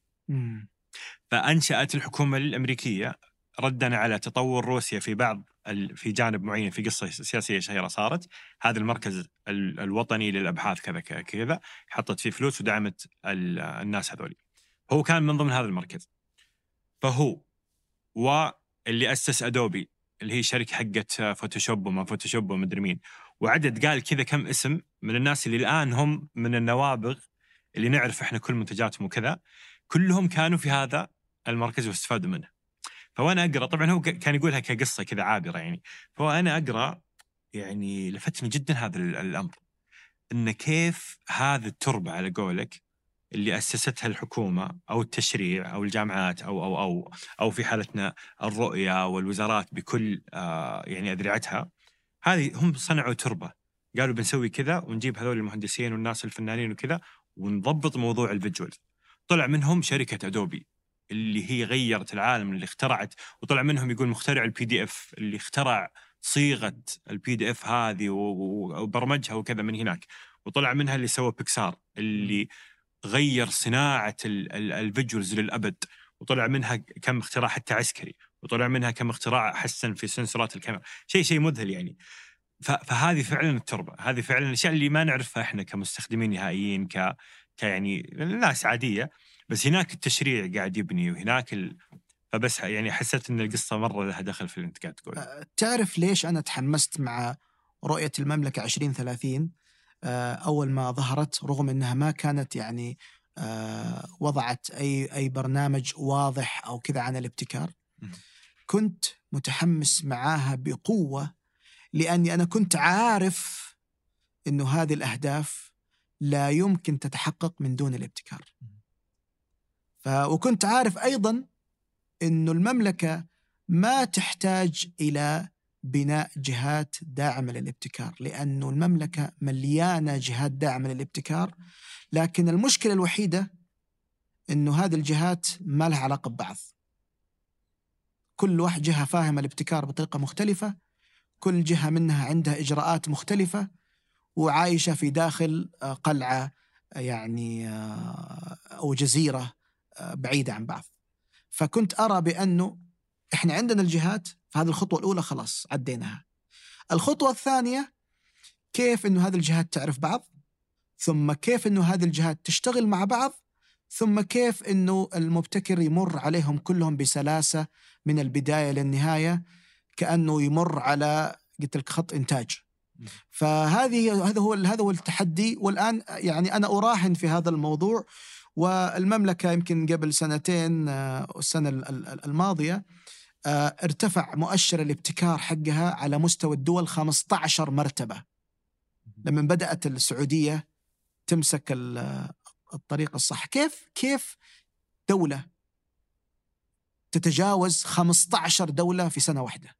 فأنشأت الحكومة الأمريكية ردنا على تطور روسيا في جانب معين في قصة سياسية شهيرة صارت، هذا المركز الوطني للأبحاث كذا حطت فيه فلوس ودعمت الناس هذولي. هو كان من ضمن هذا المركز. فهو واللي أسس أدوبي اللي هي شركة حقت فوتوشوب وما فوتوشوب ومدري مين، وعدد قال كذا كم اسم من الناس اللي الآن هم من النوابغ اللي نعرف إحنا كل منتجاتهم وكذا، كلهم كانوا في هذا المركز واستفادوا منه. فوانا أقرأ، طبعا هو كان يقولها كقصة كذا عابرة يعني، فوانا أقرأ يعني لفتني جدا هذا الأمر، إن كيف هذا التربة على قولك اللي أسستها الحكومة أو التشريع أو الجامعات أو في حالتنا الرؤية والوزارات بكل يعني أذرعتها، هذه هم صنعوا تربة، قالوا بنسوي كذا ونجيب هذول المهندسين والناس الفنانين وكذا ونضبط موضوع الفيجوالز. طلع منهم شركة أدوبي اللي هي غيرت العالم، اللي اخترعت، وطلع منهم يقول مخترع الPDF اللي اخترع صيغة الPDF هذه وبرمجها وكذا من هناك. وطلع منها اللي سوى بيكسار اللي غير صناعة الفيجوالز للأبد. وطلع منها كم اختراع حتى عسكري، وطلع منها كم اختراع حسن في سنسورات الكاميرا، شيء مذهل يعني. فهذه فعلا التربة، هذه فعلا الأشياء اللي ما نعرفها إحنا كمستخدمين نهائيين يعني الناس عادية، بس هناك التشريع قاعد يبني وهناك فبس يعني حسيت إن القصة مرة لها دخل في الانتقاد. تقول تعرف ليش أنا تحمست مع رؤية المملكة 2030 أول ما ظهرت، رغم أنها ما كانت يعني وضعت أي برنامج واضح أو كذا عن الابتكار؟ كنت متحمس معاها بقوة، لأني أنا كنت عارف أنه هذه الأهداف لا يمكن تتحقق من دون الابتكار. وكنت عارف أيضا أنه المملكة ما تحتاج إلى بناء جهات داعمة للابتكار، لأنه المملكة مليانة جهات داعمة للابتكار، لكن المشكلة الوحيدة أنه هذه الجهات ما لها علاقة ببعض. كل واحد جهة فاهمة الابتكار بطريقة مختلفة، كل جهة منها عندها إجراءات مختلفة، وعايشة في داخل قلعة يعني أو جزيرة بعيدة عن بعض. فكنت أرى بأنه إحنا عندنا الجهات، فهذه الخطوة الأولى خلاص عديناها. الخطوة الثانية كيف أنه هذه الجهات تعرف بعض، ثم كيف أنه هذه الجهات تشتغل مع بعض، ثم كيف أنه المبتكر يمر عليهم كلهم بسلاسة من البداية للنهاية، كأنه يمر على قلت لك خط إنتاج. هذا هو التحدي. والآن يعني أنا أراهن في هذا الموضوع، والمملكة يمكن قبل سنتين السنة الماضية ارتفع مؤشر الابتكار حقها على مستوى الدول 15 مرتبة لما بدأت السعودية تمسك الطريق الصح. كيف دولة تتجاوز 15 دولة في سنة واحدة؟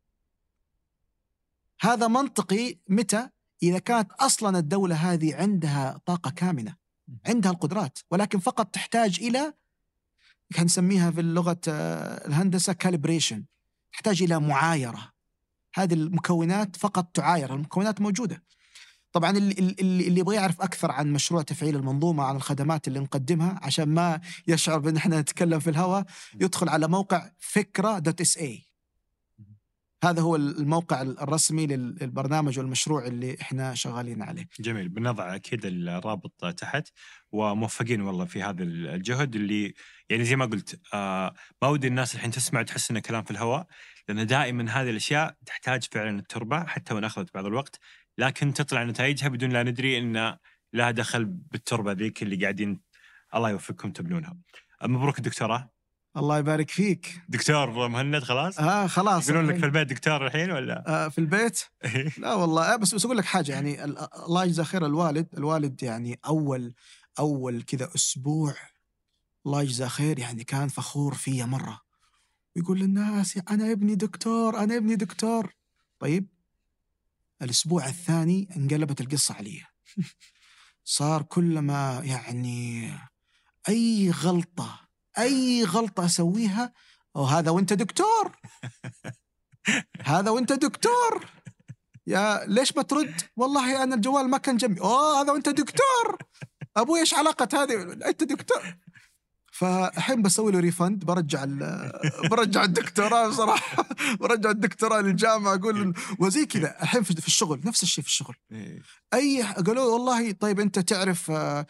هذا منطقي متى؟ إذا كانت أصلا الدولة هذه عندها طاقة كامنة، عندها القدرات، ولكن فقط تحتاج إلى نسميها في اللغة الهندسة calibration، تحتاج إلى معايرة. هذه المكونات فقط تعاير، المكونات موجودة. طبعا اللي يبغى يعرف أكثر عن مشروع تفعيل المنظومة، عن الخدمات اللي نقدمها، عشان ما يشعر بأن احنا نتكلم في الهواء، يدخل على موقع فكرة.sa. هذا هو الموقع الرسمي للبرنامج والمشروع اللي احنا شغالين عليه. جميل، بنضع أكيد الرابط تحت. وموفقين والله في هذا الجهد اللي يعني زي ما قلت ما ودي الناس الحين تسمع تحس إنه كلام في الهواء، لأن دائما هذه الأشياء تحتاج فعلا التربة حتى وإن أخذت بعض الوقت، لكن تطلع نتائجها بدون لا ندري إن لها دخل بالتربة ذيك اللي قاعدين الله يوفقكم تبنونها. مبروك الدكتوراه. الله يبارك فيك دكتور مهند. خلاص خلاص يقولون لك في البيت دكتور الحين ولا في البيت؟ لا والله بس أقول لك حاجة، يعني الله يجزاه خير الوالد يعني أول كذا أسبوع الله يجزاه خير يعني كان فخور فيا مرة، ويقول للناس أنا ابني دكتور، أنا ابني دكتور. طيب الأسبوع الثاني انقلبت القصة علي. صار كلما يعني أي غلطة أسويها، هذا وانت دكتور، هذا وانت دكتور، يا ليش ما ترد؟ والله أنا الجوال ما كان جنبي. هذا وانت دكتور، أبوي إيش علاقة هذه؟ أنت دكتور. فالحين بسوي له ريفند، برجع الدكتوراه بصراحة، برجع الدكتوراه للجامعة، أقول وزي كذا. الحين في الشغل نفس الشيء، في الشغل قالوا والله طيب أنت تعرف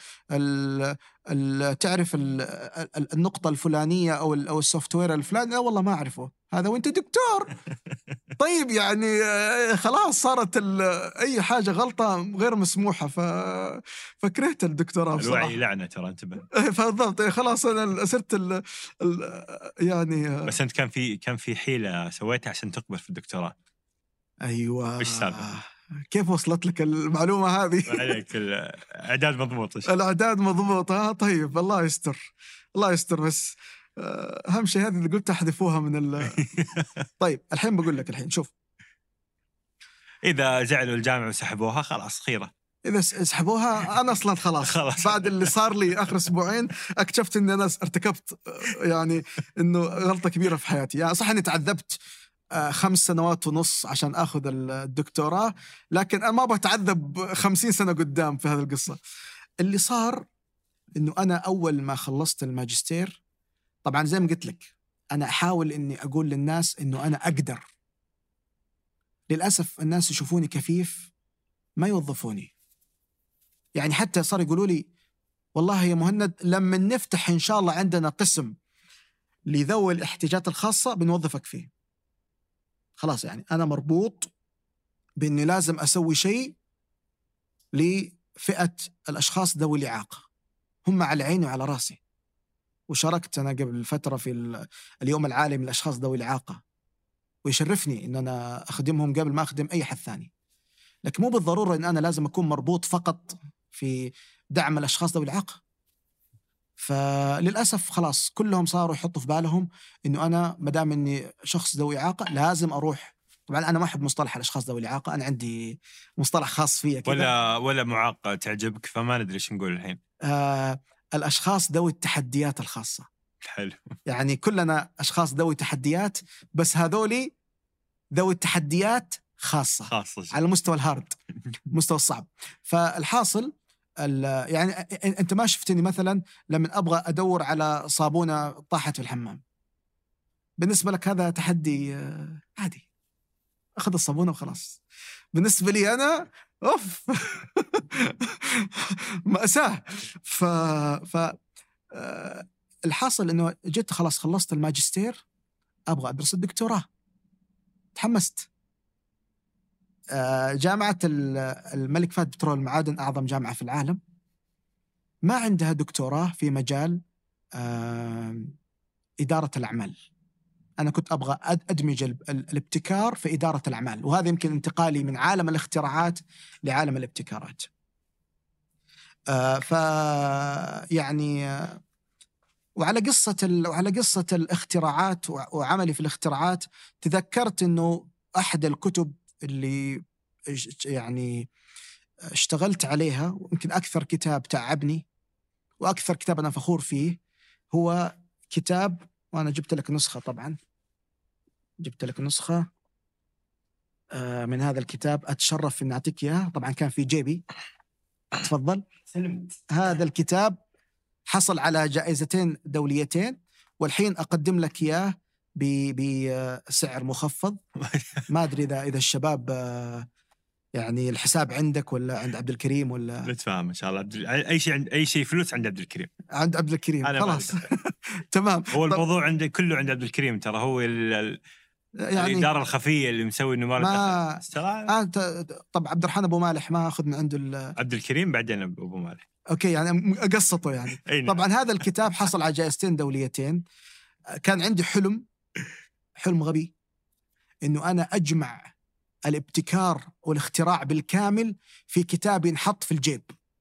النقطة الفلانية أو السوفت وير الفلاني؟ لا والله ما أعرفه. هذا وأنت دكتور. طيب يعني خلاص صارت أي حاجة غلطة غير مسموحة، فكرهت الدكتوراه بصراحة. الوعي لعنة ترى، انتبه. بالضبط، خلاص أنا صرت يعني. بس أنت كان في حيلة سويتها عشان تقبل في الدكتوراه. أيوة. إيش صار؟ كيف وصلت لك المعلومة هذه؟ عليك الإعداد مضبوط. الإعداد مضبوط. طيب الله يستر، الله يستر. بس أهم شيء هذه اللي قلت أحذفوها من طيب الحين بقول لك، الحين شوف، إذا زعلوا الجامعة وسحبوها خلاص خيرة. إذا سحبوها أنا أصلاً خلاص. بعد اللي صار لي آخر أسبوعين اكتشفت إن أنا ارتكبت يعني إنه غلطة كبيرة في حياتي. يعني صح إني تعذبت 5 سنوات ونص عشان أخذ الدكتوراه، لكن أنا ما بتعذب 50 سنة قدام في هذه القصة. اللي صار إنه أنا أول ما خلصت الماجستير، طبعاً زي ما قلت لك أنا أحاول إني أقول للناس إنه أنا أقدر. للأسف الناس يشوفوني كفيف، ما يوظفوني. يعني حتى صار يقولوا لي والله يا مهند لما نفتح إن شاء الله عندنا قسم لذوي الاحتياجات الخاصة بنوظفك فيه. خلاص يعني أنا مربوط بإني لازم أسوي شيء لفئة الأشخاص ذوي الإعاقة، هم على عيني وعلى راسي. وشاركت أنا قبل فترة في اليوم العالمي للأشخاص ذوي الإعاقة، ويشرفني إن أنا أخدمهم قبل ما أخدم أي حد ثاني. لكن مو بالضرورة إن أنا لازم أكون مربوط فقط في دعم الأشخاص ذوي الإعاقة. فللأسف خلاص كلهم صاروا يحطوا في بالهم إنه أنا مدام إني شخص ذوي إعاقة لازم أروح. طبعا أنا ما أحب مصطلح الأشخاص ذوي الإعاقة، أنا عندي مصطلح خاص فيه كذا. ولا معاقة تعجبك، فما ندري إيش نقول الحين. الأشخاص ذوي التحديات الخاصة. حلو. يعني كلنا أشخاص ذوي تحديات، بس هذولي ذوي التحديات خاصة على مستوى الهارد، مستوى الصعب. فالحاصل يعني أنت ما شفتني مثلا لما أبغى أدور على صابونة طاحت في الحمام، بالنسبة لك هذا تحدي عادي، أخذ الصابونة وخلاص. بالنسبة لي أنا أوف مأساة. الحاصل إنه جيت خلاص خلصت الماجستير، أبغى أدرس الدكتوراه، تحمست. جامعة الملك فهد بترول المعادن أعظم جامعة في العالم، ما عندها دكتوراه في مجال إدارة الأعمال. أنا كنت أبغى أدمج الابتكار في إدارة الأعمال، وهذا يمكن انتقالي من عالم الاختراعات لعالم الابتكارات. يعني وعلى قصة الاختراعات وعملي في الاختراعات، تذكرت إنه أحد الكتب اللي يعني اشتغلت عليها، ويمكن أكثر كتاب تعبني وأكثر كتاب أنا فخور فيه، هو كتاب، وأنا جبت لك نسخة، طبعا جبت لك نسخة من هذا الكتاب، أتشرف إن أعطيك إياه، طبعا كان في جيبي، تفضل. هذا الكتاب حصل على جائزتين دوليتين، والحين أقدم لك إياه بسعر مخفض. ما أدري إذا الشباب يعني الحساب عندك ولا عند عبد الكريم ولا لا تفهم إن شاء الله. أي شيء فلوس عند عبد الكريم. عند عبد الكريم خلاص. تمام. هو الموضوع عنده كله عند عبد الكريم، ترى هو يعني الإدارة الخفية اللي مسوي إنه ما طب عبد الرحمن أبو مالح ما أخذ من عنده عبد الكريم، بعدين أبو مالح. أوكي، يعني قصته يعني. طبعا هذا الكتاب حصل على جائزتين دوليتين. كان عندي حلم غبي، إنه أنا أجمع الابتكار والاختراع بالكامل في كتاب ينحط في الجيب.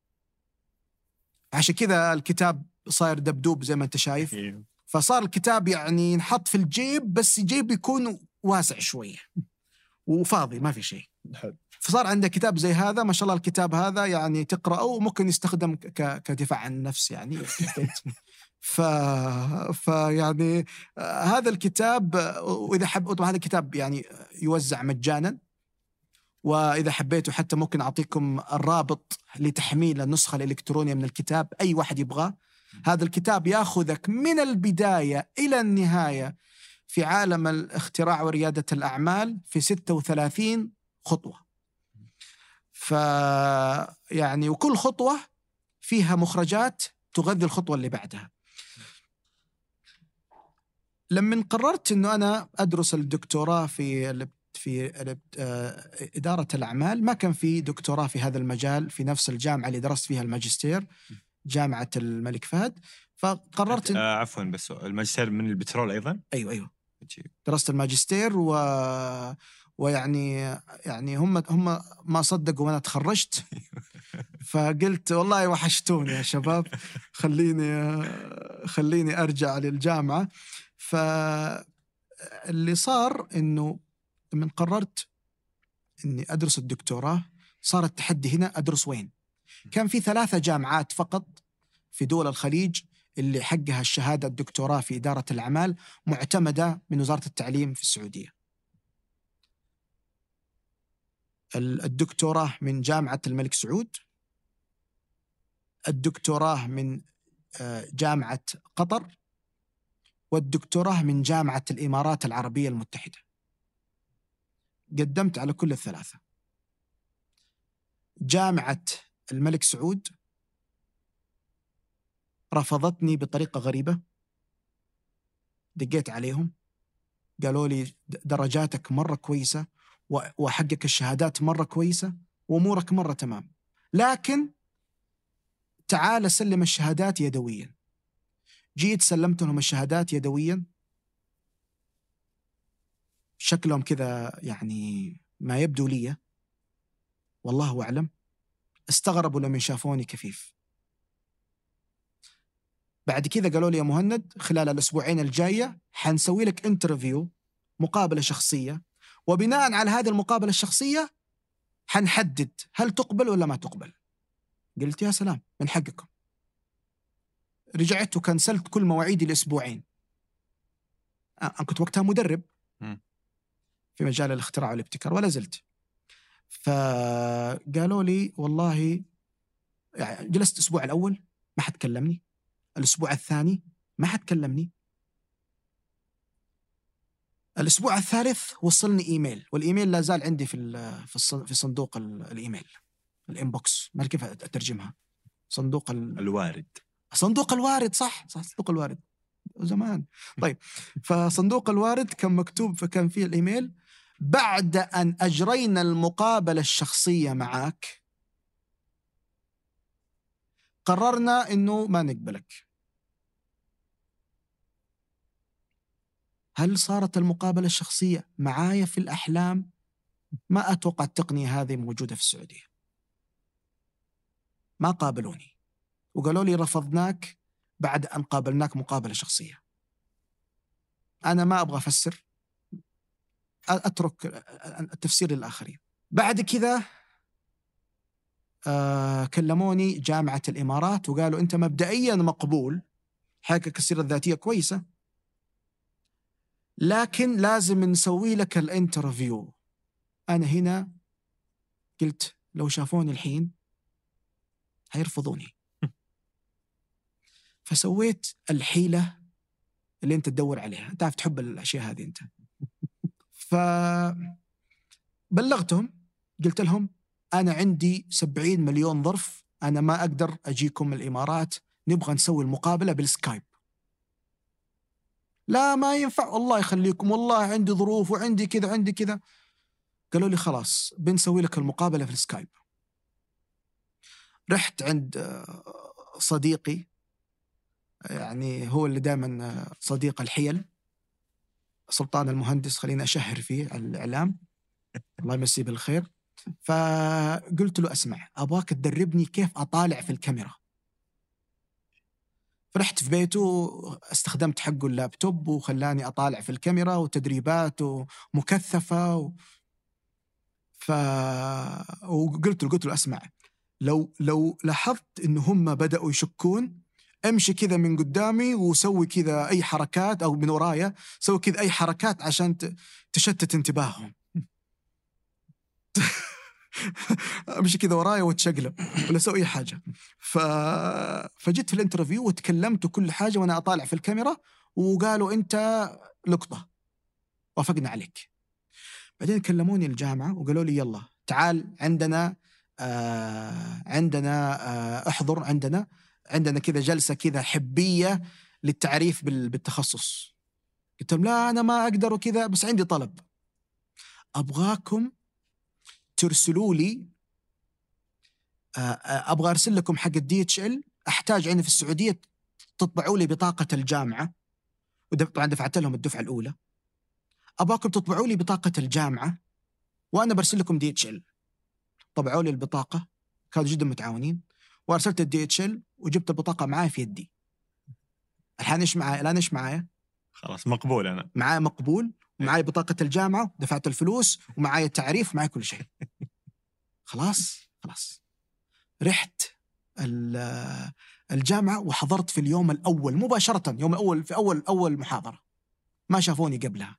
عشان كذا الكتاب صاير دبدوب زي ما أنت شايف. فصار الكتاب يعني ينحط في الجيب، بس الجيب يكون واسع شوية وفاضي ما في شيء. فصار عندك كتاب زي هذا، ما شاء الله الكتاب هذا يعني تقرأه وممكن يستخدم كدفاع عن النفس يعني. يعني هذا الكتاب، وإذا طبعا هذا الكتاب يعني يوزع مجانا، وإذا حبيتوا حتى ممكن أعطيكم الرابط لتحميل النسخة الإلكترونية من الكتاب، أي واحد يبغاه. هذا الكتاب يأخذك من البداية إلى النهاية في عالم الاختراع وريادة الأعمال في 36 خطوة. يعني وكل خطوة فيها مخرجات تغذي الخطوة اللي بعدها. لما قررت أنه أنا أدرس الدكتوراه في إدارة الأعمال، ما كان في دكتوراه في هذا المجال في نفس الجامعة اللي درست فيها الماجستير، جامعة الملك فهد. فقررت عفوا، بس الماجستير من البترول أيضا؟ أيوة درست الماجستير ويعني هم ما صدقوا وأنا تخرجت. فقلت والله وحشتوني يا شباب، خليني أرجع للجامعة. فاللي صار إنه من قررت إني أدرس الدكتوراه، صار التحدي هنا أدرس وين. كان في 3 جامعات فقط في دول الخليج اللي حقها الشهادة الدكتوراه في إدارة الأعمال، معتمدة من وزارة التعليم في السعودية. الدكتوراه من جامعة الملك سعود، الدكتوراه من جامعة قطر، والدكتوراه من جامعة الإمارات العربية المتحدة. قدمت على كل ال3. جامعة الملك سعود رفضتني بطريقة غريبة. دقيت عليهم، قالوا لي درجاتك مرة كويسة وحقك الشهادات مرة كويسة وأمورك مرة تمام، لكن تعال سلم الشهادات يدويا. جيت سلمت لهم الشهادات يدويا، شكلهم كذا يعني ما يبدو لي، والله أعلم، استغربوا لما شافوني كفيف. بعد كذا قالوا لي يا مهند خلال الأسبوعين الجاية حنسوي لك انترفيو، مقابلة شخصية، وبناء على هذه المقابلة الشخصية حنحدد هل تقبل ولا ما تقبل. قلت يا سلام، من حقكم. رجعت وكنسلت كل مواعيدي لأسبوعين. أنا كنت وقتها مدرب في مجال الاختراع والابتكار ولا زلت. فقالوا لي والله، يعني جلست الأسبوع الأول ما حد كلمني، الأسبوع الثاني ما حد كلمني، الأسبوع الثالث وصلني إيميل، والإيميل لا زال عندي في صندوق الإيميل، الإنبوكس، ما كيف أترجمها، صندوق الوارد. صندوق الوارد، صح صندوق الوارد زمان. طيب، فصندوق الوارد كان مكتوب، فكان فيه الإيميل: بعد أن أجرينا المقابلة الشخصية معك قررنا إنه ما نقبلك. هل صارت المقابلة الشخصية معايا في الأحلام؟ ما أتوقع التقنية هذه موجودة في السعودية. ما قابلوني وقالوا لي رفضناك بعد أن قابلناك مقابلة شخصية. أنا ما أبغى أفسر، أترك التفسير للآخرين. بعد كذا كلموني جامعة الإمارات وقالوا أنت مبدئيا مقبول، حقك السيرة الذاتية كويسة، لكن لازم نسوي لك الانترفيو. أنا هنا قلت لو شافوني الحين هيرفضوني. فسويت الحيلة اللي أنت تدور عليها، أنت عارف تحب الأشياء هذه أنت. فبلغتهم، قلت لهم أنا عندي 70 مليون ظرف، أنا ما أقدر أجيكم الإمارات، نبغى نسوي المقابلة بالسكايب. لا ما ينفع، والله يخليكم، والله عندي ظروف وعندي كذا عندي كذا. قالوا لي خلاص بنسوي لك المقابلة في السكايب. رحت عند صديقي، يعني هو اللي دائما صديق الحيل، سلطان المهندس، خلينا أشهر فيه على الإعلام، الله يمسيه بالخير. فقلت له أسمع، أبغاك تدربني كيف أطالع في الكاميرا. فرحت في بيته، استخدمت حقه اللابتوب وخلاني أطالع في الكاميرا، وتدريبات مكثفة وقلت له أسمع، لو لاحظت إن هم بدأوا يشكون، امشي كذا من قدامي وسوي كذا أي حركات، أو من ورايا سوي كذا أي حركات عشان تشتت انتباههم. امشي كذا ورايا وتشقلب ولا سوي اي حاجه. فجيت في الانترفيو وتكلمت كل حاجه وانا اطالع في الكاميرا، وقالوا انت لقطه، وافقنا عليك. بعدين كلموني الجامعه وقالوا لي يلا تعال عندنا، احضر عندنا كذا جلسه كذا حبيه للتعريف بالتخصص. قلت لهم لا انا ما اقدر وكذا، بس عندي طلب، ابغاكم ترسلوا لي، أبغى أرسل لكم حق DHL، أحتاج عندي في السعودية تطبعوا لي بطاقة الجامعة، وطبعا دفعت لهم الدفعة الأولى. أبغاكم تطبعوا لي بطاقة الجامعة وأنا برسل لكم DHL. طبعوا لي البطاقة، كانوا جدا متعاونين، وأرسلت DHL وجبت البطاقة معاي في يدي. الحين إيش معايا؟ الآن إيش معايا؟ خلاص مقبول، أنا معايا مقبول، ومعايا بطاقة الجامعة، دفعت الفلوس، ومعايا التعريف، ومعايا كل شيء. خلاص رحت الجامعة وحضرت في اليوم الأول مباشرة، يوم الأول في أول محاضرة، ما شافوني قبلها.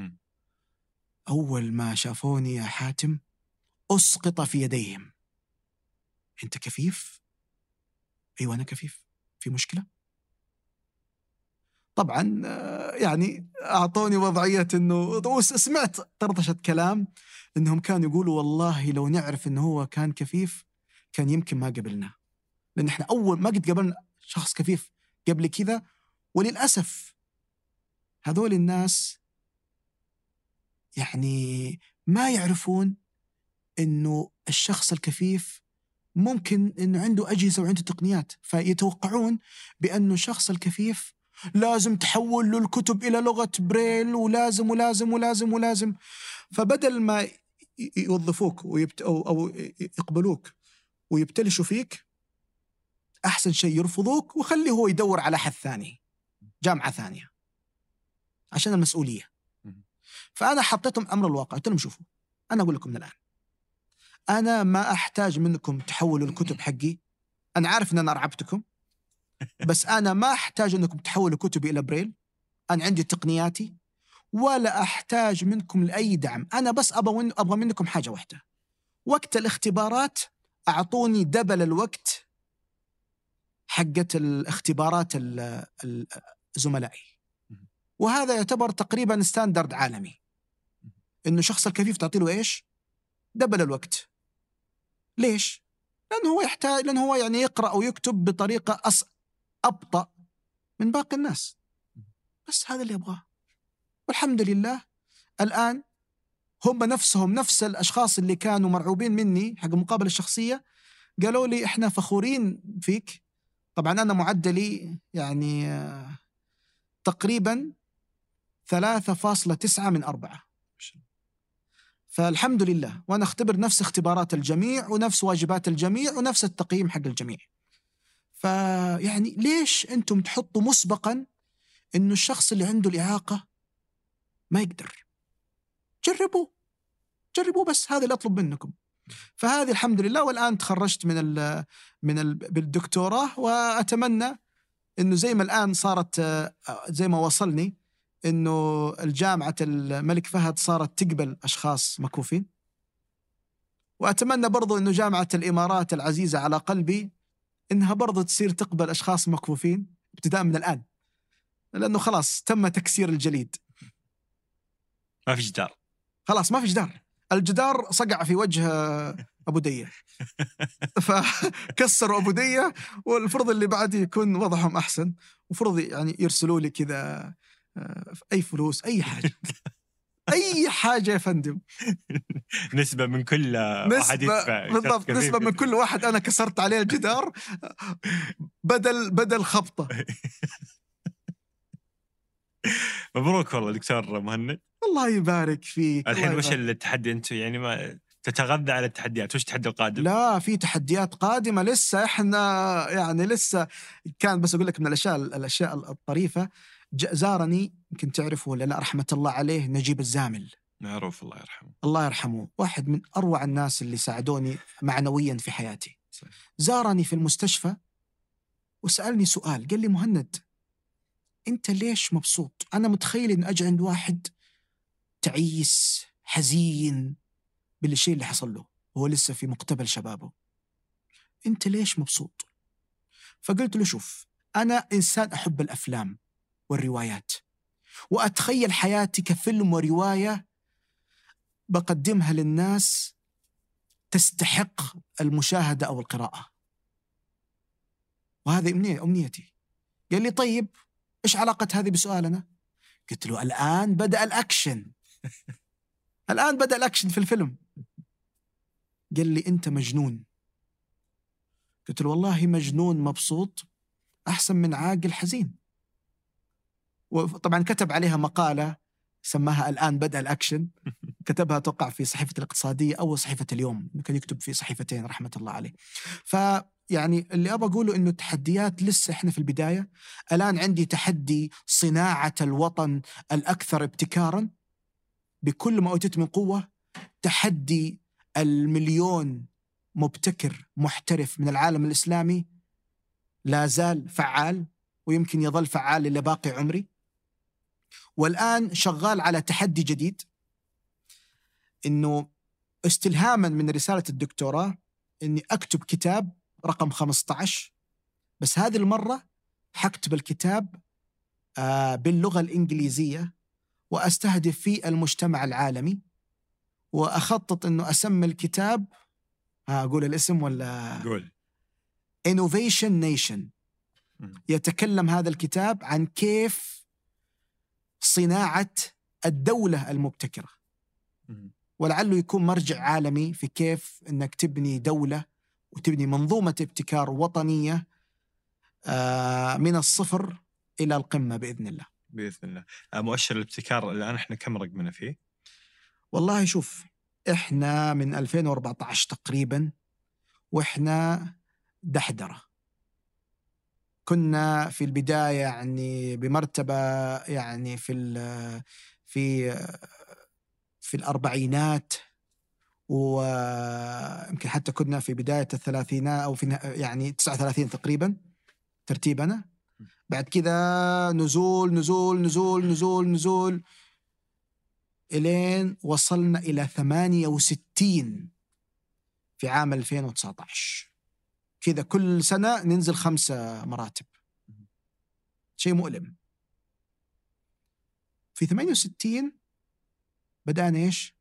أول ما شافوني يا حاتم أسقط في يديهم. أنت كفيف؟ أيوة أنا كفيف، في مشكلة؟ طبعا يعني أعطوني وضعية أنه، سمعت طرطشة كلام أنهم كانوا يقولوا والله لو نعرف أنه هو كان كفيف كان يمكن ما قبلنا، لأن إحنا أول ما قد قبلنا شخص كفيف قبل كذا. وللأسف هذول الناس يعني ما يعرفون أنه الشخص الكفيف ممكن أنه عنده أجهزة وعنده تقنيات، فيتوقعون بأنه الشخص الكفيف لازم تحول له الكتب إلى لغة بريل، ولازم ولازم ولازم ولازم. فبدل ما يوظفوك أو يقبلوك ويبتلشوا فيك، أحسن شيء يرفضوك وخليه هو يدور على حد ثاني، جامعة ثانية، عشان المسؤولية. فأنا حطيتهم أمر الواقع، قلت لهم شوفوا، أنا أقول لكم من الآن، أنا ما أحتاج منكم تحولوا الكتب حقي. أنا عارف أن أنا أرعبتكم، بس أنا ما أحتاج أنكم تحولوا كتبي إلى بريل. أنا عندي تقنياتي، ولا أحتاج منكم لأي دعم. أنا بس أبغى منكم حاجة واحدة، وقت الاختبارات أعطوني دبل الوقت حقة الاختبارات زملائي. وهذا يعتبر تقريبا ستاندرد عالمي، إنه شخص الكفيف تعطيله إيش؟ دبل الوقت. ليش؟ لأنه هو يعني يقرأ أو يكتب بطريقة أبطأ من باقي الناس. بس هذا اللي أبغاه. والحمد لله الآن هم نفسهم نفس الأشخاص اللي كانوا مرعوبين مني حق المقابلة الشخصية قالوا لي إحنا فخورين فيك. طبعا أنا معدلي يعني تقريبا 3.9 من 4. فالحمد لله، وأنا أختبر نفس اختبارات الجميع ونفس واجبات الجميع ونفس التقييم حق الجميع. فيعني ليش أنتم تحطوا مسبقا إنه الشخص اللي عنده الإعاقة ما يقدر؟ جربوا بس، هذا اللي أطلب منكم. فهذه الحمد لله. والآن تخرجت بالدكتوراه، وأتمنى إنه زي ما الآن صارت، زي ما وصلني إنه الجامعة الملك فهد صارت تقبل أشخاص مكفوفين، وأتمنى برضو إنه جامعة الإمارات العزيزة على قلبي إنها برضو تصير تقبل أشخاص مكفوفين ابتداء من الآن، لأنه خلاص تم تكسير الجليد. ما في جدار، خلاص ما في جدار. الجدار صقع في وجه أبو دية فكسروا أبو دية، والفرض اللي بعدي يكون وضعهم أحسن، وفرض يعني يرسلوا لي كذا أي فلوس، أي حاجة أي حاجة يا فندم. نسبة من كل واحد يدفع. بالضبط، نسبة من كل واحد أنا كسرت عليه الجدار بدل خبطة. مبروك والله دكتور مهند. الله يبارك فيك. الحين وش التحدي؟ أنت يعني ما تتغذى على التحديات، وش التحدي القادم؟ لا، في تحديات قادمة لسه. إحنا يعني لسه كان، بس أقول لك من الأشياء الطريفة، زارني يمكن تعرفه ولا لا، رحمة الله عليه، نجيب الزامل. معروف، الله يرحمه. الله يرحمه، واحد من أروع الناس اللي ساعدوني معنويا في حياتي. زارني في المستشفى وسألني سؤال، قال لي مهند أنت ليش مبسوط؟ أنا متخيل إن أجي عند واحد تعيس حزين بالشيء اللي حصل له، هو لسه في مقتبل شبابه، أنت ليش مبسوط؟ فقلت له شوف، أنا إنسان أحب الأفلام والروايات، وأتخيل حياتي كفيلم ورواية بقدمها للناس تستحق المشاهدة أو القراءة، وهذه أمنيتي. قال لي طيب إيش علاقة هذه بسؤالنا؟ قلت له الآن بدأ الأكشن الآن بدأ الأكشن في الفيلم. قال لي أنت مجنون. قلت له والله مجنون مبسوط أحسن من عاقل حزين. وطبعا كتب عليها مقالة سماها الآن بدأ الأكشن، كتبها توقع في صحيفة الاقتصادية أو صحيفة اليوم، كان يكتب في صحيفتين رحمة الله عليه. فيعني اللي أبغى أقوله إنه التحديات لسه إحنا في البداية. الآن عندي تحدي صناعة الوطن الأكثر ابتكارا بكل ما أوتيت من قوة، تحدي 1,000,000 مبتكر محترف من العالم الإسلامي لا زال فعال، ويمكن يظل فعال إلى باقي عمري. والآن شغال على تحدي جديد، إنه استلهاما من رسالة الدكتوراه إني أكتب كتاب رقم 15، بس هذه المرة حكتب الكتاب باللغة الإنجليزية، وأستهدف فيه المجتمع العالمي، وأخطط إنه أسمي الكتاب، أقول الاسم ولا؟ قول. Innovation Nation. يتكلم هذا الكتاب عن كيف صناعة الدولة المبتكرة، ولعله يكون مرجع عالمي في كيف أنك تبني دولة وتبني منظومة ابتكار وطنية من الصفر إلى القمة بإذن الله. بإذن الله. مؤشر الابتكار الآن إحنا كم رقمنا فيه؟ والله شوف، إحنا من 2014 تقريبا وإحنا دحدرة، كنا في البداية يعني بمرتبة يعني في الأربعينات، ويمكن حتى كنا في بداية الثلاثينات أو في يعني 39 تقريبا ترتيبنا. بعد كذا نزول نزول نزول نزول نزول إلين وصلنا إلى 68 في عام 2019. كذا كل سنة ننزل 5 مراتب، شيء مؤلم. في 68 بدأنا إيش؟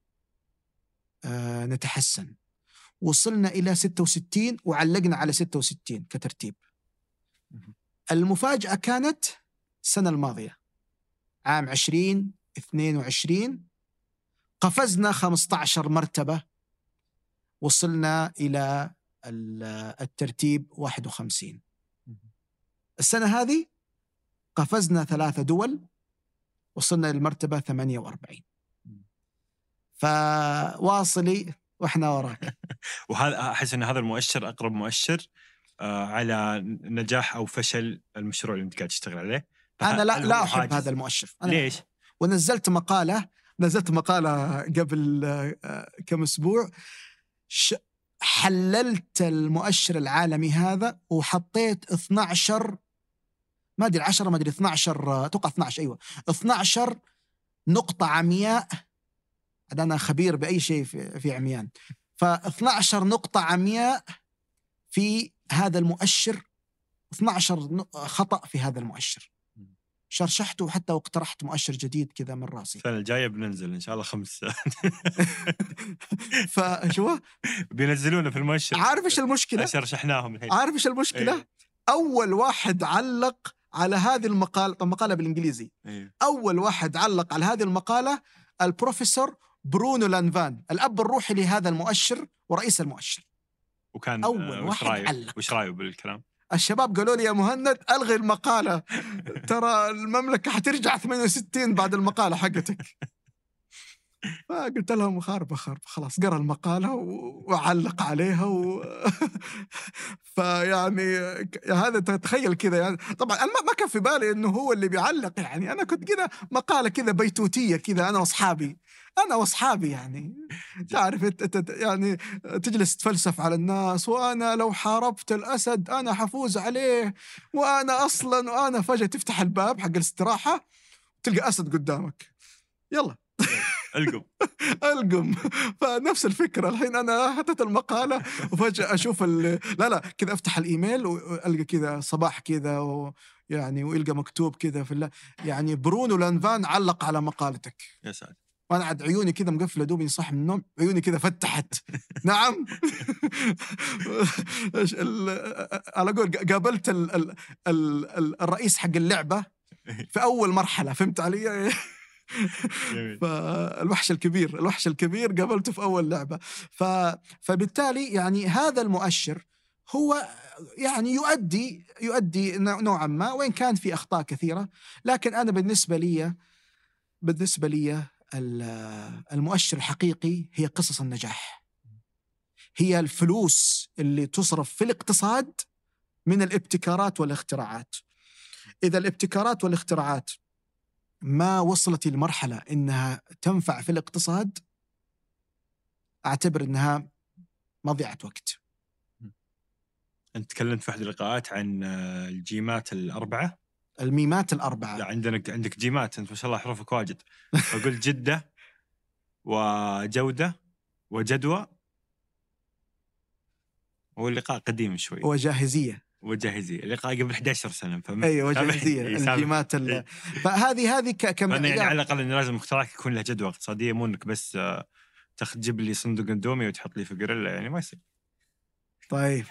نتحسن، وصلنا إلى 66 وعلقنا على 66 كترتيب. المفاجأة كانت السنة الماضية عام 2022 قفزنا 15 مرتبة، وصلنا إلى الترتيب 51. السنة هذه قفزنا 3 دول، وصلنا للمرتبة 48. فواصلي وإحنا وراك. وهذا أحس أن هذا المؤشر أقرب مؤشر على نجاح أو فشل المشروع اللي أنت قاعد تشتغل عليه. أنا لا أحب هذا المؤشر. ليش؟ ونزلت مقالة قبل كم أسبوع، حللت المؤشر العالمي هذا وحطيت 12 ما أدري 10 ما أدري 12 توقع 12 أيوة 12 نقطة عمياء. أنا خبير بأي شيء في عميان. ف12 نقطة عمياء في هذا المؤشر، 12 خطأ في هذا المؤشر. شرشحته حتى واقترحت مؤشر جديد كذا من راسي. السنة الجاية بننزل إن شاء الله 5. فشو بينزلونا في المؤشر. عارف إيش المشكلة؟ شرحناهم الحين. عارف إيش المشكلة؟ أيه. أول واحد علق على هذه المقالة، طب مقالة بالإنجليزي. أيه. أول واحد علق على هذه المقالة البروفيسور برونو لانفان، الأب الروحي لهذا المؤشر ورئيس المؤشر. وكان أول واحد علق. وش رأيه بالكلام؟ الشباب قالوا لي يا مهند ألغي المقالة، ترى المملكة حترجع 68 بعد المقالة حقتك. فقلت لهم خاربة خلاص، قرأ المقالة وعلق عليها فيعني هذا تتخيل كذا يعني. طبعا أنا ما كان في بالي إنه هو اللي بيعلق، يعني أنا كنت كذا مقالة كذا بيتوتية كذا أنا وأصحابي يعني تعرف يعني تجلس تفلسف على الناس، وأنا لو حاربت الأسد أنا حفوز عليه، وأنا فجأة تفتح الباب حق الاستراحة تلقى أسد قدامك، يلا ألقم. فنفس الفكرة الحين أنا حطيت المقالة وفجأة أشوف لا كذا أفتح الإيميل وألقى كذا صباح كذا يعني ويلقى مكتوب كذا في يعني برونو لانفان علق على مقالتك. يا سعد. وأنا عاد عيوني كذا مقفلة دوبي صح من النوم، عيوني كذا فتحت. نعم. على قول قابلت الرئيس حق اللعبة في أول مرحلة، فهمت علي؟ فالوحش الكبير قابلته في أول لعبة. فبالتالي يعني هذا المؤشر هو يعني يؤدي نوعا ما، وإن كان في أخطاء كثيرة، لكن أنا بالنسبة لي المؤشر الحقيقي هي قصص النجاح، هي الفلوس اللي تصرف في الاقتصاد من الابتكارات والاختراعات. إذا الابتكارات والاختراعات ما وصلت لمرحلة إنها تنفع في الاقتصاد، أعتبر إنها مضيعة وقت. أنت تكلمت في أحد اللقاءات عن الميمات الأربعة. لا عندك جيمات أنت ما شاء الله حروفك واجد. فقلت جدة وجودة وجدوى، واللقاء قديم شوي، وجاهزية اللقاء قبل 11 سنة. أيوة جاهزية. الجيمات فهذه كم يعني على الأقل إن لازم مخترعك يكون له جدوى اقتصادية، مو إنك بس تجيب لي صندوق اندومي وتحط لي في قريلا، يعني ما يصير. طيب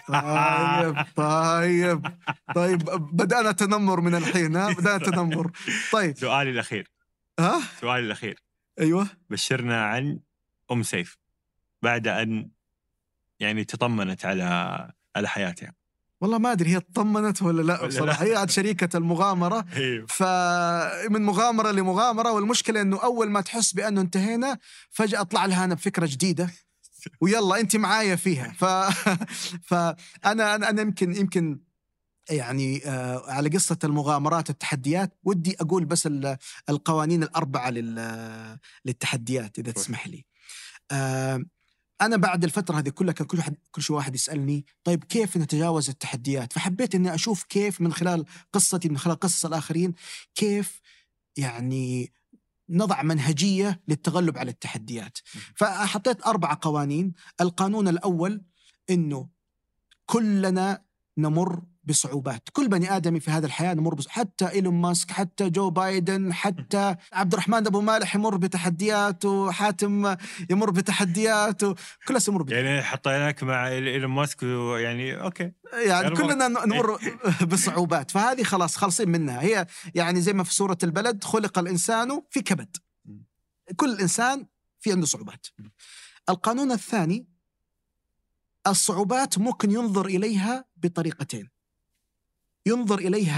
بدأنا تنمر من الحين. بدأنا تنمر. طيب سؤالي الأخير أيوة، بشرنا عن أم سيف بعد أن يعني تطمنت على حياتها. والله ما أدري هي تطمنت ولا لا بصراحة. هي شريكة المغامرة. فمن مغامرة لمغامرة، والمشكلة أنه أول ما تحس بأنه انتهينا فجأة أطلع لها أنا بفكرة جديدة ويلا أنت معايا فيها. فأنا يمكن يعني على قصة المغامرات والتحديات، ودي أقول بس القوانين الأربعة للتحديات إذا تسمح لي. أنا بعد الفترة هذه كلها كان كل شيء واحد يسألني طيب كيف نتجاوز التحديات، فحبيت أني أشوف كيف من خلال قصتي من خلال قصص الآخرين كيف يعني نضع منهجية للتغلب على التحديات. فحطيت 4 قوانين. القانون الأول أنه كلنا نمر بصعوبات، كل بني آدمي في هذه الحياة نمر حتى إيلون ماسك، حتى جو بايدن، حتى عبد الرحمن أبو مالح يمر بتحديات، وحاتم يمر بتحديات، وكل يمر يعني حطيناك مع إيلون ماسك يعني أوكي، يعني كلنا نمر بصعوبات. فهذه خلاص خلصين منها. هي يعني زي ما في سورة البلد خلق الإنسان في كبد، كل إنسان في عنده صعوبات. القانون الثاني، الصعوبات ممكن ينظر إليها بطريقتين، ينظر إليها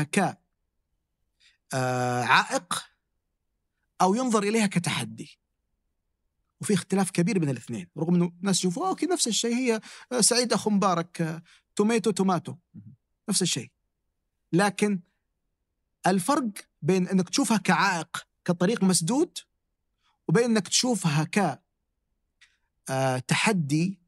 كعائق أو ينظر إليها كتحدي، وفي اختلاف كبير بين الاثنين. رغم أنه الناس يشوفوا أوكي نفس الشيء، هي سعيد أخو مبارك توماتو نفس الشيء، لكن الفرق بين أنك تشوفها كعائق كطريق مسدود وبين أنك تشوفها كتحدي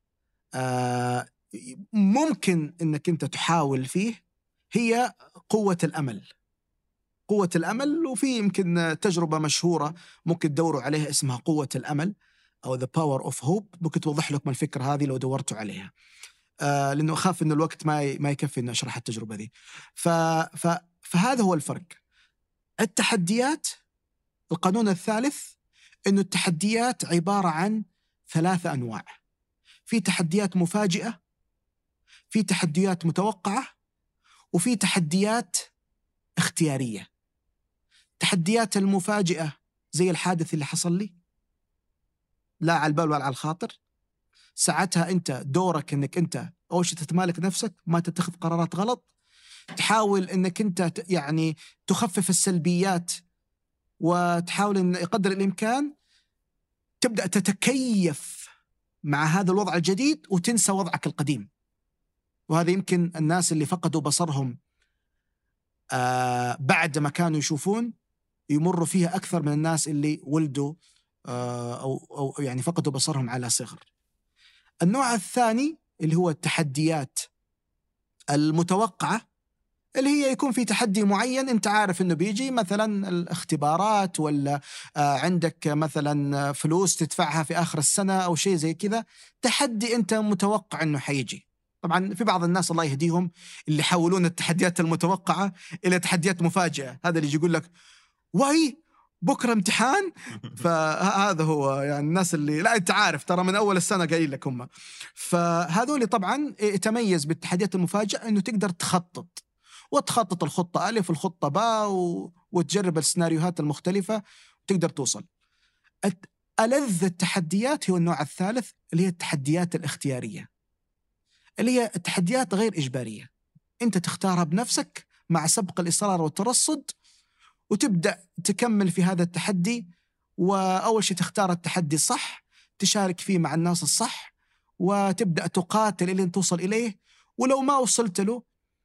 ممكن أنك أنت تحاول فيه، هي قوة الأمل. قوة الأمل، وفي يمكن تجربة مشهورة ممكن تدوروا عليها اسمها قوة الأمل أو The Power of Hope، ممكن توضح لكم الفكرة هذه لو دورتوا عليها، لأنه أخاف أن الوقت ما يكفي أن أشرح التجربة دي. فهذا هو الفرق. التحديات، القانون الثالث أنه التحديات عبارة عن 3 أنواع. في تحديات مفاجئة، في تحديات متوقعة، وفي تحديات اختيارية. تحديات المفاجئة زي الحادث اللي حصل لي، لا على البال ولا على الخاطر، ساعتها أنت دورك أنك أنت أول شيء تتمالك نفسك، ما تتخذ قرارات غلط، تحاول أنك أنت يعني تخفف السلبيات، وتحاول أن يقدر الإمكان تبدأ تتكيف مع هذا الوضع الجديد وتنسى وضعك القديم. وهذا يمكن الناس اللي فقدوا بصرهم بعد ما كانوا يشوفون يمروا فيها أكثر من الناس اللي ولدوا أو يعني فقدوا بصرهم على صغر. النوع الثاني اللي هو التحديات المتوقعة، اللي هي يكون في تحدي معين أنت عارف أنه بيجي، مثلا الاختبارات، ولا عندك مثلا فلوس تدفعها في آخر السنة أو شيء زي كذا، تحدي أنت متوقع أنه حيجي. طبعا في بعض الناس الله يهديهم اللي يحولون التحديات المتوقعة إلى تحديات مفاجئة، هذا اللي يقول لك واي بكرة امتحان. فهذا هو يعني الناس اللي لا أنت عارف ترى من أول السنة قايل لك هم. فهذول طبعا يتميز بالتحديات المفاجئة أنه تقدر تخطط، وتخطط الخطة ألف والخطة باء، وتجرب السيناريوهات المختلفة وتقدر توصل. ألذ التحديات هو النوع الثالث اللي هي التحديات الاختيارية، اللي هي التحديات غير إجبارية، أنت تختارها بنفسك مع سبق الإصرار والترصد، وتبدأ تكمل في هذا التحدي. وأول شيء تختار التحدي الصح، تشارك فيه مع الناس الصح، وتبدأ تقاتل إلى أن توصل إليه، ولو ما وصلت له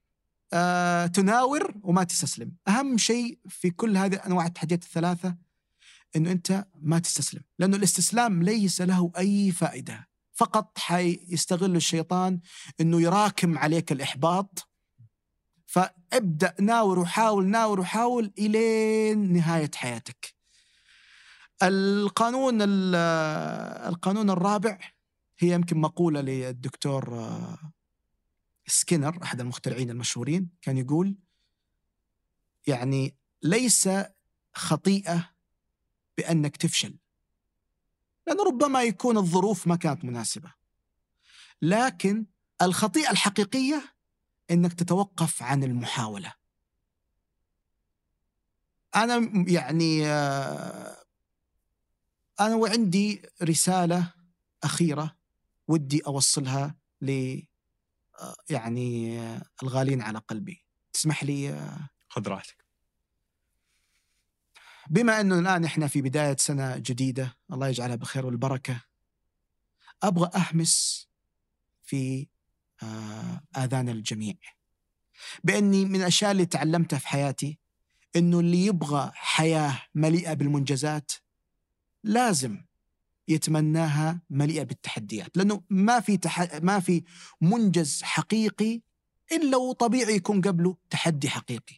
تناور وما تستسلم. أهم شيء في كل هذه أنواع التحديات الثلاثة أنه أنت ما تستسلم، لأنه الاستسلام ليس له أي فائدة، فقط حيستغل الشيطان أنه يراكم عليك الإحباط. فابدأ ناور وحاول، ناور وحاول إلى نهاية حياتك. القانون الرابع هي يمكن مقولة للدكتور سكينر أحد المخترعين المشهورين، كان يقول يعني ليس خطيئة بأنك تفشل، لأنه ربما يكون الظروف ما كانت مناسبة، لكن الخطيئة الحقيقية أنك تتوقف عن المحاولة. أنا يعني أنا وعندي رسالة أخيرة ودي أوصلها يعني الغالين على قلبي، تسمح لي؟ خذ راحتك. بما أنه الآن إحنا في بداية سنة جديدة الله يجعلها بخير والبركة، أبغى أهمس في آذان الجميع بأني من الأشياء اللي تعلمتها في حياتي إنه اللي يبغى حياة مليئة بالمنجزات لازم يتمناها مليئة بالتحديات، لأنه ما في منجز حقيقي إلا وطبيعي يكون قبله تحدي حقيقي.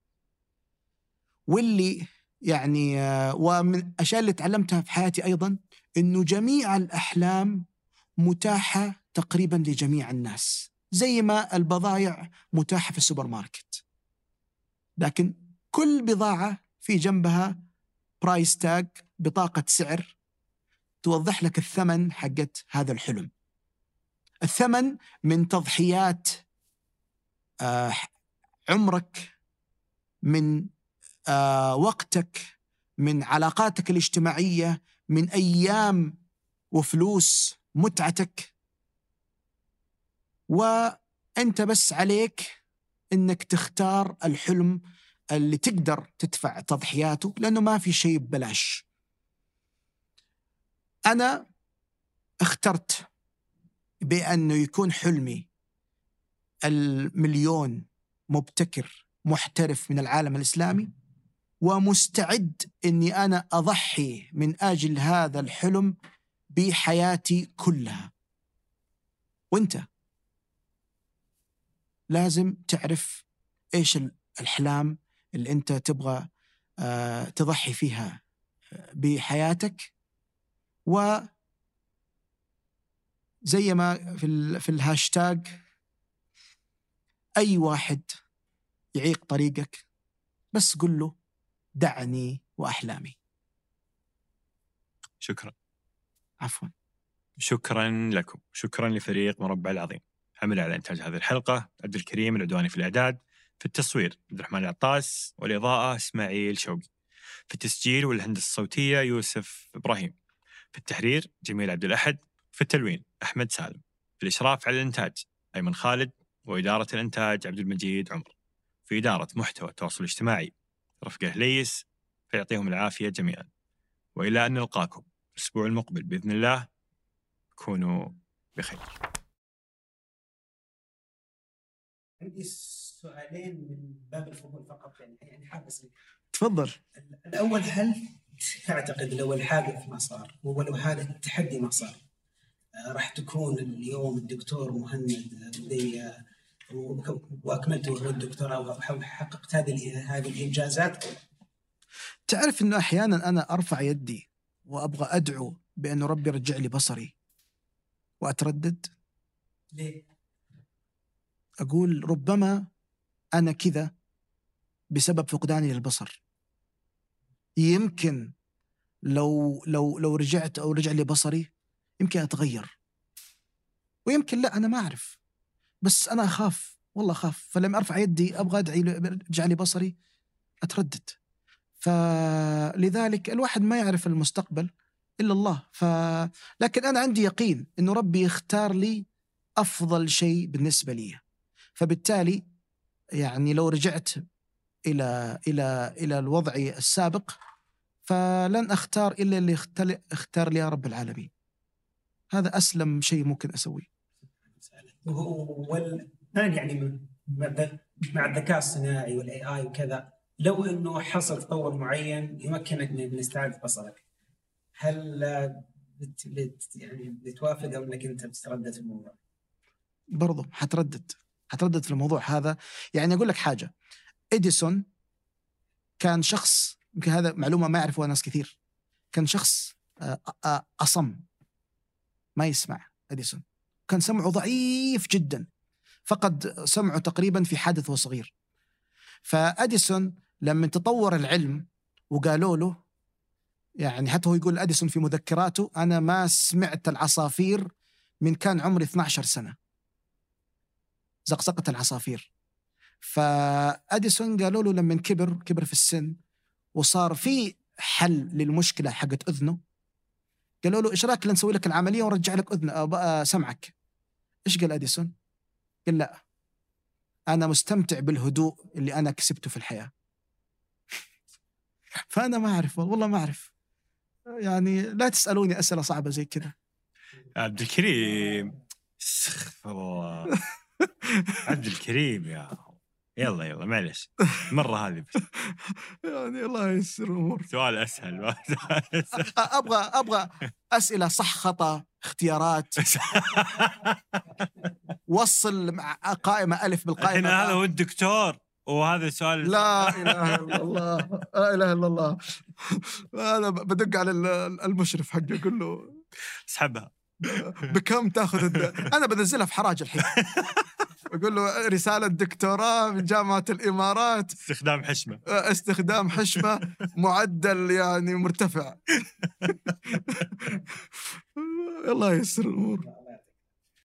واللي يعني ومن الأشياء اللي تعلمتها في حياتي أيضا إنه جميع الأحلام متاحة تقريبا لجميع الناس، زي ما البضائع متاحة في السوبر ماركت، لكن كل بضاعة في جنبها برايس تاج، بطاقة سعر توضح لك الثمن حقت هذا الحلم. الثمن من تضحيات عمرك، من وقتك، من علاقاتك الاجتماعية، من أيام وفلوس متعتك، وأنت بس عليك إنك تختار الحلم اللي تقدر تدفع تضحياته، لأنه ما في شيء ببلاش. أنا اخترت بأنه يكون حلمي 1,000,000 مبتكر محترف من العالم الإسلامي، ومستعد أني أنا أضحي من أجل هذا الحلم بحياتي كلها. وانت لازم تعرف إيش الأحلام اللي أنت تبغى تضحي فيها بحياتك، وزي ما في الهاشتاج أي واحد يعيق طريقك بس قل له دعني وأحلامي. شكرا. عفوا. شكرا لكم، شكرا لفريق مربع العظيم. عمل على إنتاج هذه الحلقة عبد الكريم العدواني، في الإعداد، في التصوير عبد الرحمن العطاس، والإضاءة إسماعيل شوقي، في التسجيل والهندسة الصوتية يوسف إبراهيم، في التحرير جميل عبد الأحد، في التلوين أحمد سالم، في الإشراف على الإنتاج أيمن خالد، وإدارة الإنتاج عبد المجيد عمر، في إدارة محتوى التواصل الاجتماعي رفقة ليس. فيعطيهم العافية جميعا، وإلى أن نلقاكم الأسبوع المقبل بإذن الله، كونوا بخير. عندي سؤالين من باب الفضول فقط، يعني حابس. تفضل. الأول، هل تعتقد لو الحادث ما صار ولو هذا التحدي ما صار، راح تكون اليوم الدكتور مهند وأكملت الدكتوراه وحققت هذه الإنجازات؟ تعرف أنه أحيانا أنا أرفع يدي وأبغى أدعو بأنه ربي رجع لي بصري وأتردد. ليه؟ أقول ربما أنا كذا بسبب فقداني للبصر. يمكن لو رجعت أو رجع لي بصري يمكن أتغير، ويمكن لا، أنا ما أعرف، بس أنا أخاف، والله أخاف. فلما أرفع يدي أبغى أدعي رجع لي بصري أتردد. فلذلك الواحد ما يعرف المستقبل إلا الله. لكن أنا عندي يقين إنه ربي يختار لي أفضل شيء بالنسبة لي، فبالتالي يعني لو رجعت إلى الوضع السابق فلن أختار إلا اللي اختار لي رب العالمين. هذا أسلم شيء ممكن أسويه. والثاني يعني مع الذكاء الصناعي والAI وكذا، لو إنه حصل تطور معين يمكنك من استعادة بصرك، هل يعني بتوافق أو إنك أنت بتتردد في الموضوع؟ برضو حتردد في الموضوع هذا. يعني أقول لك حاجة، إديسون كان شخص، يمكن هذا معلومة ما يعرفها ناس كثير، كان شخص أصم، ما يسمع. إديسون كان سمعه ضعيف جدا، فقد سمعه تقريبا في حادث وصغير. فأديسون لما تطور العلم وقالوا له، يعني حتى هو يقول أديسون في مذكراته، أنا ما سمعت العصافير من كان عمري 12 سنة، زقزقة العصافير. فأديسون قالوا له لما كبر في السن وصار في حل للمشكلة حقت أذنه، قالوا له إيش رأيك نسوي لك العملية ونرجع لك أذن سمعك؟ إيش قال أديسون؟ قال لا، أنا مستمتع بالهدوء اللي أنا كسبته في الحياة. فأنا ما أعرف، والله ما أعرف، يعني لا تسألوني أسئلة صعبة زي كذا. عبد الكريم، استغفر الله. عبد الكريم يا يلا معلش مرة هذه بس. يعني الله ييسر الأمور. سؤال أسهل. أبغى أسئلة صح خطأ اختيارات. وصل مع قائمة ألف بالقائمة. هذا هو الدكتور وهذا سؤال. لا إله إلا الله، لا إله إلا الله. أنا بدق على المشرف حقه أقول له اسحبها بكم تأخذ أنا بنزلها في حراج الحين. أقول له رسالة دكتوراه من جامعة الإمارات، استخدام حشمة معدل يعني مرتفع. الله ييسر الأمور.